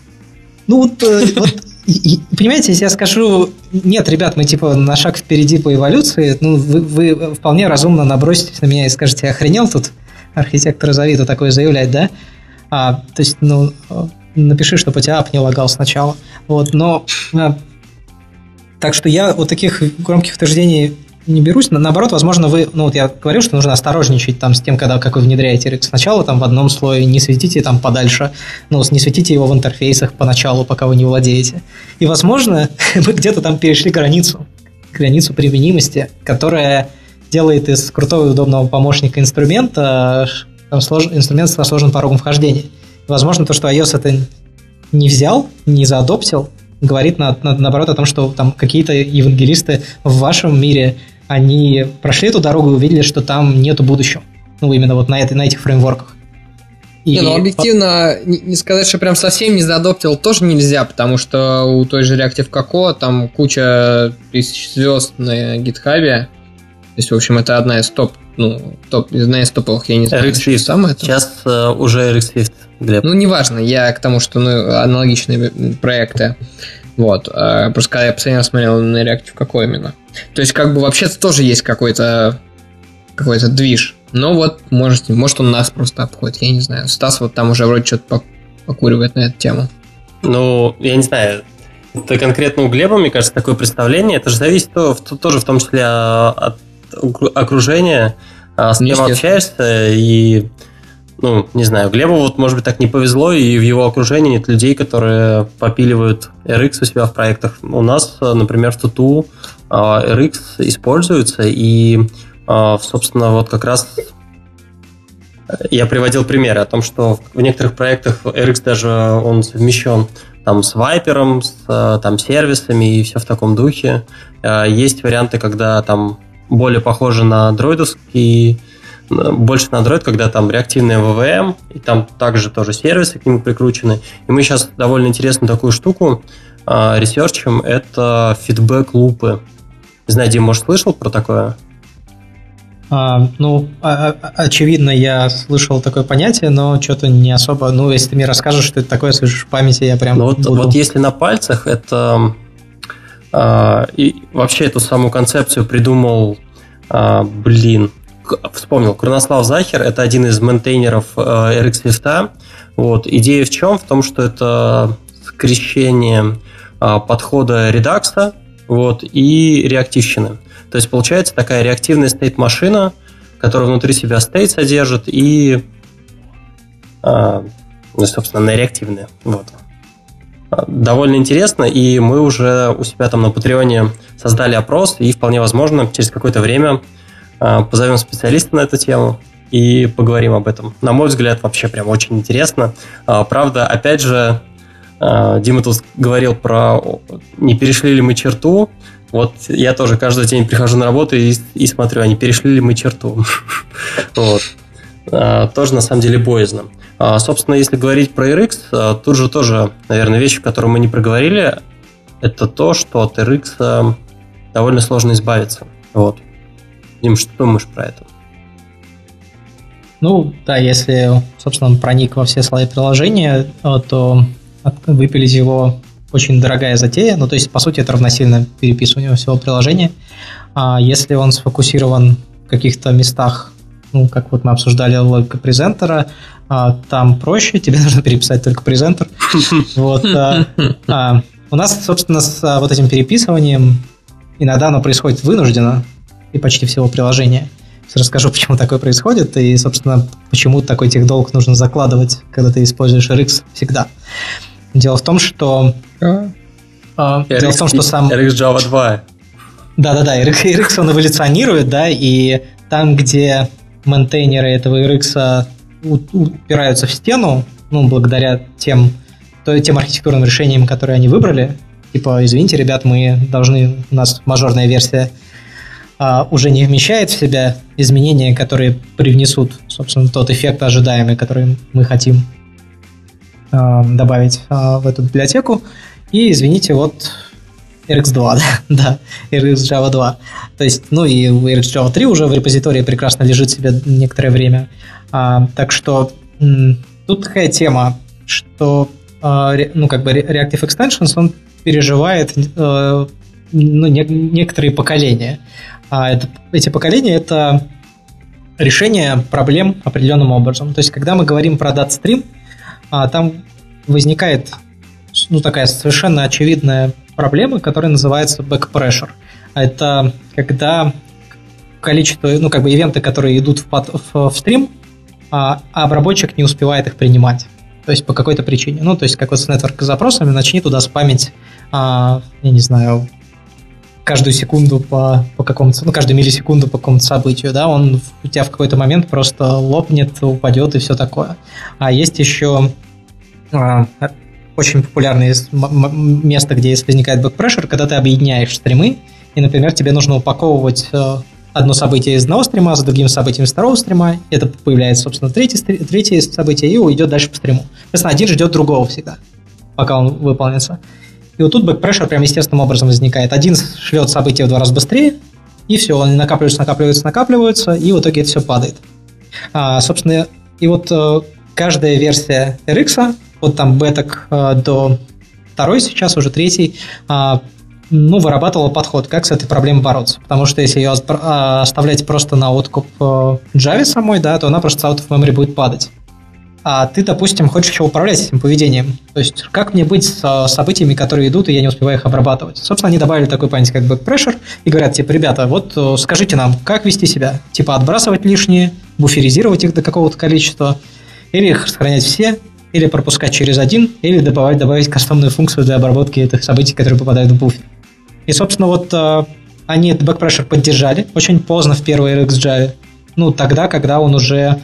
Понимаете, если я скажу, нет, ребят, мы на шаг впереди по эволюции, вы вполне разумно наброситесь на меня и скажете, охренел тут архитектор из Авито такое заявлять, да? То есть, напиши, чтобы у тебя ап не лагал сначала. Так что я вот таких громких утверждений не берусь. Наоборот, возможно, вы... я говорил, что нужно осторожничать с тем, как вы внедряете RX. Сначала в одном слое, не светите подальше, не светите его в интерфейсах поначалу, пока вы не владеете. И, возможно, вы где-то перешли границу применимости, которая делает из крутого и удобного помощника инструмента инструмент со сложным порогом вхождения. Возможно, то, что iOS это не взял, не заадоптил, говорит наоборот о том, что какие-то евангелисты в вашем мире, они прошли эту дорогу и увидели, что там нету будущего. Именно на этих фреймворках. Объективно не сказать, что прям совсем не заадоптил, тоже нельзя, потому что у той же Reactive Cocoa там куча тысяч звезд на гитхабе. То есть, в общем, это одна из одна из топовых, я не знаю. RX Swift. Сейчас уже RX Swift, Глеб. Неважно, я к тому, что аналогичные проекты. Просто когда я последний раз смотрел на Reactive Cocoa именно. То есть, вообще-то тоже есть какой-то движ. Но может он нас просто обходит, я не знаю. Стас там уже вроде что-то покуривает на эту тему. Я не знаю. Это конкретно у Глеба, мне кажется, такое представление. Это же зависит тоже в том числе от окружения, с кем общаешься, и, не знаю, Глебу может быть, так не повезло, и в его окружении нет людей, которые попиливают RX у себя в проектах. У нас, например, в Туту RX используется, и, собственно, как раз я приводил примеры о том, что в некоторых проектах RX даже он совмещен с Viper, с сервисами и все в таком духе. Есть варианты, когда более похоже на дроидовский больше на Android, когда там реактивная ВВМ, и там также тоже сервисы к нему прикручены. И мы сейчас довольно интересную такую штуку ресерчим, это фидбэк-лупы. Не знаю, Дим, может, слышал про такое? Очевидно, я слышал такое понятие, но что-то не особо... Ну, если ты мне расскажешь, что это такое, слышишь в памяти, я прям буду... Вот если на пальцах, это... И вообще эту саму концепцию придумал... Вспомнил, Курнослав Захер, это один из мейнтейнеров RX Swift. Вот. Идея в чем? В том, что это скрещение подхода редакса и реактивщины. То есть получается такая реактивная стейт-машина, которая внутри себя стейт содержит и, собственно, она реактивная. Вот. Довольно интересно, и мы уже у себя там на Патреоне создали опрос, и вполне возможно, через какое-то время позовем специалиста на эту тему и поговорим об этом. На мой взгляд, вообще прям очень интересно. Правда, опять же, Дима тут говорил про не перешли ли мы черту. Вот я тоже каждый день прихожу на работу и смотрю, а не перешли ли мы черту. Тоже на самом деле боязно. Собственно, если говорить про RX, тут же тоже, наверное, вещи, которые мы не проговорили, это то, что от RX довольно сложно избавиться. Вот. Дим, что думаешь про это? Ну, да, если, собственно, он проник во все слои приложения, то выпилить его очень дорогая затея. Ну, то есть, по сути, это равносильно переписыванию всего приложения. А если он сфокусирован в каких-то местах, ну, как вот мы обсуждали логика презентера, там проще, тебе нужно переписать только презентер. Вот. У нас, собственно, с вот этим переписыванием иногда оно происходит вынужденно, и почти всего приложения. Расскажу, почему такое происходит, и, собственно, почему такой техдолг нужно закладывать, когда ты используешь RX всегда. Дело в том, что... сам... RX Java 2. Да-да-да, RX он эволюционирует, да, и там, где мейнтейнеры этого RX упираются в стену, ну, благодаря тем архитектурным решениям, которые они выбрали, типа, извините, ребят, у нас мажорная версия уже не вмещает в себя изменения, которые привнесут, собственно, тот эффект ожидаемый, который мы хотим добавить в эту библиотеку. И, извините, вот RX2, да, RX Java 2. То есть, ну и RX Java 3 уже в репозитории прекрасно лежит себе некоторое время. Так что тут такая тема, что ну, как бы Reactive Extensions, он переживает некоторые поколения. Эти поколения – это решение проблем определенным образом. То есть, когда мы говорим про DataStream, там возникает такая совершенно очевидная проблема, которая называется backpressure. Это когда количество, ивенты, которые идут в стрим, а обработчик не успевает их принимать. То есть, по какой-то причине. Ну, то есть, как вот с network-запросами, начни туда спамить, я не знаю, каждую секунду по какому-то, каждую миллисекунду по какому-то событию, да, он у тебя в какой-то момент просто лопнет, упадет и все такое. А есть еще очень популярное место, где возникает backpressure, когда ты объединяешь стримы, и, например, тебе нужно упаковывать одно событие из одного стрима с другим событием из второго стрима, и это появляется, собственно, третье событие, и уйдет дальше по стриму. Соответственно, один ждет другого всегда, пока он выполнится. И вот тут backpressure прям естественным образом возникает. Один шлет события в 2 раза быстрее, и все, они накапливаются, и в итоге это все падает. Собственно, и вот каждая версия RX, вот там беток до 2 сейчас, уже 3, вырабатывала подход, как с этой проблемой бороться. Потому что если ее оставлять просто на откуп Java самой, да, то она просто out of memory будет падать. А ты, допустим, хочешь еще управлять этим поведением. То есть, как мне быть с событиями, которые идут, и я не успеваю их обрабатывать? Собственно, они добавили такой понятие, как backpressure, и говорят, типа, ребята, вот скажите нам, как вести себя? Типа, отбрасывать лишние, буферизировать их до какого-то количества, или их сохранять все, или пропускать через один, или добавить кастомную функцию для обработки этих событий, которые попадают в буфер. И, собственно, вот они этот backpressure поддержали очень поздно в первой RX Java. Тогда, когда он уже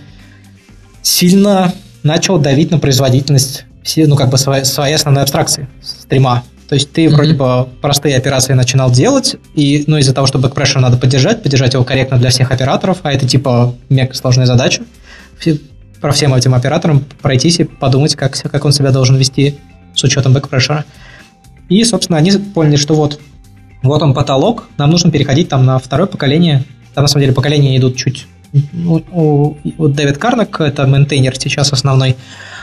сильно начал давить на производительность своей основной абстракции стрима. То есть ты вроде бы простые операции начинал делать, но из-за того, что backpressure надо поддержать его корректно для всех операторов, а это типа мега сложная задача, про всем этим операторам пройтись и подумать, как он себя должен вести с учетом backpressure. И, собственно, они поняли, что вот он потолок, нам нужно переходить там на второе поколение. Там, на самом деле, поколения идут чуть... Вот Дэвид Карнак, это мейнтейнер сейчас основной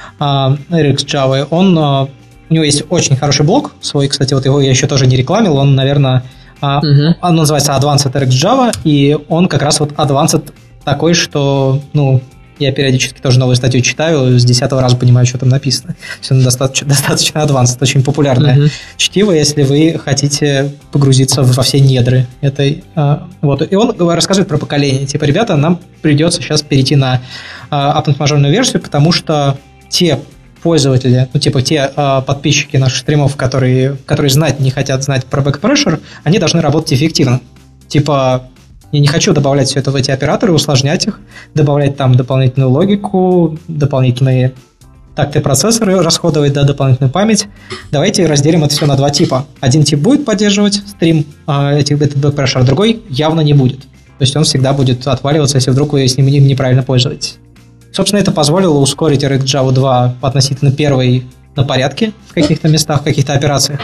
RxJava, у него есть очень хороший блог свой, кстати, вот его я еще тоже не рекламил, он, наверное, он называется Advanced RxJava, и он как раз вот Advanced такой, что, я периодически тоже новую статью читаю, с 10-го раза понимаю, что там написано. Все достаточно advanced, очень популярное чтиво, если вы хотите погрузиться во все недры этой. Вот. И он рассказывает про поколение. Типа, ребята, нам придется сейчас перейти на апнуть мажорную версию, потому что те пользователи, те подписчики наших стримов, которые не хотят знать про backpressure, они должны работать эффективно. Типа, я не хочу добавлять все это в эти операторы, усложнять их, добавлять там дополнительную логику, дополнительные такты процессоры расходовать, дополнительную память. Давайте разделим это все на два типа. Один тип будет поддерживать стрим, этот backpressure, другой явно не будет. То есть он всегда будет отваливаться, если вдруг вы с ним неправильно пользуетесь. Собственно, это позволило ускорить RxJava 2 относительно первой на порядке в каких-то местах, в каких-то операциях.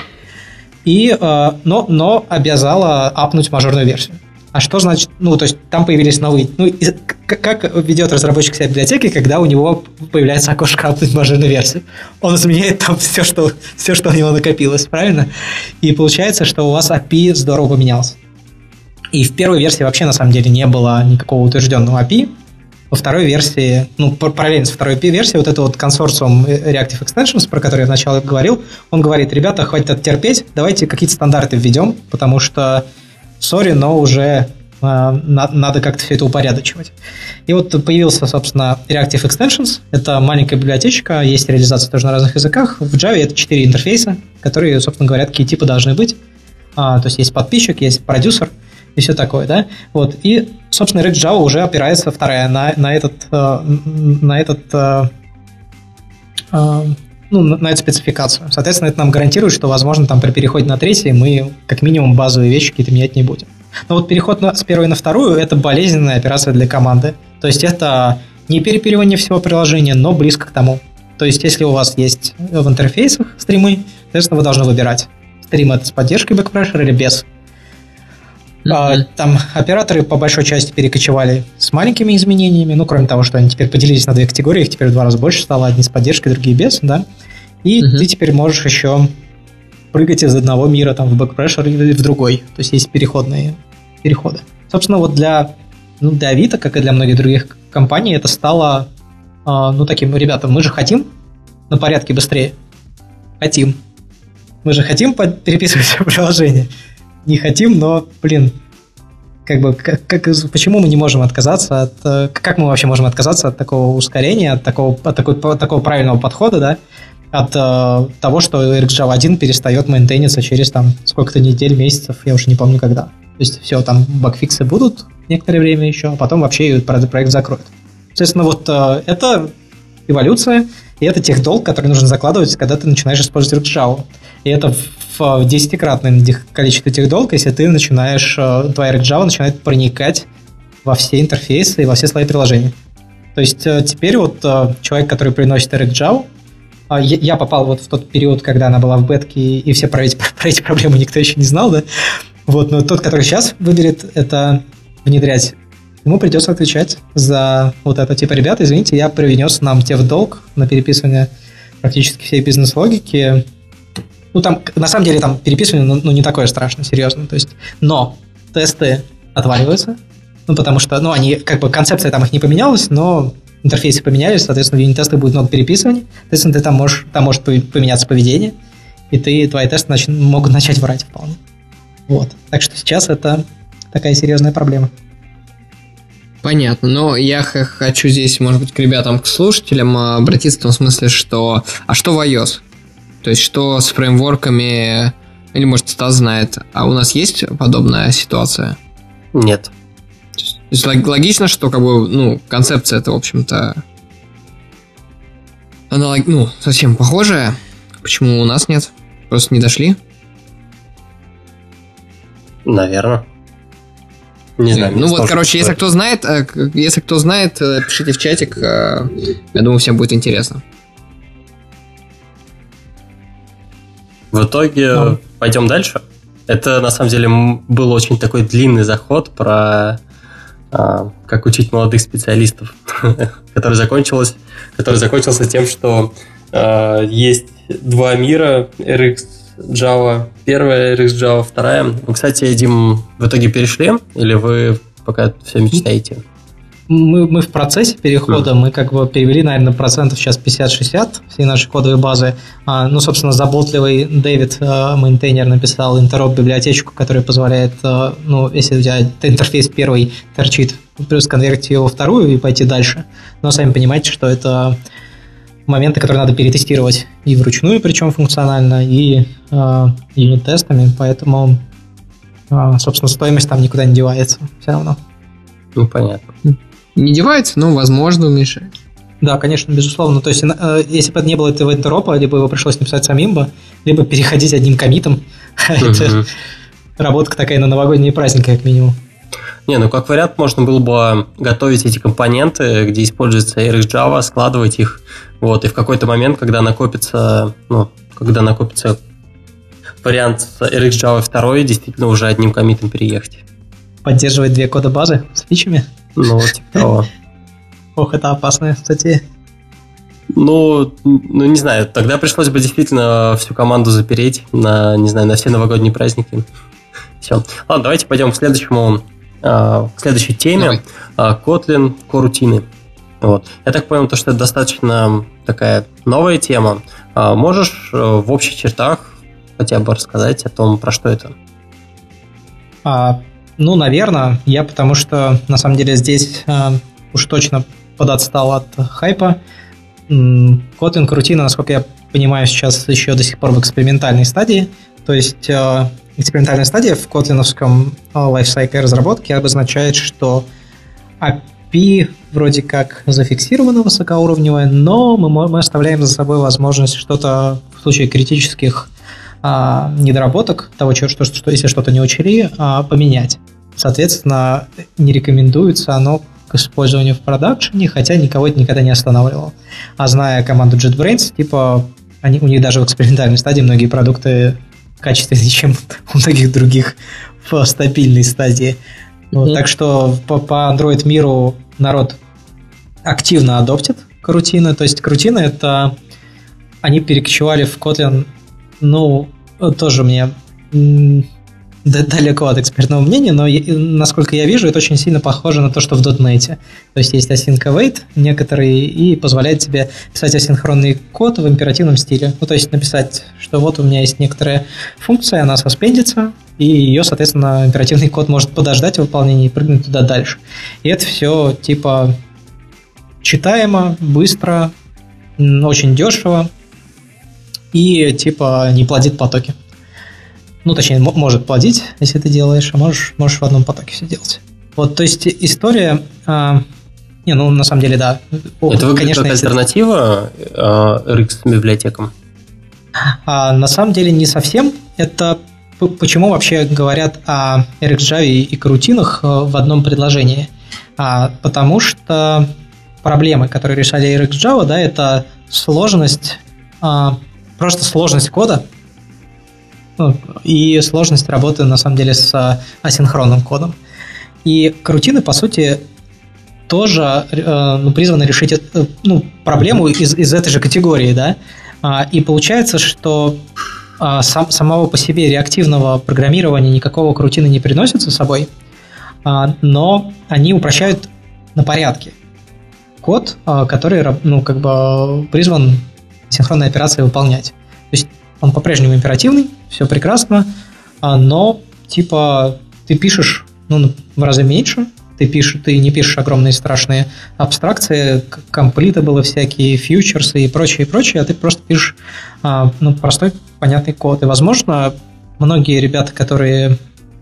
Но обязало апнуть мажорную версию. А что значит, то есть там появились новые, как ведет разработчик себя библиотеки, когда у него появляется окошко апнуть мажорную версию? Он изменяет там все, что у него накопилось, правильно? И получается, что у вас API здорово поменялся. И в первой версии вообще на самом деле не было никакого утвержденного API. Во второй версии, параллельно с второй версией, вот это вот консорциум Reactive Extensions, про который я вначале говорил, он говорит, ребята, хватит это терпеть, давайте какие-то стандарты введем, потому что сори, но уже надо как-то все это упорядочивать. И вот появился, собственно, Reactive Extensions. Это маленькая библиотечка, есть реализация тоже на разных языках. В Java это 4 интерфейса, которые, собственно, говорят, какие типы должны быть. То есть продюсер, есть продюсер и все такое, да. Вот. И, собственно, RxJava уже опирается вторая на эту спецификацию. Соответственно, это нам гарантирует, что, возможно, там при переходе на третий мы как минимум базовые вещи какие-то менять не будем. Но вот переход с первой на вторую – это болезненная операция для команды. То есть это не перепиливание всего приложения, но близко к тому. То есть если у вас есть в интерфейсах стримы, соответственно, вы должны выбирать, стрим это с поддержкой backpressure или без. Там операторы по большой части перекочевали с маленькими изменениями, кроме того, что они теперь поделились на две категории, их теперь в 2 раза больше стало, одни с поддержкой, другие без, да. И ты теперь можешь еще прыгать из одного мира там, в backpressure и в другой. То есть есть переходы. Собственно, вот для Авито, как и для многих других компаний, это стало таким, ребята, мы же хотим на порядке быстрее. Хотим. Мы же хотим переписывать все приложение. Не хотим, но, почему мы не можем отказаться как мы вообще можем отказаться от такого ускорения, от такого правильного подхода, да, от того, что RxJava 1 перестает мейнтейниться через там сколько-то недель, месяцев, я уже не помню когда. То есть все, там багфиксы будут некоторое время еще, а потом вообще проект закроют. Соответственно, вот это эволюция, и это техдолг, который нужно закладывать, когда ты начинаешь использовать RxJava. И это в 10-кратном количестве техдолг, если ты твоя RxJava начинает проникать во все интерфейсы и во все слои приложения. То есть теперь вот человек, который приносит RxJava, я попал вот в тот период, когда она была в бетке, и все про эти проблемы никто еще не знал, да? Вот, но тот, который сейчас выберет это внедрять, ему придется отвечать за вот это. Типа, ребята, извините, я принес нам техдолг на переписывание практически всей бизнес-логики. Там, на самом деле, там переписывание, не такое страшно, серьезно. То есть, но тесты отваливаются, потому что, они, концепция там их не поменялась, но интерфейсы поменялись, соответственно, в юнит-тестах будет много переписываний, соответственно, там может поменяться поведение, и твои тесты могут начать врать вполне. Вот. Так что сейчас это такая серьезная проблема. Понятно, но я хочу здесь, может быть, к ребятам, к слушателям обратиться в том смысле, что... А что в iOS? То есть, что с фреймворками... Или, может, Стас знает. А у нас есть подобная ситуация? Нет. То есть логично, что концепция это, в общем-то, совсем похожая. Почему у нас нет? Просто не дошли? Наверное. Не знаю. Ну вот, короче, если кто знает, пишите в чатик. Я думаю, всем будет интересно. В итоге пойдем дальше. Это, на самом деле, был очень такой длинный заход про как учить молодых специалистов, который закончился тем, что есть два мира, RX Java, первая, RX Java, вторая. Вы, кстати, Дим, в итоге перешли? Или вы пока все мечтаете? Мы в процессе перехода, мы как бы перевели, наверное, процентов сейчас 50-60 всей нашей кодовой базы. Ну, собственно, заботливый Дэвид, мейнтейнер, написал интероп библиотечку, которая позволяет, если у тебя интерфейс первый торчит, плюс конвертить его во вторую и пойти дальше. Но сами понимаете, что это моменты, которые надо перетестировать и вручную, причем функционально, и юнит-тестами, поэтому, собственно, стоимость там никуда не девается все равно. Ну, понятно. Не девается, но, возможно, уменьшает. Да, конечно, безусловно. То есть, если бы не было этого интеропа, либо его пришлось написать самим бы, либо переходить одним коммитом. Это работка такая на новогодние праздники, как минимум. Не, ну как вариант, можно было бы готовить эти компоненты, где используется RX Java, складывать их, вот, и в какой-то момент, когда накопится вариант с RX Java 2, действительно уже одним коммитом переехать. Поддерживать две кодобазы с фичами? Ну, типа того. Ох, это опасная статья. Ну, не знаю, тогда пришлось бы действительно всю команду запереть на все новогодние праздники. Все. Ладно, давайте пойдем к следующей теме. Kotlin корутины. Вот. Я так понял, что это достаточно такая новая тема. Можешь в общих чертах хотя бы рассказать о том, про что это? Ну, наверное, потому что, на самом деле, здесь уж точно подотстал от хайпа. Kotlin корутина, насколько я понимаю, сейчас еще до сих пор в экспериментальной стадии. То есть экспериментальная стадия в котлиновском лайфсайкле разработки обозначает, что API вроде как зафиксировано высокоуровневое, но мы оставляем за собой возможность что-то в случае критических недоработок, того, что если что-то не учли, поменять. Соответственно, не рекомендуется оно к использованию в продакшене, хотя никого это никогда не останавливало. А зная команду JetBrains, у них даже в экспериментальной стадии многие продукты качественнее, чем у многих других в стабильной стадии. Вот, так что по Android миру народ активно адоптит корутины. То есть корутины это они перекочевали в Kotlin, тоже мне далеко от экспертного мнения, но насколько я вижу, это очень сильно похоже на то, что в .NET. То есть есть async await некоторые и позволяет тебе писать асинхронный код в императивном стиле. То есть написать, что вот у меня есть некоторая функция, она соспендится, и ее, соответственно, императивный код может подождать выполнение и прыгнуть туда дальше. И это все читаемо, быстро, очень дешево и не плодит потоки. Точнее, может плодить, если ты делаешь, а можешь в одном потоке все делать. Вот, то есть история... на самом деле, да. Это выглядит как альтернатива RX библиотекам? На самом деле не совсем. Это почему вообще говорят о RX Java и корутинах в одном предложении? Потому что проблемы, которые решали RX Java, да, это сложность, просто сложность кода, и сложность работы, на самом деле, с асинхронным кодом. И корутины, по сути, тоже призваны решить проблему из этой же категории, да. И получается, что самого по себе реактивного программирования никакого корутины не приносит со собой, но они упрощают на порядке код, который призван синхронные операции выполнять. То есть он по-прежнему императивный, все прекрасно, но ты пишешь в разы меньше, ты не пишешь огромные страшные абстракции, комплиты были всякие, фьючерсы и прочее, а ты просто пишешь простой, понятный код. И, возможно, многие ребята, которые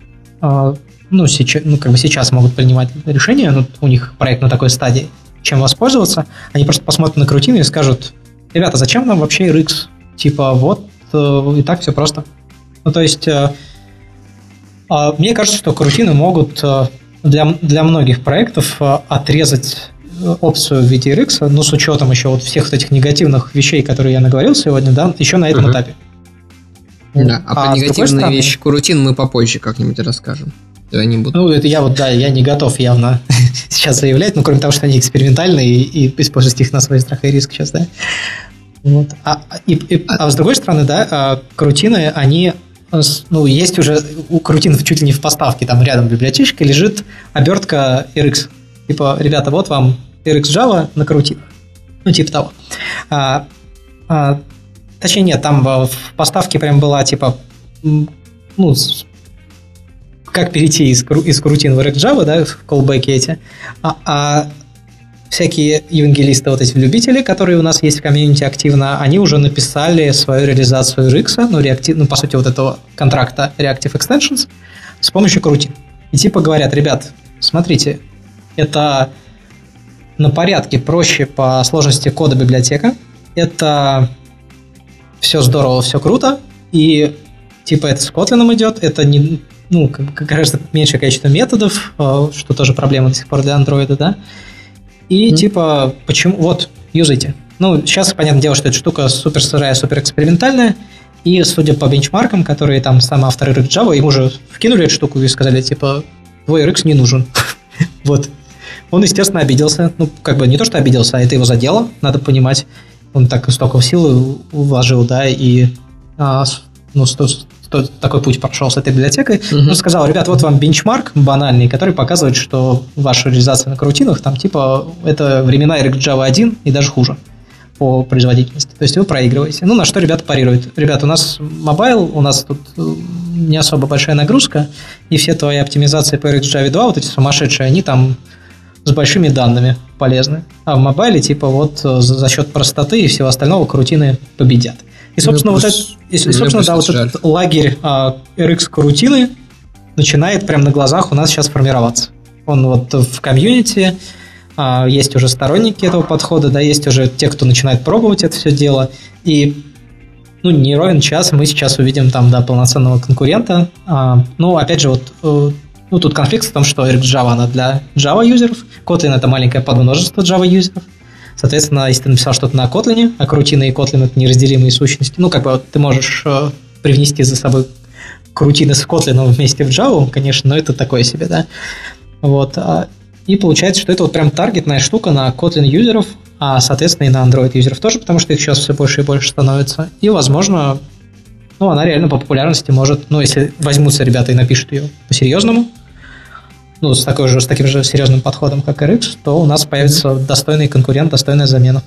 сейчас могут принимать решения, у них проект на такой стадии, чем воспользоваться, они просто посмотрят на корутины и скажут: ребята, зачем нам вообще RX? И так все просто. То есть Мне кажется, что корутины могут для многих проектов отрезать опцию в виде RX, но с учетом еще вот всех вот этих негативных вещей, которые я наговорил сегодня, да, еще на этом этапе. Да, про негативные вещи корутин мы попозже как-нибудь расскажем. Они будут... Ну, это я не готов явно сейчас заявлять, ну, кроме того, что они экспериментальные и используют их на свой страх и риск сейчас, да. Вот. А с другой стороны, да, корутины, они, ну, есть уже у корутинов чуть ли не в поставке, там рядом библиотечка лежит обертка RX. Типа, ребята, вот вам RX Java на корутинах. Ну, типа того. Точнее, нет, там в поставке прям была, типа, ну, как перейти из корутин в RX Java, да, в колбеки эти. Всякие евангелисты, вот эти любители, которые у нас есть в комьюнити активно, они уже написали свою реализацию RX, ну, по сути, вот этого контракта Reactive Extensions с помощью корутин. И типа говорят, ребят, смотрите, это на порядке проще по сложности кода библиотека, это все здорово, все круто, и типа это с Kotlin идет, это не, ну, гораздо меньшее количество методов, что тоже проблема до сих пор для Android, да. И типа, почему, вот, юзайте. Ну, сейчас, понятное дело, что эта штука супер сырая, супер экспериментальная, и судя по бенчмаркам, которые там сам автор RX Java, ему уже вкинули эту штуку и сказали, типа, твой RX не нужен. Вот. Он, естественно, обиделся. Ну, как бы не то, что обиделся, а это его задело, надо понимать. Он так столько сил вложил, да, и такой путь прошел с этой библиотекой. Он сказал, ребят, вот вам бенчмарк банальный, который показывает, что ваша реализация на корутинах, там типа это времена RX Java 1 и даже хуже по производительности. То есть вы проигрываете. Ну, на что ребята парируют. Ребят, у нас мобайл, у нас тут не особо большая нагрузка, и все твои оптимизации по RX Java 2, вот эти сумасшедшие, они там с большими данными полезны. А в мобайле, типа, вот за счет простоты и всего остального корутины победят. И, собственно, вот этот лагерь RX корутины начинает прямо на глазах у нас сейчас формироваться. Он вот в комьюнити, есть уже сторонники этого подхода, да, есть уже те, кто начинает пробовать это все дело. И, ну, не ровен час мы сейчас увидим там, да, полноценного конкурента. Ну, опять же, вот, ну, тут конфликт в том, что RX Java, она для Java юзеров, Kotlin — это маленькое подмножество Java юзеров. Соответственно, если ты написал что-то на Kotlin, а корутины и Kotlin — это неразделимые сущности, ну, как бы вот, ты можешь привнести за собой корутины с Kotlin вместе в Java, конечно, но это такое себе, да. Вот. И получается, что это вот прям таргетная штука на Kotlin юзеров, а, соответственно, и на Android юзеров тоже, потому что их сейчас все больше и больше становится. И, возможно, ну, она реально по популярности может, ну, если возьмутся ребята и напишут ее по-серьезному, ну, с таким же серьезным подходом, как RX, то у нас появится достойный конкурент, достойная замена.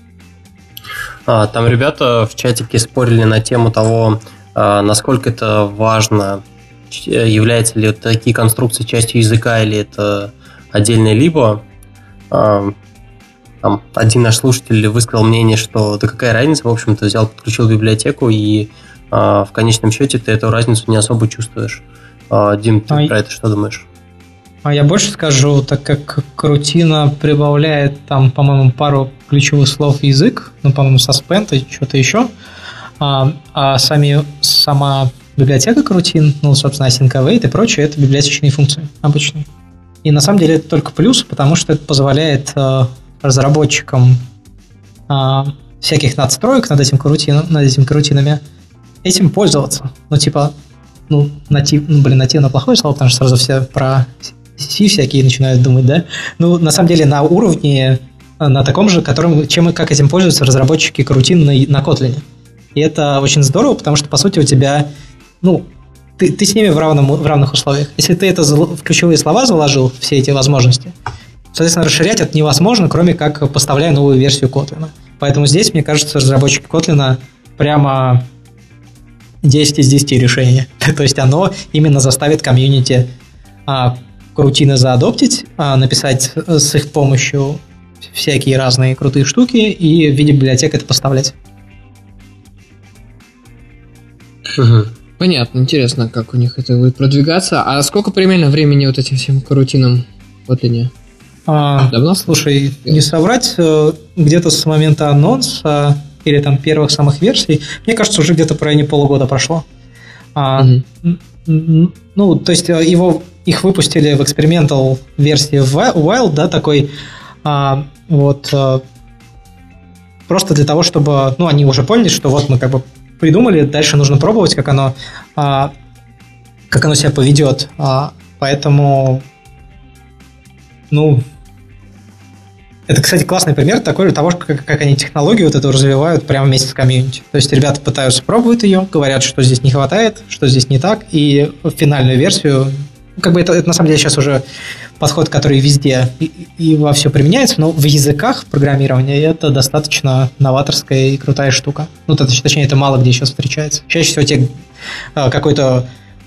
Там ребята в чатике спорили на тему того, насколько это важно, являются ли вот такие конструкции частью языка, или это отдельное либо. Там один наш слушатель высказал мнение, что да какая разница, в общем-то, взял, подключил библиотеку, и в конечном счете ты эту разницу не особо чувствуешь. Дим, ты про это что думаешь? А я больше скажу, так как корутина прибавляет там, по-моему, пару ключевых слов в язык, ну, по-моему, suspend и что-то еще, а сама библиотека корутин, ну, собственно, async await и прочее, это библиотечные функции обычные. И на самом деле это только плюс, потому что это позволяет разработчикам всяких надстроек над этими корутинами этим пользоваться. Ну, типа, ну, нативно плохое слово, потому что сразу все про C всякие начинают думать, да? Ну, на самом деле, на уровне, на таком же, как этим пользуются разработчики корутин на Kotlin. И это очень здорово, потому что, по сути, у тебя, ну, ты с ними в равных условиях. Если ты это в ключевые слова заложил, все эти возможности, соответственно, расширять это невозможно, кроме как поставляя новую версию Kotlin. Поэтому здесь, мне кажется, разработчики Kotlin прямо 10 из 10 решения. То есть оно именно заставит комьюнити корутины заадоптить, написать с их помощью всякие разные крутые штуки и в виде библиотек это поставлять. Понятно, интересно, как у них это будет продвигаться. А сколько примерно времени вот этим всем корутинам в Kotlin? Давно? Слушай, не соврать, где-то с момента анонса или там первых самых версий, мне кажется, уже где-то в районе полугода прошло. ну, то есть их выпустили в экспериментал версии Wild, да, такой просто для того, чтобы, ну, они уже поняли, что вот мы как бы придумали, дальше нужно пробовать, как оно себя поведет. Поэтому, ну, это, кстати, классный пример того, как они технологию вот эту развивают прямо вместе с комьюнити. То есть ребята пытаются, пробуют ее, говорят, что здесь не хватает, что здесь не так, и финальную версию, как бы это на самом деле сейчас уже подход, который везде и во все применяется, но в языках программирования это достаточно новаторская и крутая штука. Ну, точнее, это мало где сейчас встречается. Чаще всего какой-то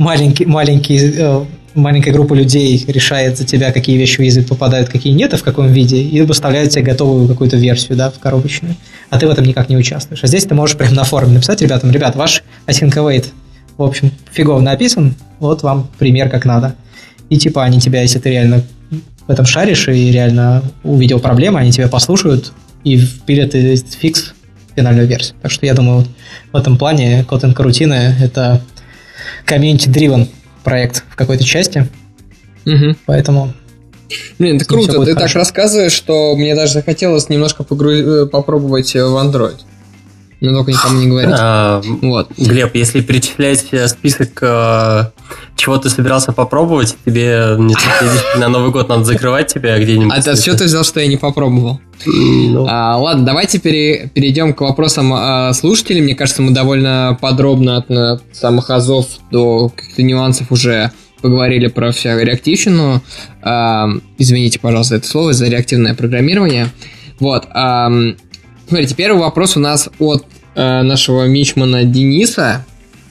маленькая группа людей решает за тебя, какие вещи в язык попадают, какие нет, и в каком виде, и выставляют тебе готовую какую-то версию, да, в коробочную. А ты в этом никак не участвуешь. А здесь ты можешь прямо на форуме написать ребятам: ребят, ваш async await, в общем, фигово написан, вот вам пример, как надо. И типа они тебя, если ты реально в этом шаришь и реально увидел проблемы, они тебя послушают и впилят фикс в финальную версию. Так что я думаю, вот в этом плане Kotlin Coroutine — это community-driven проект в какой-то части. Поэтому... Блин, это круто. Ты так рассказываешь, что мне даже захотелось немножко попробовать в Android. Но только никому не говорить. Вот. Глеб, если перечислять список, чего ты собирался попробовать, тебе на Новый год надо закрывать тебя где-нибудь. А с чего ты взял, что я не попробовал? Ладно, давайте перейдем к вопросам слушателей. Мне кажется, мы довольно подробно от самых азов до каких-то нюансов уже поговорили про всю реактивщину. Извините, пожалуйста, это слово, за реактивное программирование. Вот. Смотрите, первый вопрос у нас от нашего мичмана Дениса.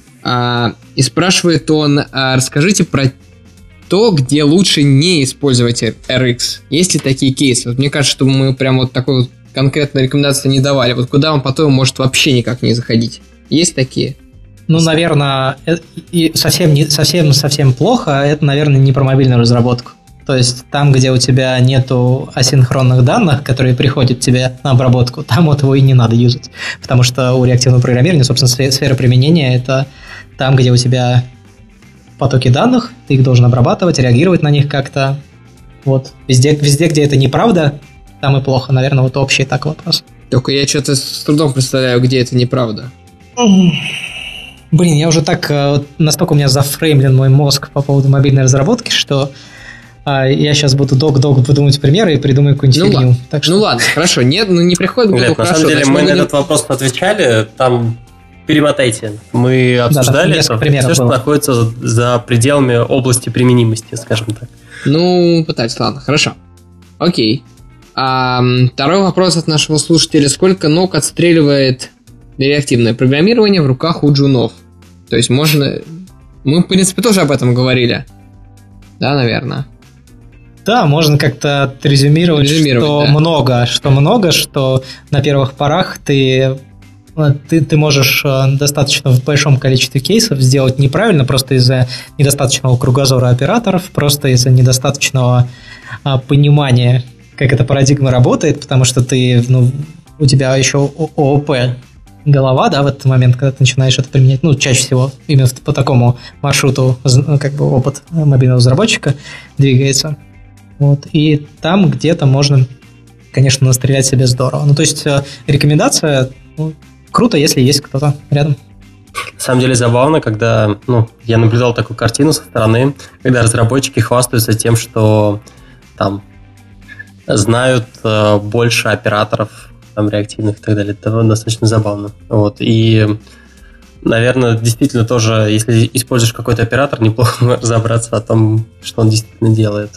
И спрашивает он: расскажите про то, где лучше не использовать RX. Есть ли такие кейсы? Вот мне кажется, что мы прям вот такой вот конкретной рекомендации не давали. Вот куда он потом может вообще никак не заходить? Есть такие? Ну, наверное, и совсем плохо, это, наверное, не про мобильную разработку. То есть там, где у тебя нету асинхронных данных, которые приходят тебе на обработку, там вот его и не надо юзать. Потому что у реактивного программирования, собственно, сфера применения — это там, где у тебя потоки данных, ты их должен обрабатывать, реагировать на них как-то. Вот. Везде, где это неправда, там и плохо. Наверное, вот общий так вопрос. Только я что-то с трудом представляю, где это неправда. Блин, я уже так... Настолько у меня зафреймлен мой мозг по поводу мобильной разработки, что... я сейчас буду выдумывать примеры и придумаю какую-нибудь фигню. Так что... Ну ладно, хорошо. Нет, не приходит в голову. На самом деле мы на этот вопрос отвечали, там перемотайте. Мы обсуждали это, все, что находится за пределами области применимости, скажем так. Ну, пытаюсь, ладно, хорошо. Окей. Второй вопрос от нашего слушателя. Сколько ног отстреливает реактивное программирование в руках у джунов? То есть можно... Мы, в принципе, тоже об этом говорили. Да, наверное. Да, можно как-то отрезюмировать, что на первых порах ты можешь достаточно в большом количестве кейсов сделать неправильно, просто из-за недостаточного кругозора операторов, просто из-за недостаточного понимания, как эта парадигма работает, потому что у тебя еще ООП голова, да, в этот момент, когда ты начинаешь это применять, ну, чаще всего именно по такому маршруту, как бы опыт мобильного разработчика двигается. Вот. И там где-то можно, конечно, настрелять себе здорово. Ну, то есть рекомендация, круто, если есть кто-то рядом. На самом деле забавно, когда я наблюдал такую картину со стороны, когда разработчики хвастаются тем, что там знают больше операторов там, реактивных и так далее. Это достаточно забавно. Вот. И, наверное, действительно тоже, если используешь какой-то оператор, неплохо разобраться о том, что он действительно делает.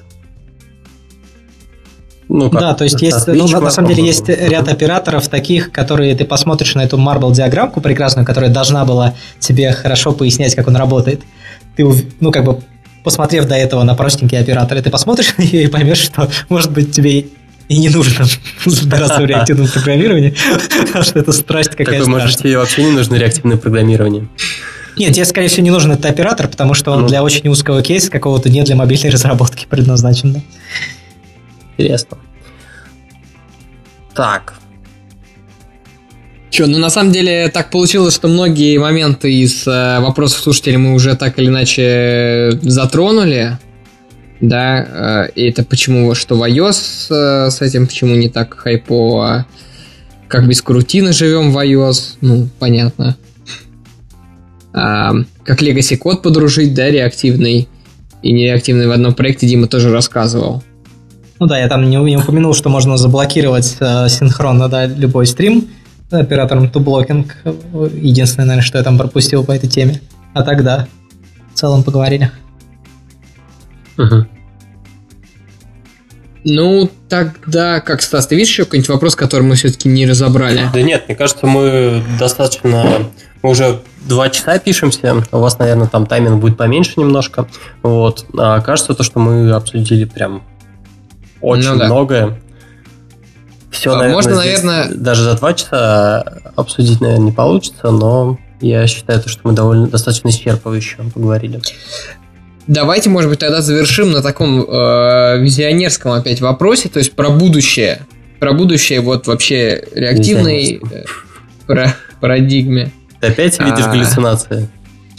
Да, то есть есть, на самом деле есть ряд операторов таких, которые ты посмотришь на эту Marble-диаграммку прекрасную, которая должна была тебе хорошо пояснять, как он работает. Ты, посмотрев до этого на простенькие операторы, ты посмотришь на нее и поймешь, что, может быть, тебе и не нужно разбираться в реактивном программировании, потому что это страсть какая-то страшная. Может, тебе вообще не нужно реактивное программирование? Нет, тебе, скорее всего, не нужен этот оператор, потому что он для очень узкого кейса какого-то не для мобильной разработки предназначен. Да? Интересно. Так. Ну на самом деле так получилось, что многие моменты из вопросов слушателей мы уже так или иначе затронули. Да, и это почему, что в iOS с этим, почему не так хайпово, как без крутины живем в iOS, ну, понятно. Как legacy код подружить, да, реактивный и нереактивный в одном проекте Дима тоже рассказывал. Ну да, я там не упомянул, что можно заблокировать синхронно, да, любой стрим оператором ToBlocking. Единственное, наверное, что я там пропустил по этой теме. А так да, в целом поговорили. Угу. Ну, тогда, как, Стас, ты видишь еще какой-нибудь вопрос, который мы все-таки не разобрали? Да нет, мне кажется, мы достаточно... Мы уже 2 часа пишемся, у вас, наверное, там тайминг будет поменьше немножко. Вот. А кажется, то, что мы обсудили прям очень многое. Все, наверное, можно, наверное, даже за 2 часа обсудить, наверное, не получится, но я считаю, что мы достаточно исчерпывающе поговорили. Давайте, может быть, тогда завершим на таком визионерском опять вопросе, то есть про будущее. Про будущее вот вообще реактивной парадигме. Ты опять видишь галлюцинации?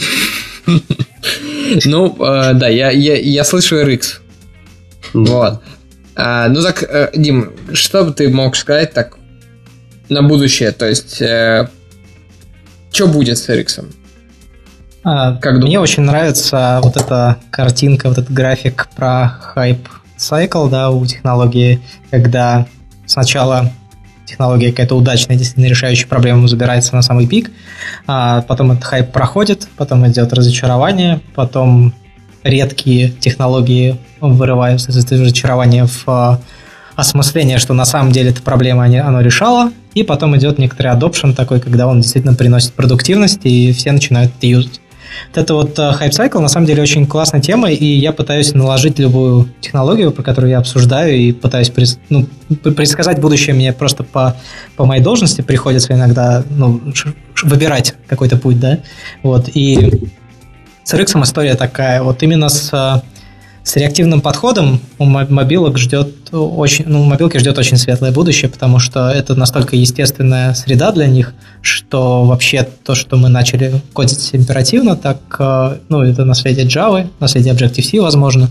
Ну, да, я слышу RX. Вот. Ну так, Дим, что бы ты мог сказать так на будущее? То есть, что будет с RX? Мне очень нравится вот эта картинка, вот этот график про хайп-сайкл, да, у технологии, когда сначала технология какая-то удачная, действительно решающая проблему, забирается на самый пик, а потом этот хайп проходит, потом идет разочарование, потом редкие технологии вырываются из этого разочарования в осмысление, что на самом деле эта проблема оно решало, и потом идет некоторый adoption такой, когда он действительно приносит продуктивность, и все начинают это юзать. Вот это вот хайп-сайкл на самом деле очень классная тема, и я пытаюсь наложить любую технологию, про которую я обсуждаю, и пытаюсь предсказать будущее. Мне просто по моей должности приходится иногда выбирать какой-то путь, да. Вот. И с RX история такая. Вот именно с реактивным подходом у мобилок мобилки ждет очень светлое будущее, потому что это настолько естественная среда для них, что вообще то, что мы начали кодить императивно, так, это наследие Java, наследие Objective-C, возможно,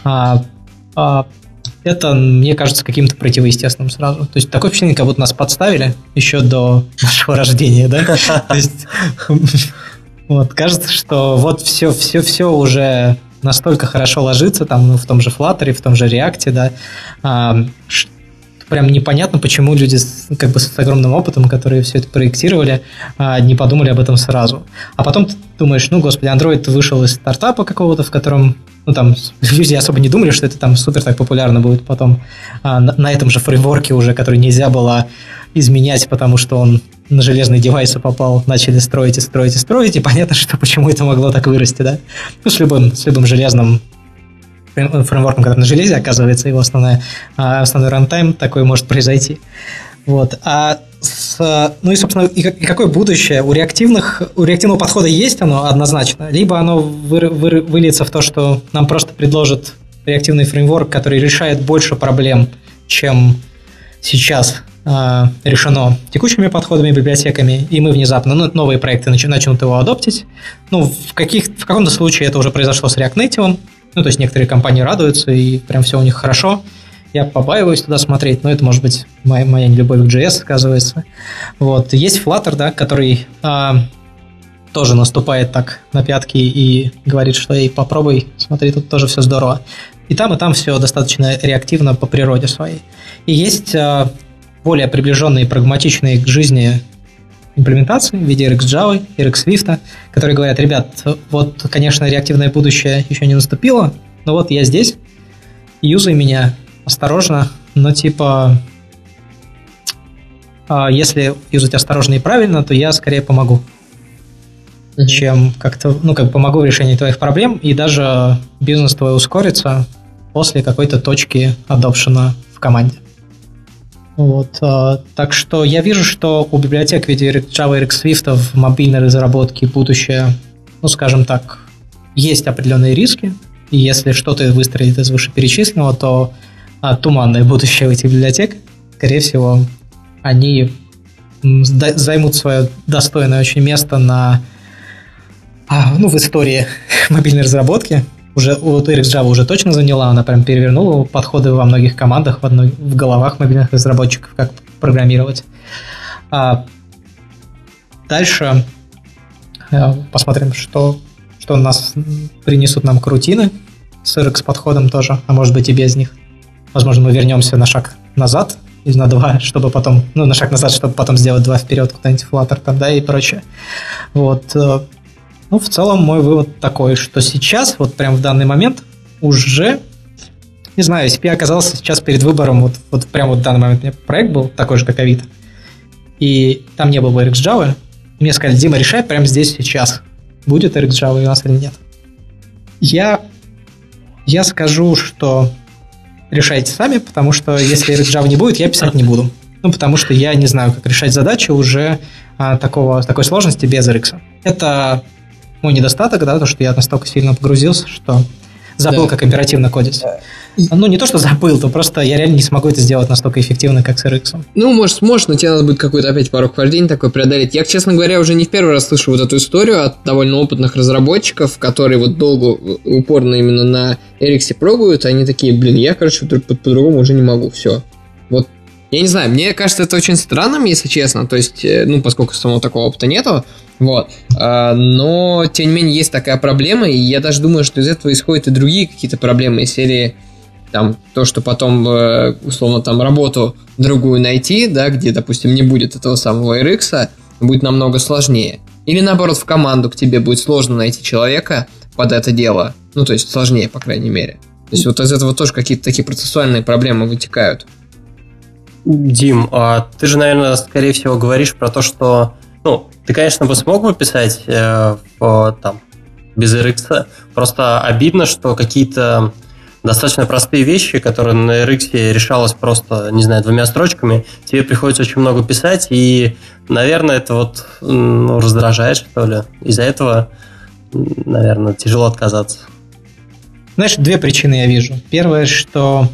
это, мне кажется, каким-то противоестественным сразу. То есть такое впечатление, как будто нас подставили еще до нашего рождения, да? То есть вот кажется, что вот все уже настолько хорошо ложится там, в том же Flutter, в том же React, да, прям непонятно, почему люди с огромным опытом, которые все это проектировали, не подумали об этом сразу. А потом ты думаешь, господи, Android вышел из стартапа какого-то, в котором, там, люди особо не думали, что это там супер так популярно будет потом. На этом же фреймворке уже, который нельзя было изменять, потому что он на железные девайсы попал, начали строить, и понятно, что почему это могло так вырасти, да? С любым железным фреймворком, который на железе, оказывается, его основной рантайм, такое может произойти. Вот. И, собственно, и какое будущее? У реактивного подхода есть оно однозначно, либо оно выльется в то, что нам просто предложат реактивный фреймворк, который решает больше проблем, чем сейчас решено текущими подходами, библиотеками, и мы внезапно, новые проекты начнут его адоптить. В каком-то случае это уже произошло с React Native, то есть некоторые компании радуются, и прям все у них хорошо. Я побаиваюсь туда смотреть, но это, может быть, моя нелюбовь к JS, оказывается. Вот. Есть Flutter, да, который тоже наступает так на пятки и говорит, что эй, попробуй, смотри, тут тоже все здорово. И там все достаточно реактивно по природе своей. И есть более приближенные, прагматичные к жизни имплементации в виде RxJava, RxSwift, которые говорят, ребят, вот, конечно, реактивное будущее еще не наступило, но вот я здесь, юзай меня осторожно, но если юзать осторожно и правильно, то я скорее помогу, чем как-то, помогу в решении твоих проблем, и даже бизнес твой ускорится после какой-то точки адопшена в команде. Вот, так что я вижу, что у библиотек в виде Java и RxSwift в мобильной разработке будущее, скажем так, есть определенные риски, и если что-то выстроить из вышеперечисленного, то туманное будущее у этих библиотек, скорее всего, они займут свое достойное очень место в истории мобильной разработки. Уже вот RxJava уже точно заняла, она прям перевернула подходы во многих командах, в головах мобильных разработчиков, как программировать. Дальше посмотрим, что нас принесут нам крутины с Rx подходом тоже, а может быть и без них. Возможно, мы вернемся на шаг назад или на два, чтобы потом, на шаг назад, чтобы потом сделать два вперед, куда-нибудь Flutter там, да, и прочее. Вот. В целом мой вывод такой, что сейчас, вот прям в данный момент, уже, не знаю, если бы я оказался сейчас перед выбором, вот прям вот в данный момент у меня проект был такой же, как Авито, и там не было бы RxJava, мне сказали: Дима, решай прямо здесь сейчас, будет RxJava у нас или нет. Я скажу, что решайте сами, потому что если RxJava не будет, я писать не буду. Потому что я не знаю, как решать задачи уже такой сложности без Rx. Это мой недостаток, да, то, что я настолько сильно погрузился, что забыл, как императивно кодить. Не то, что забыл, то просто я реально не смогу это сделать настолько эффективно, как с Rx. Может, сможешь, но тебе надо будет какой-то опять порог вхождения такой преодолеть. Я, честно говоря, уже не в первый раз слышу вот эту историю от довольно опытных разработчиков, которые вот долго, упорно именно на Rx пробуют, они такие: я, по-другому уже не могу, все. Вот, я не знаю, мне кажется, это очень странным, если честно, то есть, поскольку самого такого опыта нету, вот, но, тем не менее, есть такая проблема, и я даже думаю, что из этого исходят и другие какие-то проблемы, из серии, там, то, что потом, условно, там, работу другую найти, да, где, допустим, не будет этого самого RX, будет намного сложнее. Или, наоборот, в команду к тебе будет сложно найти человека под это дело, то есть, сложнее, по крайней мере. То есть, вот из этого тоже какие-то такие процессуальные проблемы вытекают. Дим, ты же, наверное, скорее всего говоришь про то, что ты, конечно, бы смог бы писать без RX, просто обидно, что какие-то достаточно простые вещи, которые на RX решалось просто, не знаю, 2 строчками, тебе приходится очень много писать, и, наверное, это раздражает, что ли. Из-за этого, наверное, тяжело отказаться. Знаешь, 2 причины я вижу. Первое, что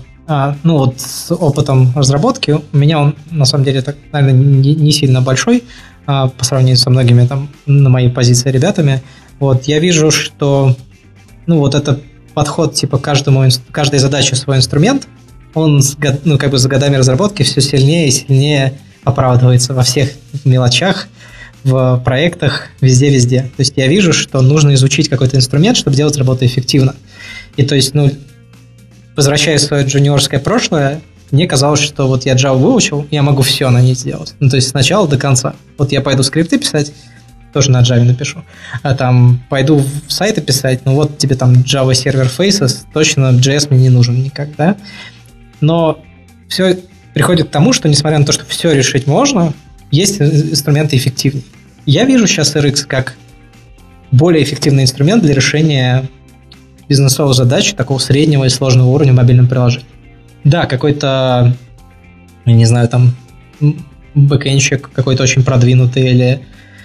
с опытом разработки у меня он, на самом деле, так, наверное, не сильно большой, по сравнению со многими там на моей позиции ребятами. Вот, я вижу, что этот подход, типа, каждой задаче свой инструмент, он с годами разработки все сильнее и сильнее оправдывается во всех мелочах, в проектах, везде-везде. То есть я вижу, что нужно изучить какой-то инструмент, чтобы делать работу эффективно. И то есть, возвращаясь в свое джуниорское прошлое, мне казалось, что вот я Java выучил, я могу все на ней сделать. То есть сначала до конца. Вот я пойду скрипты писать, тоже на Java напишу. А там пойду в сайты писать, тебе там Java Server Faces, точно JS мне не нужен никак, да? Но все приходит к тому, что несмотря на то, что все решить можно, есть инструменты эффективнее. Я вижу сейчас RX как более эффективный инструмент для решения бизнесовых задач такого среднего и сложного уровня в мобильном приложении. Да, какой-то, не знаю, там бэкэндщик какой-то очень продвинутый, или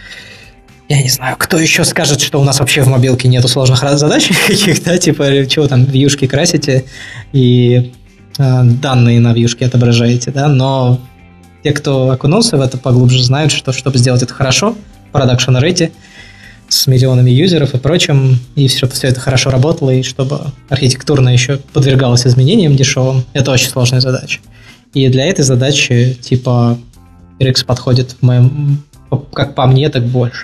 я не знаю, кто еще скажет, что у нас вообще в мобилке нету сложных задач каких-то, типа, чего там, вьюшки красите и данные на вьюшке отображаете, да, но те, кто окунулся в это поглубже, знают, что чтобы сделать это хорошо, продакшн ready, с миллионами юзеров и прочим, и чтобы все это хорошо работало, и чтобы архитектурно еще подвергалось изменениям дешевым, это очень сложная задача. И для этой задачи, типа, RX подходит, как по мне, так больше.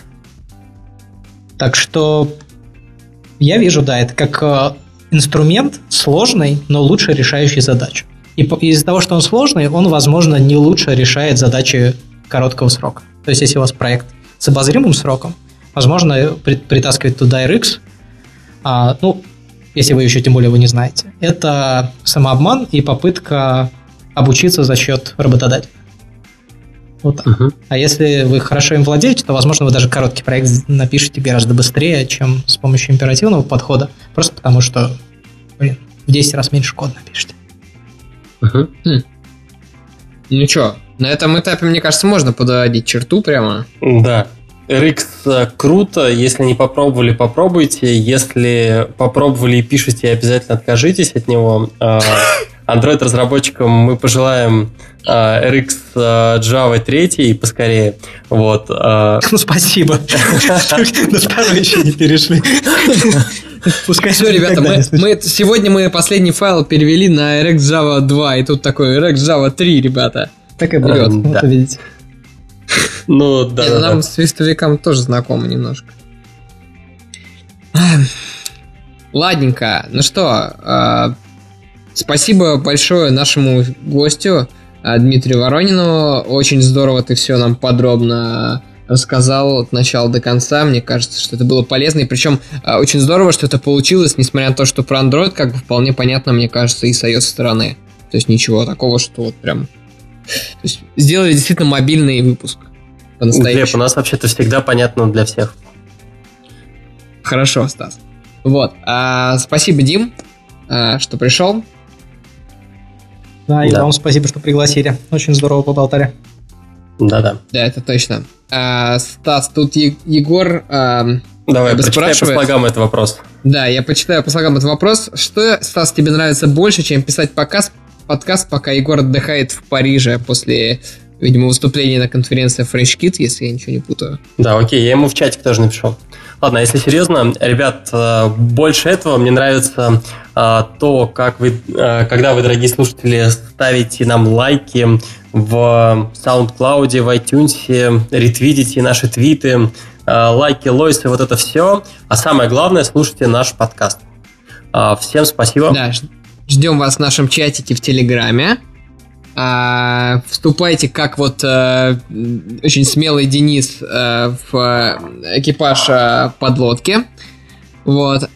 Так что я вижу, да, это как инструмент сложный, но лучше решающий задачу. И из-за того, что он сложный, он, возможно, не лучше решает задачи короткого срока. То есть, если у вас проект с обозримым сроком, возможно, притаскивать туда RX, если вы еще тем более вы не знаете. Это самообман и попытка обучиться за счет работодателя. Вот так. А если вы хорошо им владеете, то, возможно, вы даже короткий проект напишете гораздо быстрее, чем с помощью императивного подхода, просто потому что, в 10 раз меньше кода напишите. Ну что, на этом этапе, мне кажется, можно подводить черту прямо. Да. RX круто, если не попробовали, попробуйте. Если попробовали и пишете, обязательно откажитесь от него. Android-разработчикам мы пожелаем RX Java 3 поскорее. Вот. Ну, спасибо. На второй еще не перешли. Пускай все, ребята, сегодня мы последний файл перевели на RX Java 2, и тут такой RX Java 3, ребята. Так и будет, вот видите. Ну, да. Нам с свистовиком тоже знакомы немножко. Ладненько. Ну что, спасибо большое нашему гостю Дмитрию Воронину. Очень здорово ты все нам подробно рассказал от начала до конца. Мне кажется, что это было полезно. И причем очень здорово, что это получилось, несмотря на то, что про Android как бы вполне понятно, мне кажется, и с iOS стороны. То есть ничего такого, что вот прям... То есть сделали действительно мобильный выпуск. Глеб, у нас вообще-то всегда понятно для всех. Хорошо, Стас. Вот. Спасибо, Дим, что пришел. Да, и вам спасибо, что пригласили. Очень здорово поболтали. Да, это точно. Стас, тут Егор давай, прочитай по слогам этот вопрос. Да, я почитаю по слогам этот вопрос. Что, Стас, тебе нравится больше, чем писать подкаст, пока Егор отдыхает в Париже после, видимо, выступления на конференции FrenchKit, если я ничего не путаю? Да, окей, я ему в чатик тоже напишу. Ладно, если серьезно, ребят, больше этого мне нравится то, как вы, когда вы, дорогие слушатели, ставите нам лайки в SoundCloud, в iTunes, ретвитите наши твиты, лайки, лойсы, вот это все. А самое главное, слушайте наш подкаст. Всем спасибо. Да, ждем вас в нашем чатике в Телеграме. Вступайте, как вот очень смелый Денис, в экипаж подлодки. Вот.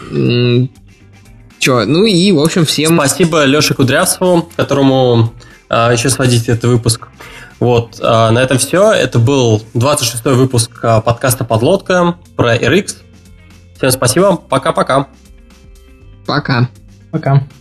Ну и, в общем, всем... Спасибо Леше Кудрявцеву, которому еще сводить этот выпуск. Вот, на этом все. Это был 26-й выпуск подкаста «Подлодка» про RX. Всем спасибо. Пока-пока. Пока. Пока.